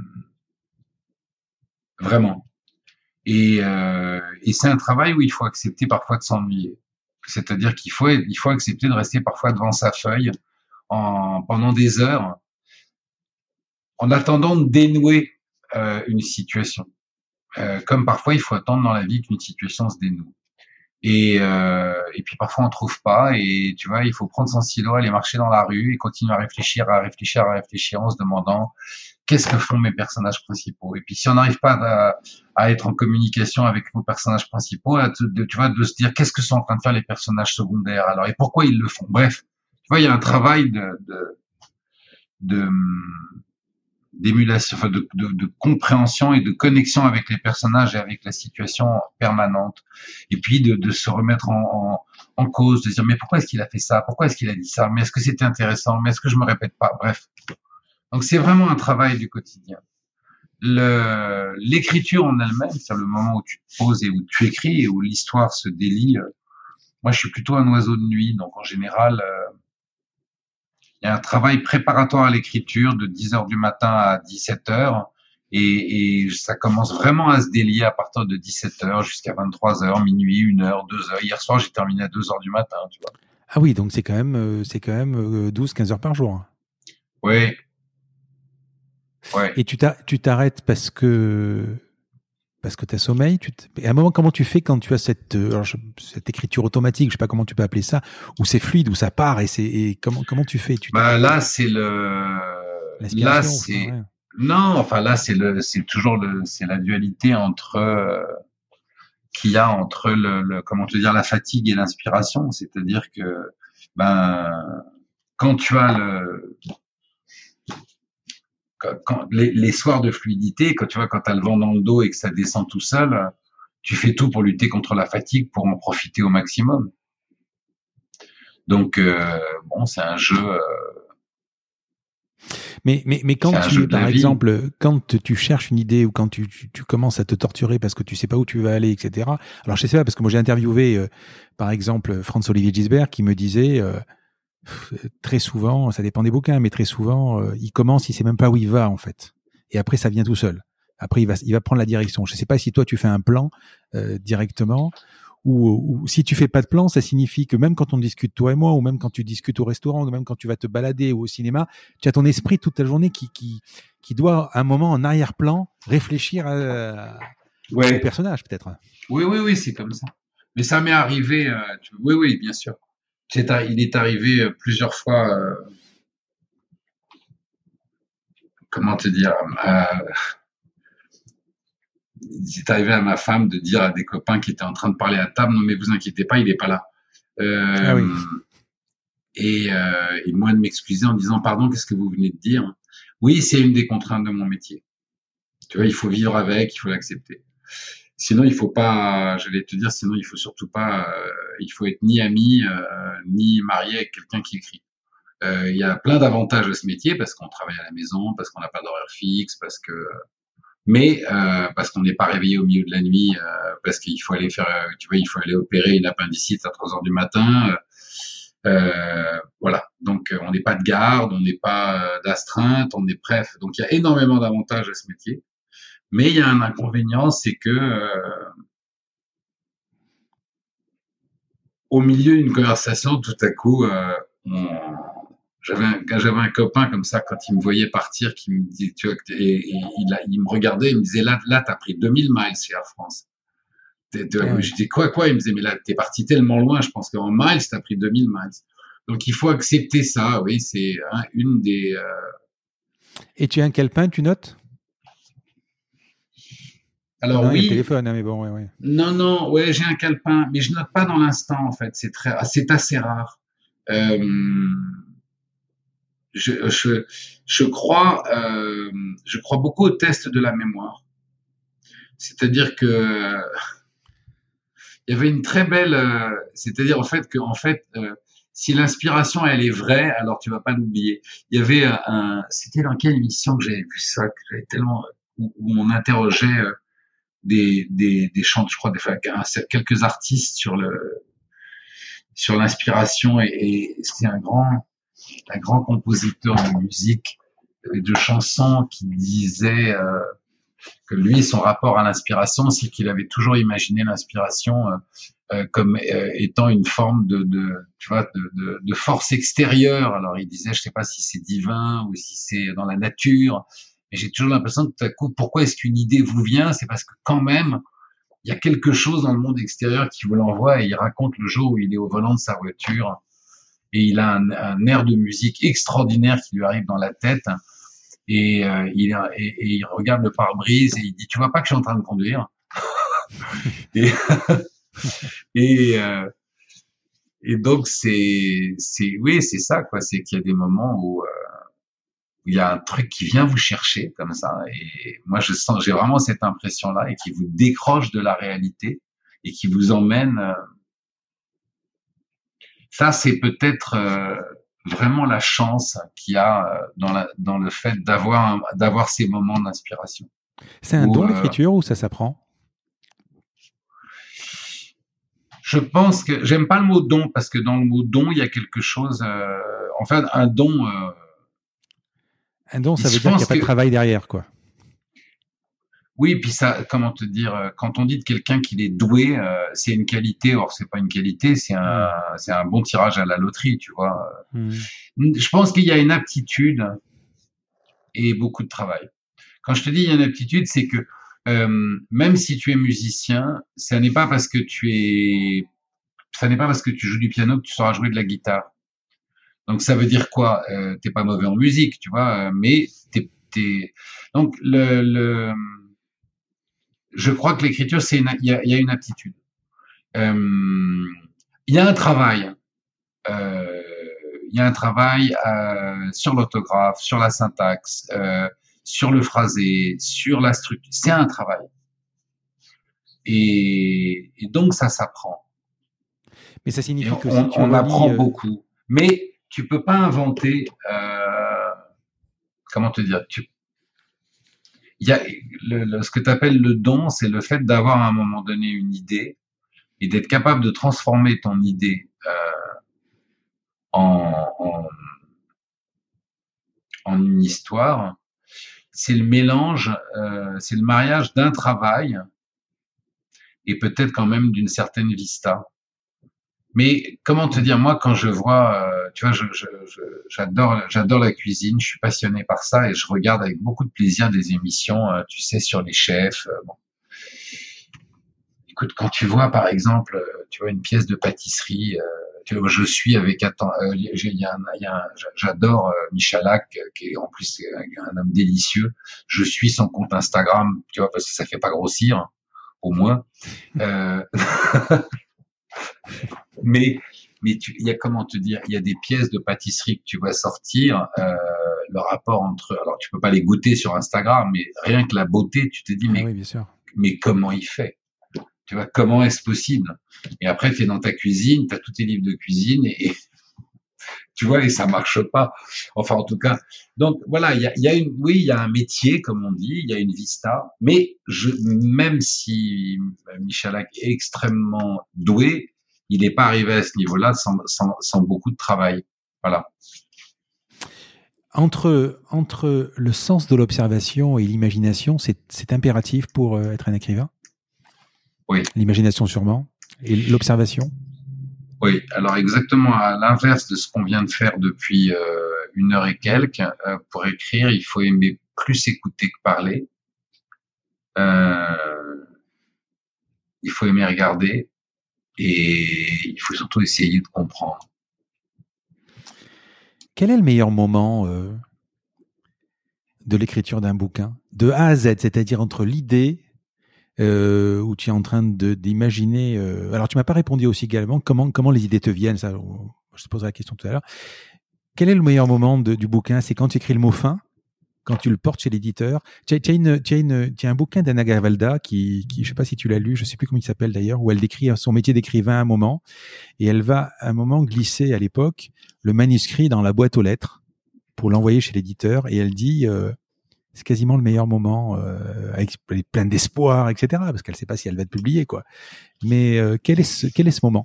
vraiment. Et, euh, et c'est un travail où il faut accepter parfois de s'ennuyer. C'est-à-dire qu'il faut il faut accepter de rester parfois devant sa feuille en pendant des heures, en attendant de dénouer euh, une situation. Euh, comme parfois il faut attendre dans la vie qu'une situation se dénoue. Et, euh, et puis parfois on trouve pas, et tu vois, il faut prendre son stylo, aller marcher dans la rue et continuer à réfléchir, à réfléchir, à réfléchir en se demandant qu'est-ce que font mes personnages principaux. Et puis si on n'arrive pas à, à être en communication avec nos personnages principaux, à te, de, tu vois, de se dire qu'est-ce que sont en train de faire les personnages secondaires alors et pourquoi ils le font. Bref, tu vois, il y a un travail de, de, de d'émulation, enfin de, de, de compréhension et de connexion avec les personnages et avec la situation permanente. Et puis de, de se remettre en, en, en cause, de dire mais pourquoi est-ce qu'il a fait ça, pourquoi est-ce qu'il a dit ça, mais est-ce que c'était intéressant, mais est-ce que je me répète pas. Bref. Donc c'est vraiment un travail du quotidien. Le, l'écriture en elle-même, c'est le moment où tu te poses et où tu écris et où l'histoire se délie. Moi, je suis plutôt un oiseau de nuit, donc en général, euh, il y a un travail préparatoire à l'écriture de dix heures du matin à dix-sept heures et, et ça commence vraiment à se délier à partir de dix-sept heures jusqu'à vingt-trois heures, minuit, une heure, deux heures. Hier soir, j'ai terminé à deux heures du matin, tu vois. Ah oui, donc c'est quand même, euh, c'est quand même douze quinze heures par jour. Oui. Ouais. Et tu t'arrêtes parce que parce que tu as sommeil. Tu et à un moment, comment tu fais quand tu as cette alors, je, cette écriture automatique, je sais pas comment tu peux appeler ça, où c'est fluide, où ça part et c'est et comment comment tu fais tu Bah là c'est le là c'est non enfin là c'est le c'est toujours le c'est la dualité entre euh, qu'il y a entre le, le comment te dire la fatigue et l'inspiration, c'est-à-dire que ben quand tu as le Quand, quand, les, les soirs de fluidité, quand tu vois, quand t'as le vent dans le dos et que ça descend tout seul, tu fais tout pour lutter contre la fatigue, pour en profiter au maximum. Donc, euh, bon, c'est un jeu. Euh, mais, mais, mais quand tu, par exemple, quand tu cherches une idée ou quand tu, tu, tu commences à te torturer parce que tu sais pas où tu vas aller, et cetera. Alors, je sais pas, parce que moi, j'ai interviewé, euh, par exemple, Franz-Olivier Gisbert qui me disait, euh, très souvent, ça dépend des bouquins, mais très souvent, euh, il commence, il sait même pas où il va en fait. Et après, ça vient tout seul. Après, il va, il va prendre la direction. Je sais pas si toi tu fais un plan euh, directement, ou, ou si tu fais pas de plan, ça signifie que même quand on discute toi et moi, ou même quand tu discutes au restaurant, ou même quand tu vas te balader ou au cinéma, tu as ton esprit toute la journée qui qui qui doit à un moment en arrière-plan réfléchir à, ouais. au personnage peut-être. Oui, oui, oui, c'est comme ça. Mais ça m'est arrivé. Euh, tu... Oui, oui, bien sûr. C'est, il est arrivé plusieurs fois, euh, comment te dire, euh, c'est arrivé à ma femme de dire à des copains qui étaient en train de parler à table, non mais vous inquiétez pas, il n'est pas là. Euh, ah oui. et, euh, et moi de m'excuser en disant pardon, qu'est-ce que vous venez de dire? Oui, c'est une des contraintes de mon métier. Tu vois, il faut vivre avec, il faut l'accepter. Sinon, il faut pas, j'allais te dire, sinon il faut surtout pas, euh, il faut être ni ami, euh, ni marié avec quelqu'un qui écrit. Euh, il y a plein d'avantages à ce métier parce qu'on travaille à la maison, parce qu'on n'a pas d'horaire fixe, parce que, mais euh, parce qu'on n'est pas réveillé au milieu de la nuit, euh, parce qu'il faut aller faire, tu vois, il faut aller opérer une appendicite à trois heures du matin. Euh, voilà. Donc on n'est pas de garde, on n'est pas d'astreinte, on est bref. Donc il y a énormément d'avantages à ce métier. Mais il y a un inconvénient, c'est que euh, au milieu d'une conversation, tout à coup, euh, on, j'avais un, j'avais un copain comme ça quand il me voyait partir, qui me dit, tu vois, et, et il, a, il me regardait, il me disait là, là, t'as pris deux mille miles chez Air France. T'es, t'es, ouais. Je dis quoi, quoi Il me disait mais là, t'es parti tellement loin, je pense qu'en miles, t'as pris deux mille miles. Donc il faut accepter ça, oui, c'est hein, une des. Euh... Et tu as un calepin, tu notes? Alors non, oui. Il y a le téléphone, hein, mais bon, ouais, ouais. Non, non, ouais, j'ai un calepin, mais je note pas dans l'instant en fait. C'est très, c'est assez rare. Euh, je, je, je crois, euh, je crois beaucoup au test de la mémoire. C'est-à-dire que il y avait une très belle, euh, c'est-à-dire en fait que en fait, euh, si l'inspiration elle est vraie, alors tu vas pas l'oublier. Il y avait un, c'était dans quelle émission que j'avais vu ça, que j'avais tellement où, où on interrogeait euh, des, des, des chants, je crois, des, quelques artistes sur le, sur l'inspiration, et, et c'est un grand, un grand compositeur de musique, de chansons, qui disait euh, que lui, son rapport à l'inspiration, c'est qu'il avait toujours imaginé l'inspiration euh, euh, comme euh, étant une forme de, de tu vois, de, de, de force extérieure. Alors il disait, je sais pas si c'est divin ou si c'est dans la nature, mais j'ai toujours l'impression que tout à coup, pourquoi est-ce qu'une idée vous vient? C'est parce que quand même, il y a quelque chose dans le monde extérieur qui vous l'envoie, et il raconte le jour où il est au volant de sa voiture et il a un, un air de musique extraordinaire qui lui arrive dans la tête, et, euh, il, et, et il regarde le pare-brise et il dit, tu vois pas que je suis en train de conduire? et et, euh, et donc c'est c'est oui, c'est ça, quoi, c'est qu'il y a des moments où, euh, où il y a un truc qui vient vous chercher comme ça, et moi je sens, j'ai vraiment cette impression là, et qui vous décroche de la réalité et qui vous emmène euh, ça, c'est peut-être euh, vraiment la chance qu'il y a euh, dans la dans le fait d'avoir un, d'avoir ces moments d'inspiration. C'est un où, don, l'écriture, euh, ou ça s'apprend? Je pense que j'aime pas le mot don, parce que dans le mot don, il y a quelque chose. Euh, enfin, un don. Euh, un don, ça veut dire qu'il n'y a pas que... de travail derrière, quoi. Oui, puis ça, comment te dire, quand on dit de quelqu'un qu'il est doué, euh, c'est une qualité. Or, c'est pas une qualité, c'est un, mmh. c'est un bon tirage à la loterie, tu vois. Mmh. Je pense qu'il y a une aptitude et beaucoup de travail. Quand je te dis il y a une aptitude, c'est que euh, même si tu es musicien, ça n'est pas parce que tu es, ça n'est pas parce que tu joues du piano que tu sauras jouer de la guitare. Donc ça veut dire quoi? euh, T'es pas mauvais en musique, tu vois, mais t'es, t'es... donc le, le, je crois que l'écriture, c'est une, il y a, il y a une aptitude. Euh, il y a un travail. Euh, il y a un travail euh, sur l'orthographe, sur la syntaxe, euh, sur le phrasé, sur la structure. C'est un travail. Et, et donc ça s'apprend. Mais ça signifie on, que si tu on relis, apprend euh... beaucoup. Mais tu peux pas inventer. Euh, comment te dire tu, il y a le, le, ce que tu appelles le don, c'est le fait d'avoir à un moment donné une idée et d'être capable de transformer ton idée euh, en, en, en une histoire. C'est le mélange, euh, c'est le mariage d'un travail et peut-être quand même d'une certaine vista. Mais comment te dire, moi quand je vois, euh, tu vois, je, je, je, j'adore, j'adore la cuisine, je suis passionné par ça et je regarde avec beaucoup de plaisir des émissions, euh, tu sais, sur les chefs. Euh, bon. Écoute, quand tu vois par exemple, euh, tu vois une pièce de pâtisserie, euh, tu vois, je suis avec, attends, euh, il y a, un, il y a un, j'adore euh, Michalak, qui est en plus un, un homme délicieux. Je suis son compte Instagram, tu vois, parce que ça fait pas grossir, au moins. Euh... mais mais tu, il y a comment te dire, il y a des pièces de pâtisserie que tu vois sortir, euh, le rapport entre, alors tu peux pas les goûter sur Instagram, mais rien que la beauté, tu te dis mais ah oui, bien sûr. mais comment il fait, tu vois, comment est-ce possible? Et après tu es dans ta cuisine, tu as tous tes livres de cuisine et, et tu vois, et ça marche pas. Enfin en tout cas, donc voilà, il y a, il y a une, oui, il y a un métier comme on dit, il y a une vista, mais je, même si Michalak est extrêmement doué, il n'est pas arrivé à ce niveau-là sans, sans, sans beaucoup de travail. Voilà. Entre, entre le sens de l'observation et l'imagination, c'est, c'est impératif pour euh, être un écrivain? Oui. L'imagination sûrement. Et l'observation? Oui. Alors exactement à l'inverse de ce qu'on vient de faire depuis euh, une heure et quelques, euh, pour écrire, il faut aimer plus écouter que parler. Euh, il faut aimer regarder. Et il faut surtout essayer de comprendre. Quel est le meilleur moment euh, de l'écriture d'un bouquin, de A à Z, c'est-à-dire entre l'idée euh, où tu es en train de, d'imaginer... Euh, alors, tu m'as pas répondu aussi également comment, comment les idées te viennent, ça, je te poserai la question tout à l'heure. Quel est le meilleur moment de, du bouquin? C'est quand tu écris le mot fin, quand tu le portes chez l'éditeur. Tu as, tu as, une, tu as, une, tu as un bouquin d'Anna Gavalda qui, qui, je sais pas si tu l'as lu, je sais plus comment il s'appelle d'ailleurs, où elle décrit son métier d'écrivain à un moment, et elle va à un moment glisser à l'époque le manuscrit dans la boîte aux lettres pour l'envoyer chez l'éditeur, et elle dit euh, c'est quasiment le meilleur moment, euh, avec plein d'espoir, et cetera. Parce qu'elle ne sait pas si elle va être publiée, quoi. Mais euh, quel est ce, quel est ce moment?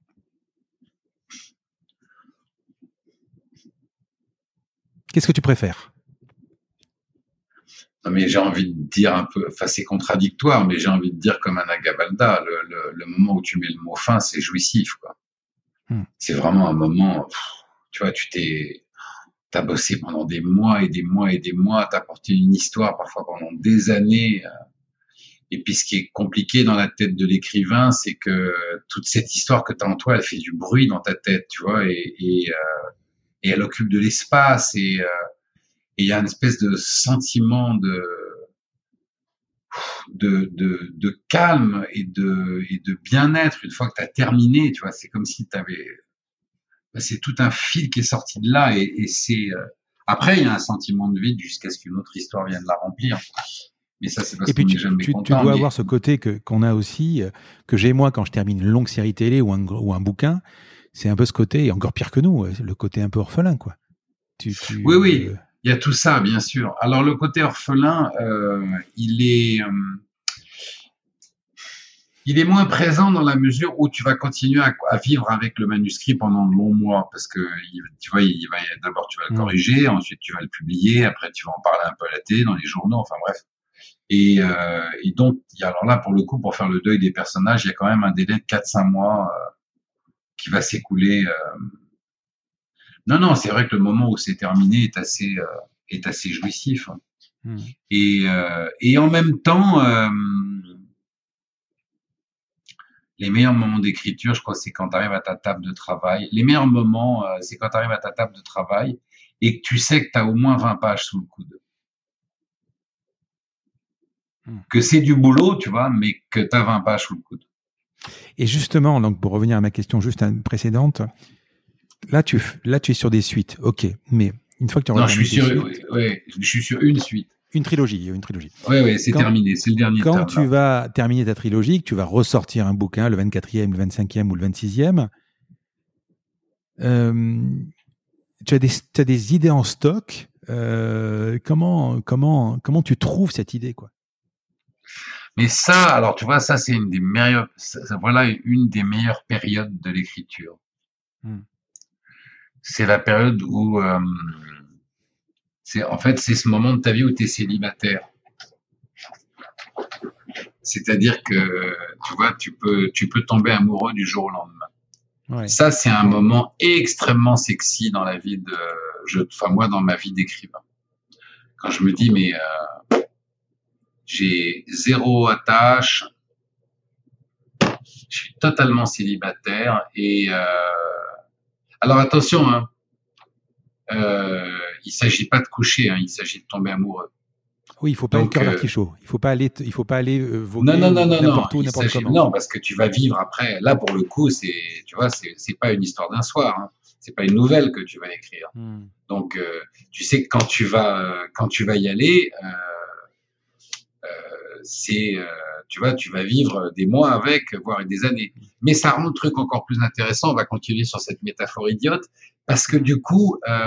Qu'est-ce que tu préfères? Non, mais j'ai envie de dire un peu, enfin c'est contradictoire, mais j'ai envie de dire comme Anna Gavalda, le, le, le moment où tu mets le mot fin, c'est jouissif, quoi. Hmm. C'est vraiment un moment, pff, tu vois, tu t'es, t'as bossé pendant des mois et des mois et des mois, t'as porté une histoire parfois pendant des années. Et puis ce qui est compliqué dans la tête de l'écrivain, c'est que toute cette histoire que t'as en toi, elle fait du bruit dans ta tête, tu vois, et, et, euh, et elle occupe de l'espace, et euh, et il y a une espèce de sentiment de de de, de calme et de et de bien-être une fois que t'as terminé, tu vois. C'est comme si t'avais, c'est tout un fil qui est sorti de là, et, et c'est euh... après il y a un sentiment de vide jusqu'à ce qu'une autre histoire vienne la remplir. Mais ça, c'est parce qu'on n'est jamais tu, content. Tu dois mais... avoir ce côté que qu'on a aussi, que j'ai moi quand je termine une longue série télé ou un ou un bouquin. C'est un peu ce côté, et encore pire que nous, le côté un peu orphelin, quoi. Tu, tu, oui, oui, euh... il y a tout ça, bien sûr. Alors le côté orphelin, euh, il est, euh, il est moins présent dans la mesure où tu vas continuer à, à vivre avec le manuscrit pendant de longs mois, parce que tu vois, il va d'abord tu vas le corriger, mmh. ensuite tu vas le publier, après tu vas en parler un peu à la télé, dans les journaux, enfin bref. Et, euh, et donc, alors là, pour le coup, pour faire le deuil des personnages, il y a quand même un délai de quatre cinq mois euh, qui va s'écouler. Euh... Non, non, c'est vrai que le moment où c'est terminé est assez, euh, est assez jouissif. Mmh. Et, euh, et en même temps, euh, les meilleurs moments d'écriture, je crois, c'est quand tu arrives à ta table de travail. Les meilleurs moments, euh, c'est quand tu arrives à ta table de travail et que tu sais que tu as au moins vingt pages sous le coude. Que c'est du boulot, tu vois, mais que tu as vingt pages sous le coude. Et justement, donc pour revenir à ma question juste précédente, là tu, là tu es sur des suites, ok, mais une fois que tu auras non, je suis sur, suites, oui, oui, je suis sur une suite. Une trilogie, une trilogie. Oui, oui, c'est quand, terminé, c'est le dernier Quand terme, tu là. vas terminer ta trilogie, que tu vas ressortir un bouquin, le vingt-quatrième, le vingt-cinquième ou le vingt-sixième, euh, tu as des, tu as des idées en stock. Euh, comment, comment, comment tu trouves cette idée, quoi? Mais ça, alors tu vois, ça c'est une des meilleures, ça, voilà une des meilleures périodes de l'écriture. Hmm. C'est la période où, euh, c'est en fait c'est ce moment de ta vie où tu es célibataire. C'est-à-dire que tu vois, tu peux, tu peux tomber amoureux du jour au lendemain. Ouais. Ça c'est un moment extrêmement sexy dans la vie de, je, enfin moi dans ma vie d'écrivain. Quand je me dis mais euh, j'ai zéro attache, je suis totalement célibataire et euh... alors attention, hein, euh, il s'agit pas de coucher, hein, il s'agit de tomber amoureux. Oui, il faut pas Donc, être cœur d'artichaut. Il faut pas aller, il faut pas aller euh, voguer non, non, non, non, n'importe non, où, n'importe comment. Non, parce que tu vas vivre après. Là, pour le coup, c'est, tu vois, c'est, c'est pas une histoire d'un soir. Hein. C'est pas une nouvelle que tu vas écrire. Hmm. Donc, euh, tu sais que quand tu vas, quand tu vas y aller. Euh, Euh, c'est, euh, tu vois, tu vas vivre des mois avec, voire des années. Mais ça rend le truc encore plus intéressant. On va continuer sur cette métaphore idiote parce que du coup, euh,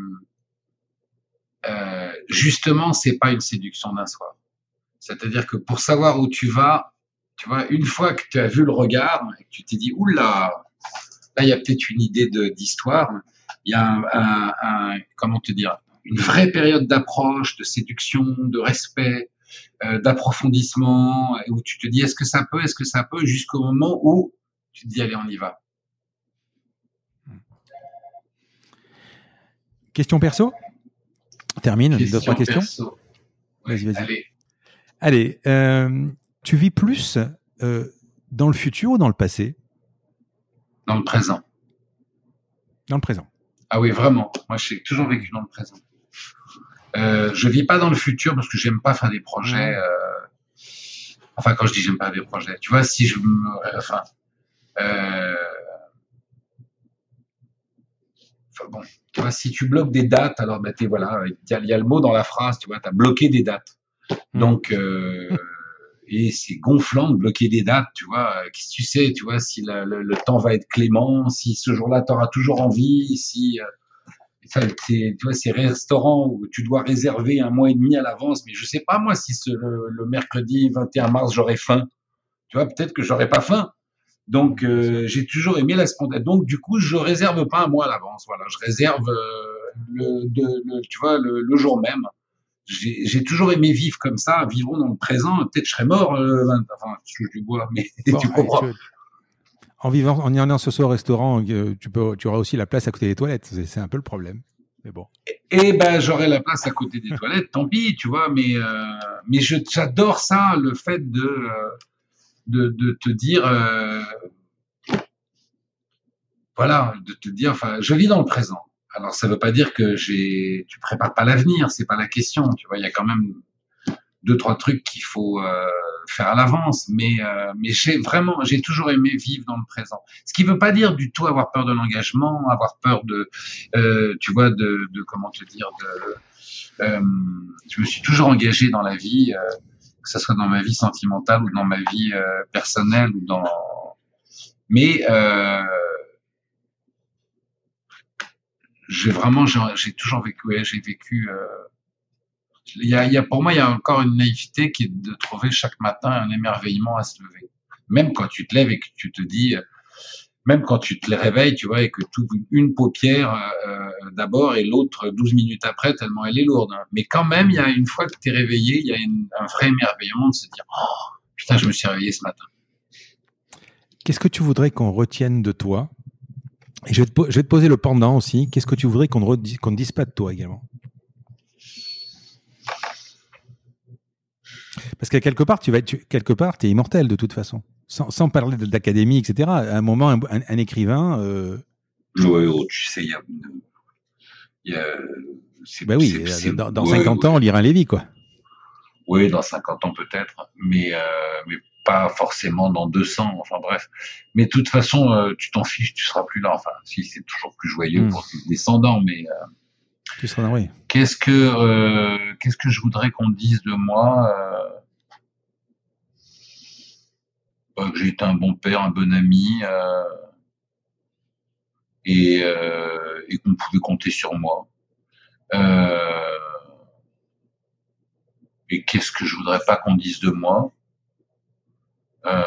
euh, justement, c'est pas une séduction d'un soir. C'est-à-dire que pour savoir où tu vas, tu vois, une fois que tu as vu le regard et que tu t'es dit, oula, là, il y a peut-être une idée de, d'histoire. Il y a un, un, un, comment te dire, une vraie période d'approche, de séduction, de respect. Euh, d'approfondissement, où tu te dis est-ce que ça peut, est-ce que ça peut, jusqu'au moment où tu te dis allez, on y va. Question perso ? Termine, question d'autres questions perso. Ouais, vas-y, vas-y. Allez, allez euh, tu vis plus euh, dans le futur ou dans le passé ? Dans le présent. Dans le présent. Ah oui, vraiment. Moi, j'ai toujours vécu dans le présent. Euh, je vis pas dans le futur parce que j'aime pas faire des projets. Euh... Enfin, quand je dis j'aime pas des projets, tu vois, si je me, enfin, euh... enfin bon, tu vois, si tu bloques des dates, alors ben t'es voilà, il y a, y a le mot dans la phrase, tu vois, t'as bloqué des dates. Mmh. Donc euh... et c'est gonflant de bloquer des dates, tu vois. Qu'est-ce que tu sais, tu vois, si la, le, le temps va être clément, si ce jour-là t'auras toujours envie, si ça, c'est, tu vois, ces restaurants où tu dois réserver un mois et demi à l'avance, mais je sais pas moi si ce, le, le mercredi vingt et un mars j'aurai faim. Tu vois, peut-être que j'aurai pas faim. Donc euh, j'ai toujours aimé la spontanéité. Donc du coup, je réserve pas un mois à l'avance. Voilà, je réserve euh, le, de, le, tu vois, le, le jour même. J'ai, j'ai toujours aimé vivre comme ça, vivons dans le présent. Peut-être je serais mort, euh, enfin, je touche du bois, mais bon, tu comprends. tu, en vivant, en y allant ce soir au restaurant, tu peux, tu auras aussi la place à côté des toilettes. C'est, c'est un peu le problème. Mais bon. Et, et ben, j'aurai la place à côté des toilettes. Tant pis, tu vois. Mais, euh, mais je, j'adore ça, le fait de, euh, de, de te dire, euh, voilà, de te dire, enfin, je vis dans le présent. Alors, ça veut pas dire que j'ai, tu prépares pas l'avenir, c'est pas la question. Tu vois, il y a quand même deux, trois trucs qu'il faut euh, faire à l'avance. Mais, euh, mais j'ai vraiment, j'ai toujours aimé vivre dans le présent. Ce qui veut pas dire du tout avoir peur de l'engagement, avoir peur de, euh, tu vois, de, de comment te dire, de, euh, je me suis toujours engagé dans la vie, euh, que ce soit dans ma vie sentimentale ou dans ma vie euh, personnelle ou dans, mais euh, j'ai vraiment, j'ai, j'ai toujours vécu, ouais, j'ai vécu. Euh, il y a, il y a, pour moi, il y a encore une naïveté qui est de trouver chaque matin un émerveillement à se lever. Même quand tu te lèves et que tu te dis, même quand tu te réveilles, tu vois, et que tu ouvres une paupière euh, d'abord et l'autre douze minutes après, tellement elle est lourde. Hein. Mais quand même, il y a une fois que tu es réveillé, il y a une, un vrai émerveillement de se dire, oh, putain, je me suis réveillé ce matin. Qu'est-ce que tu voudrais qu'on retienne de toi? Et je vais, te, je vais te poser le pendant aussi. Qu'est-ce que tu voudrais qu'on ne, redise, qu'on ne dise pas de toi également? Parce que quelque part, tu vas être, quelque part, t'es immortel de toute façon. Sans, sans parler d'académie, et cetera. À un moment, un, un, un écrivain. Euh... Ouais, oh, tu sais, il y a, il y a c'est, ben oui, c'est, c'est, dans, dans ouais, cinquante ouais. ans, on lira un Lévy, quoi. Oui, dans cinquante ans peut-être, mais euh, mais pas forcément dans deux cents. Enfin bref. Mais de toute façon, euh, tu t'en fiches, tu seras plus là. Enfin, si c'est toujours plus joyeux mmh. pour tes descendants, mais. Euh, tu seras là, oui. Qu'est-ce que euh, qu'est-ce que je voudrais qu'on dise de moi euh, bah, que j'ai été un bon père, un bon ami, euh, et, euh, et qu'on pouvait compter sur moi. Euh, et qu'est-ce que je voudrais pas qu'on dise de moi euh,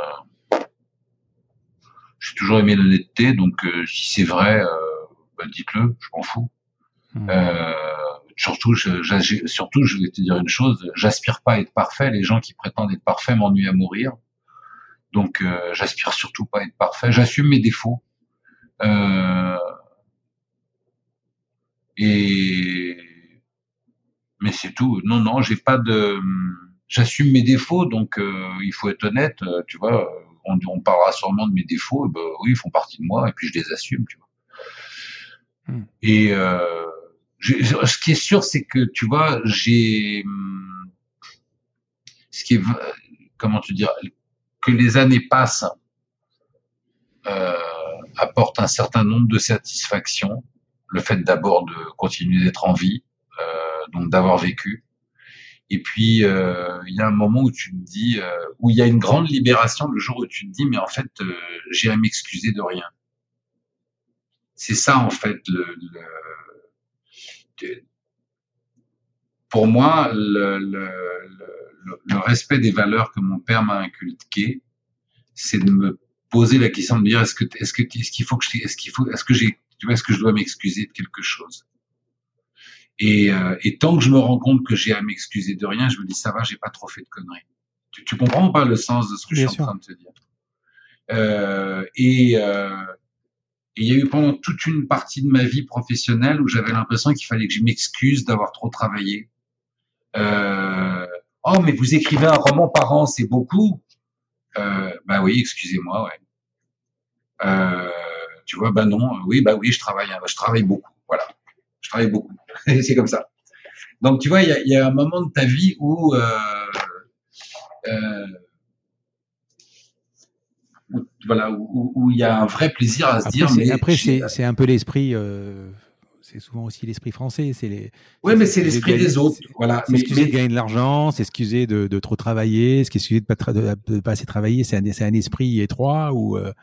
j'ai toujours aimé l'honnêteté, donc euh, si c'est vrai, euh, bah, dites-le, je m'en fous. Mmh. Euh, surtout, je, surtout, je vais te dire une chose, j'aspire pas à être parfait. Les gens qui prétendent être parfaits m'ennuient à mourir. Donc, euh, j'aspire surtout pas à être parfait. J'assume mes défauts. Euh, et mais c'est tout. Non, non, j'ai pas de. J'assume mes défauts, donc euh, il faut être honnête. Euh, tu vois, on, on parlera sûrement de mes défauts. Et ben oui, ils font partie de moi, et puis je les assume. Tu vois. Mm. Et euh, ce qui est sûr, c'est que tu vois, j'ai. Ce qui est, comment te dire, que les années passent. Euh, apporte un certain nombre de satisfactions. Le fait d'abord de continuer d'être en vie, euh, donc d'avoir vécu. Et puis, euh, il y a un moment où tu te dis, euh, où il y a une grande libération, le jour où tu te dis, mais en fait, euh, j'ai à m'excuser de rien. C'est ça, en fait, le, le, le pour moi, le, le, le, le respect des valeurs que mon père m'a inculquées, c'est de me poser la question de me dire est-ce que est-ce que est-ce qu'il faut que je, est-ce qu'il faut est-ce que j'ai tu vois est-ce que je dois m'excuser de quelque chose et, euh, et tant que je me rends compte que j'ai à m'excuser de rien, je me dis ça va, j'ai pas trop fait de conneries. Tu, tu comprends pas le sens de ce que Bien je suis sûr. en train de te dire. Euh, et euh, il y a eu pendant toute une partie de ma vie professionnelle où j'avais l'impression qu'il fallait que je m'excuse d'avoir trop travaillé. Euh, oh mais vous écrivez un roman par an, c'est beaucoup. Euh, bah oui, excusez-moi, ouais. Euh, tu vois, bah non, oui, bah oui, je travaille, je travaille beaucoup, voilà, je travaille beaucoup, c'est comme ça. Donc tu vois, il y a, y a un moment de ta vie où, euh, euh, où voilà, où, où il y a un vrai plaisir à se après, dire. C'est, mais après, c'est, c'est un peu l'esprit. Euh... C'est souvent aussi l'esprit français. C'est les. Oui, mais c'est l'esprit des autres. Voilà. C'est s'excuser mais... de gagner de l'argent, c'est s'excuser de, de trop travailler, c'est s'excuser de pas, tra- de, de pas assez travailler. C'est un, c'est un esprit étroit où, euh,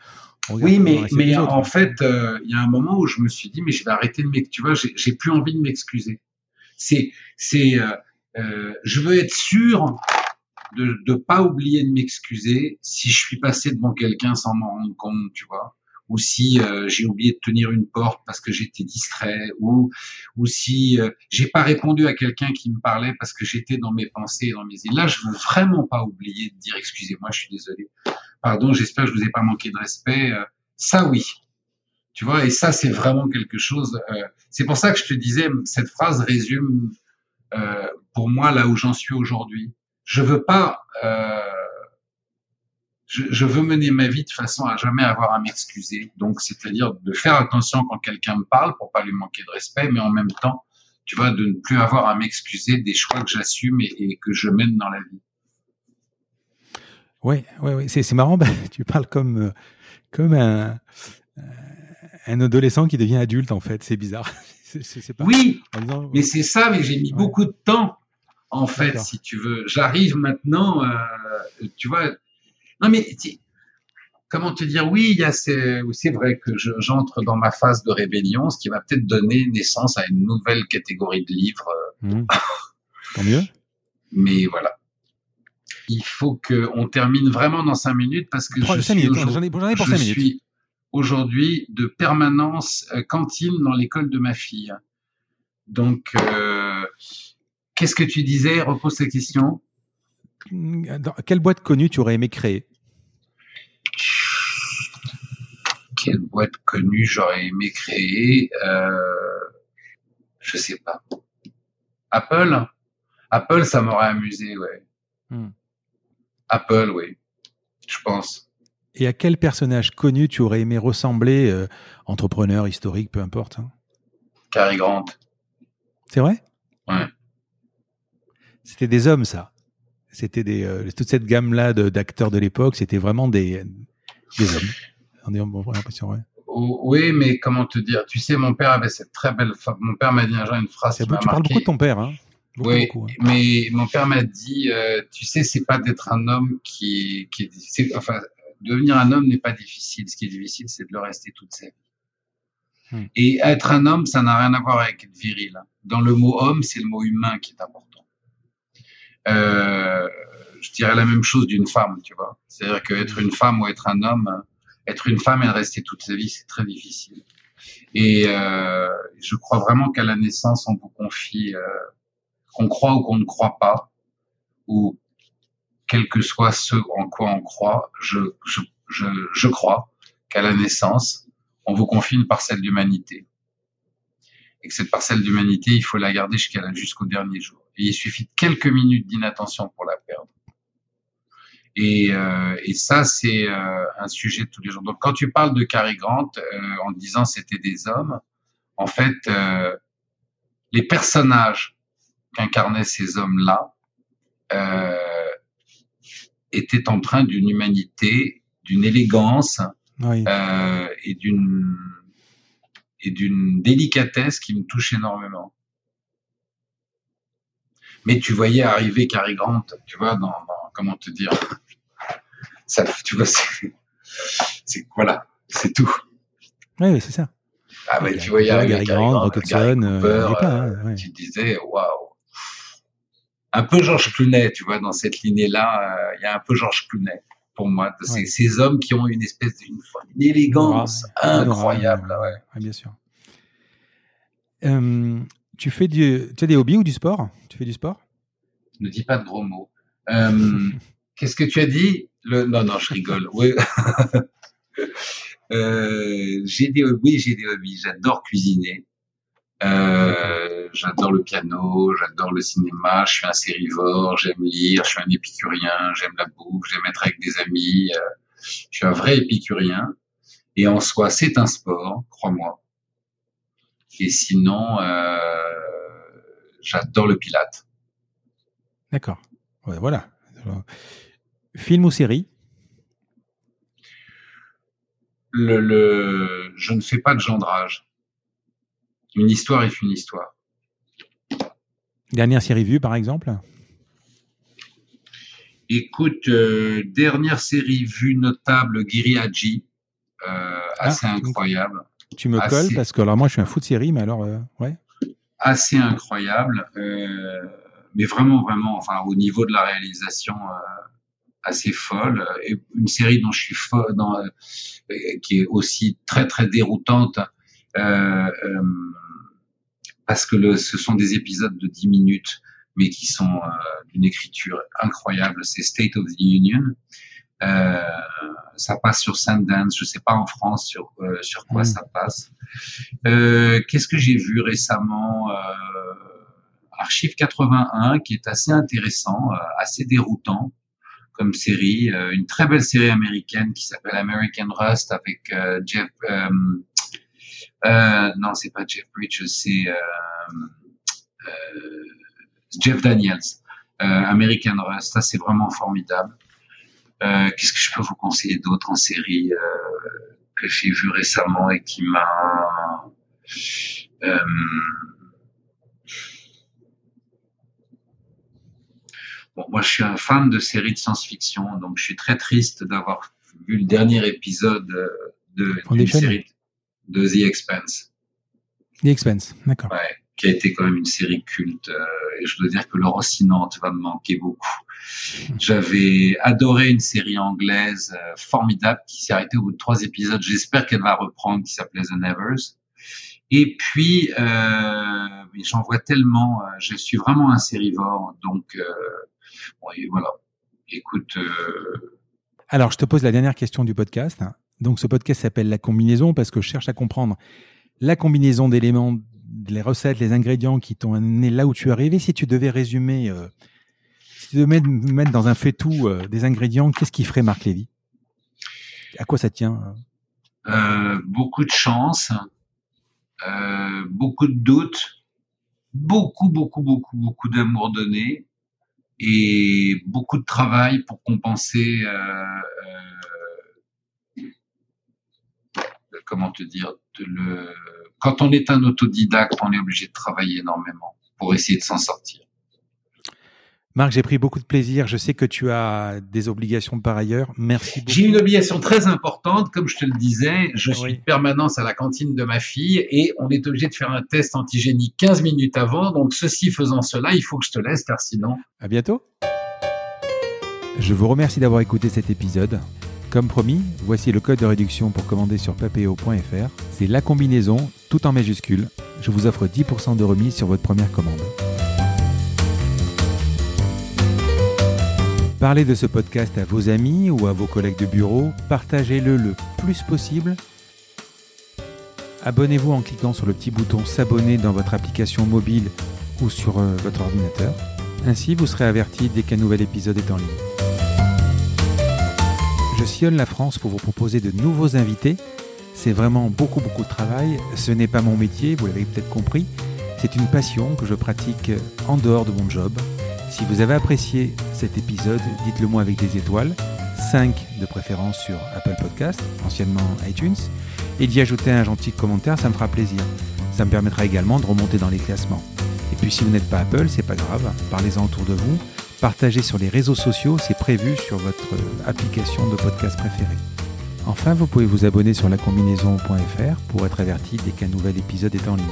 Oui, mais, mais en fait, il euh, y a un moment où je me suis dit, mais je vais arrêter de m'excuser. Tu vois, j'ai, j'ai plus envie de m'excuser. C'est, c'est, euh, euh, je veux être sûr de de pas oublier de m'excuser si je suis passé devant quelqu'un sans m'en rendre compte, tu vois, ou si euh, j'ai oublié de tenir une porte parce que j'étais distrait, ou ou si euh, j'ai pas répondu à quelqu'un qui me parlait parce que j'étais dans mes pensées, dans mes idées. Là, je veux vraiment pas oublier de dire excusez-moi, je suis désolé. Pardon, j'espère que je vous ai pas manqué de respect. Euh, ça, oui. Tu vois, et ça, c'est vraiment quelque chose. Euh, c'est pour ça que je te disais, cette phrase résume euh, pour moi là où j'en suis aujourd'hui. Je veux pas. Euh, je, je veux mener ma vie de façon à jamais avoir à m'excuser. Donc, c'est-à-dire de faire attention quand quelqu'un me parle pour pas lui manquer de respect, mais en même temps, tu vois, de ne plus avoir à m'excuser des choix que j'assume et, et que je mène dans la vie. Ouais, ouais, ouais. C'est, c'est marrant. Bah, tu parles comme comme un un adolescent qui devient adulte en fait. C'est bizarre. C'est, c'est, c'est pas... Oui, disant... mais c'est ça. Mais j'ai mis ouais. beaucoup de temps en fait, D'accord. si tu veux. J'arrive maintenant, euh, tu vois. Non mais comment te dire, oui, il y a c'est, c'est vrai que je, j'entre dans ma phase de rébellion, ce qui va peut-être donner naissance à une nouvelle catégorie de livres. Mmh. Tant mieux. Mais voilà. Il faut que on termine vraiment dans cinq minutes parce que je cinq suis, minutes, j'en ai, j'en ai pour je cinq minutes. suis aujourd'hui de permanence euh, cantine dans l'école de ma fille. Donc, euh, qu'est-ce que tu disais? Repose ta question. Dans quelle boîte connue tu aurais aimé créer? Quelle boîte connue j'aurais aimé créer? euh, Je sais pas. Apple? Apple, ça m'aurait amusé, ouais. Hmm. Apple, oui. Je pense. Et à quel personnage connu tu aurais aimé ressembler, euh, entrepreneur, historique, peu importe hein? Cary Grant. C'est vrai? Ouais. C'était des hommes, ça. C'était des euh, toute cette gamme-là de, d'acteurs de l'époque, c'était vraiment des des hommes. On est bon, l'impression, ouais. Oui, mais comment te dire? Tu sais, mon père avait cette très belle. Fa... Mon père m'a dit un jour une phrase c'est qui beau, m'a tu marqué. parles beaucoup de ton père, hein? Beaucoup, oui, beaucoup, hein. mais mon père m'a dit, euh, tu sais, c'est pas d'être un homme qui, qui, c'est, enfin, devenir un homme n'est pas difficile. Ce qui est difficile, c'est de le rester toute sa vie. Hmm. Et être un homme, ça n'a rien à voir avec être viril. Dans le mot homme, c'est le mot humain qui est important. Euh, je dirais la même chose d'une femme, tu vois. C'est-à-dire qu'être une femme ou être un homme, être une femme et le rester toute sa vie, c'est très difficile. Et euh, je crois vraiment qu'à la naissance, on vous confie, euh, qu'on croit ou qu'on ne croit pas, ou quel que soit ce en quoi on croit, je, je, je, je crois qu'à la naissance, on vous confie une parcelle d'humanité. Et que cette parcelle d'humanité, il faut la garder jusqu'à la, jusqu'au dernier jour. Et il suffit de quelques minutes d'inattention pour la perdre. Et, euh, et ça, c'est euh, un sujet de tous les jours. Donc, quand tu parles de Cary Grant, euh, en disant c'était des hommes, en fait, euh, les personnages qu'incarnaient ces hommes-là euh, étaient empreints d'une humanité, d'une élégance oui. euh, et d'une et d'une délicatesse qui me touche énormément. Mais tu voyais arriver Cary Grant, tu vois, dans, dans comment te dire, ça, tu vois, c'est, c'est voilà, c'est tout. Oui, oui, c'est ça. Ah mais tu voyais arriver Cary Grant, Rocketson, euh, euh, ouais. Tu te disais, waouh. Un peu Georges Clooney, tu vois, dans cette lignée-là, il euh, y a un peu Georges Clooney pour moi. C'est ouais. Ces hommes qui ont une espèce d'une une élégance aura, incroyable. Aura, ouais. Ouais, bien sûr. Euh, tu fais du, tu as des hobbies ou du sport? Tu fais du sport? Ne dis pas de gros mots. Euh, qu'est-ce que tu as dit? Le... Non, non, je rigole. Oui. euh, j'ai des hobbies, j'ai des hobbies. J'adore cuisiner. Euh, j'adore le piano, j'adore le cinéma, je suis un sérivore, j'aime lire, je suis un épicurien, j'aime la bouffe, j'aime être avec des amis, euh, je suis un vrai épicurien. Et en soi, c'est un sport, crois-moi. Et sinon, euh, j'adore le pilate. D'accord. Ouais, voilà. Film ou série? le, le, je ne fais pas de gendrage. Une histoire est une histoire. Dernière série vue, par exemple? Écoute, euh, dernière série vue notable, Giri Haji, euh, assez ah, incroyable. Tu me assez, colles parce que alors moi je suis un fou de série, mais alors euh, ouais. Assez incroyable, euh, mais vraiment vraiment, enfin au niveau de la réalisation euh, assez folle, et une série dont je suis folle, dans, euh, qui est aussi très très déroutante, euh, euh, parce que le, ce sont des épisodes de dix minutes, mais qui sont euh, d'une écriture incroyable. C'est State of the Union. Euh, ça passe sur Sundance, je sais pas en France sur euh, sur quoi mmh. ça passe. Euh, qu'est-ce que j'ai vu récemment? euh, Archive quatre-vingt-un, qui est assez intéressant, euh, assez déroutant comme série, euh, une très belle série américaine qui s'appelle American Rust avec euh, Jeff. Euh, euh, non, c'est pas Jeff Bridges, c'est euh, euh, Jeff Daniels. Euh, American Rust, ça c'est vraiment formidable. Euh, qu'est-ce que je peux vous conseiller d'autre en série euh, que j'ai vu récemment et qui m'a... Euh, bon, moi, je suis un fan de séries de science-fiction, donc je suis très triste d'avoir vu le dernier épisode de d'une série de The Expanse. The Expanse, d'accord. Ouais, qui a été quand même une série culte. Euh, et je dois dire que Laurent Sinante va me manquer beaucoup. J'avais adoré une série anglaise euh, formidable qui s'est arrêtée au bout de trois épisodes. J'espère qu'elle va reprendre, qui s'appelait The Nevers. Et puis, euh, j'en vois tellement. Euh, je suis vraiment un sérivore, donc euh, bon, et voilà. Écoute. Euh... Alors, je te pose la dernière question du podcast. Donc, ce podcast s'appelle La Combinaison parce que je cherche à comprendre la combinaison d'éléments, les recettes, les ingrédients qui t'ont amené là où tu es arrivé. Si tu devais résumer. Euh, Si tu devais mettre dans un fait-tout euh, des ingrédients, qu'est-ce qui ferait Marc Lévy? À quoi ça tient? euh, Beaucoup de chance, euh, beaucoup de doutes, beaucoup, beaucoup, beaucoup, beaucoup d'amour donné et beaucoup de travail pour compenser, euh, euh, comment te dire, de le... quand on est un autodidacte, on est obligé de travailler énormément pour essayer de s'en sortir. Marc, j'ai pris beaucoup de plaisir. Je sais que tu as des obligations par ailleurs. Merci beaucoup. J'ai une obligation très importante. Comme je te le disais, je suis oui. de permanence à la cantine de ma fille et on est obligé de faire un test antigénique quinze minutes avant. Donc, ceci faisant cela, il faut que je te laisse car sinon... À bientôt. Je vous remercie d'avoir écouté cet épisode. Comme promis, voici le code de réduction pour commander sur papéo point f r. C'est la combinaison, tout en majuscule. Je vous offre dix pour cent de remise sur votre première commande. Parlez de ce podcast à vos amis ou à vos collègues de bureau. Partagez-le le plus possible. Abonnez-vous en cliquant sur le petit bouton s'abonner dans votre application mobile ou sur euh, votre ordinateur. Ainsi, vous serez averti dès qu'un nouvel épisode est en ligne. Je sillonne la France pour vous proposer de nouveaux invités. C'est vraiment beaucoup, beaucoup de travail. Ce n'est pas mon métier, vous l'avez peut-être compris. C'est une passion que je pratique en dehors de mon job. Si vous avez apprécié cet épisode, dites-le moi avec des étoiles, cinq de préférence sur Apple Podcast, anciennement iTunes, et d'y ajouter un gentil commentaire, ça me fera plaisir. Ça me permettra également de remonter dans les classements. Et puis si vous n'êtes pas Apple, c'est pas grave, parlez-en autour de vous, partagez sur les réseaux sociaux, c'est prévu sur votre application de podcast préférée. Enfin, vous pouvez vous abonner sur la combinaison point f r pour être averti dès qu'un nouvel épisode est en ligne.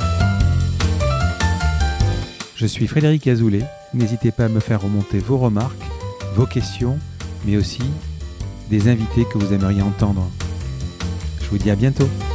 Je suis Frédéric Azoulay. N'hésitez pas à me faire remonter vos remarques, vos questions, mais aussi des invités que vous aimeriez entendre. Je vous dis à bientôt.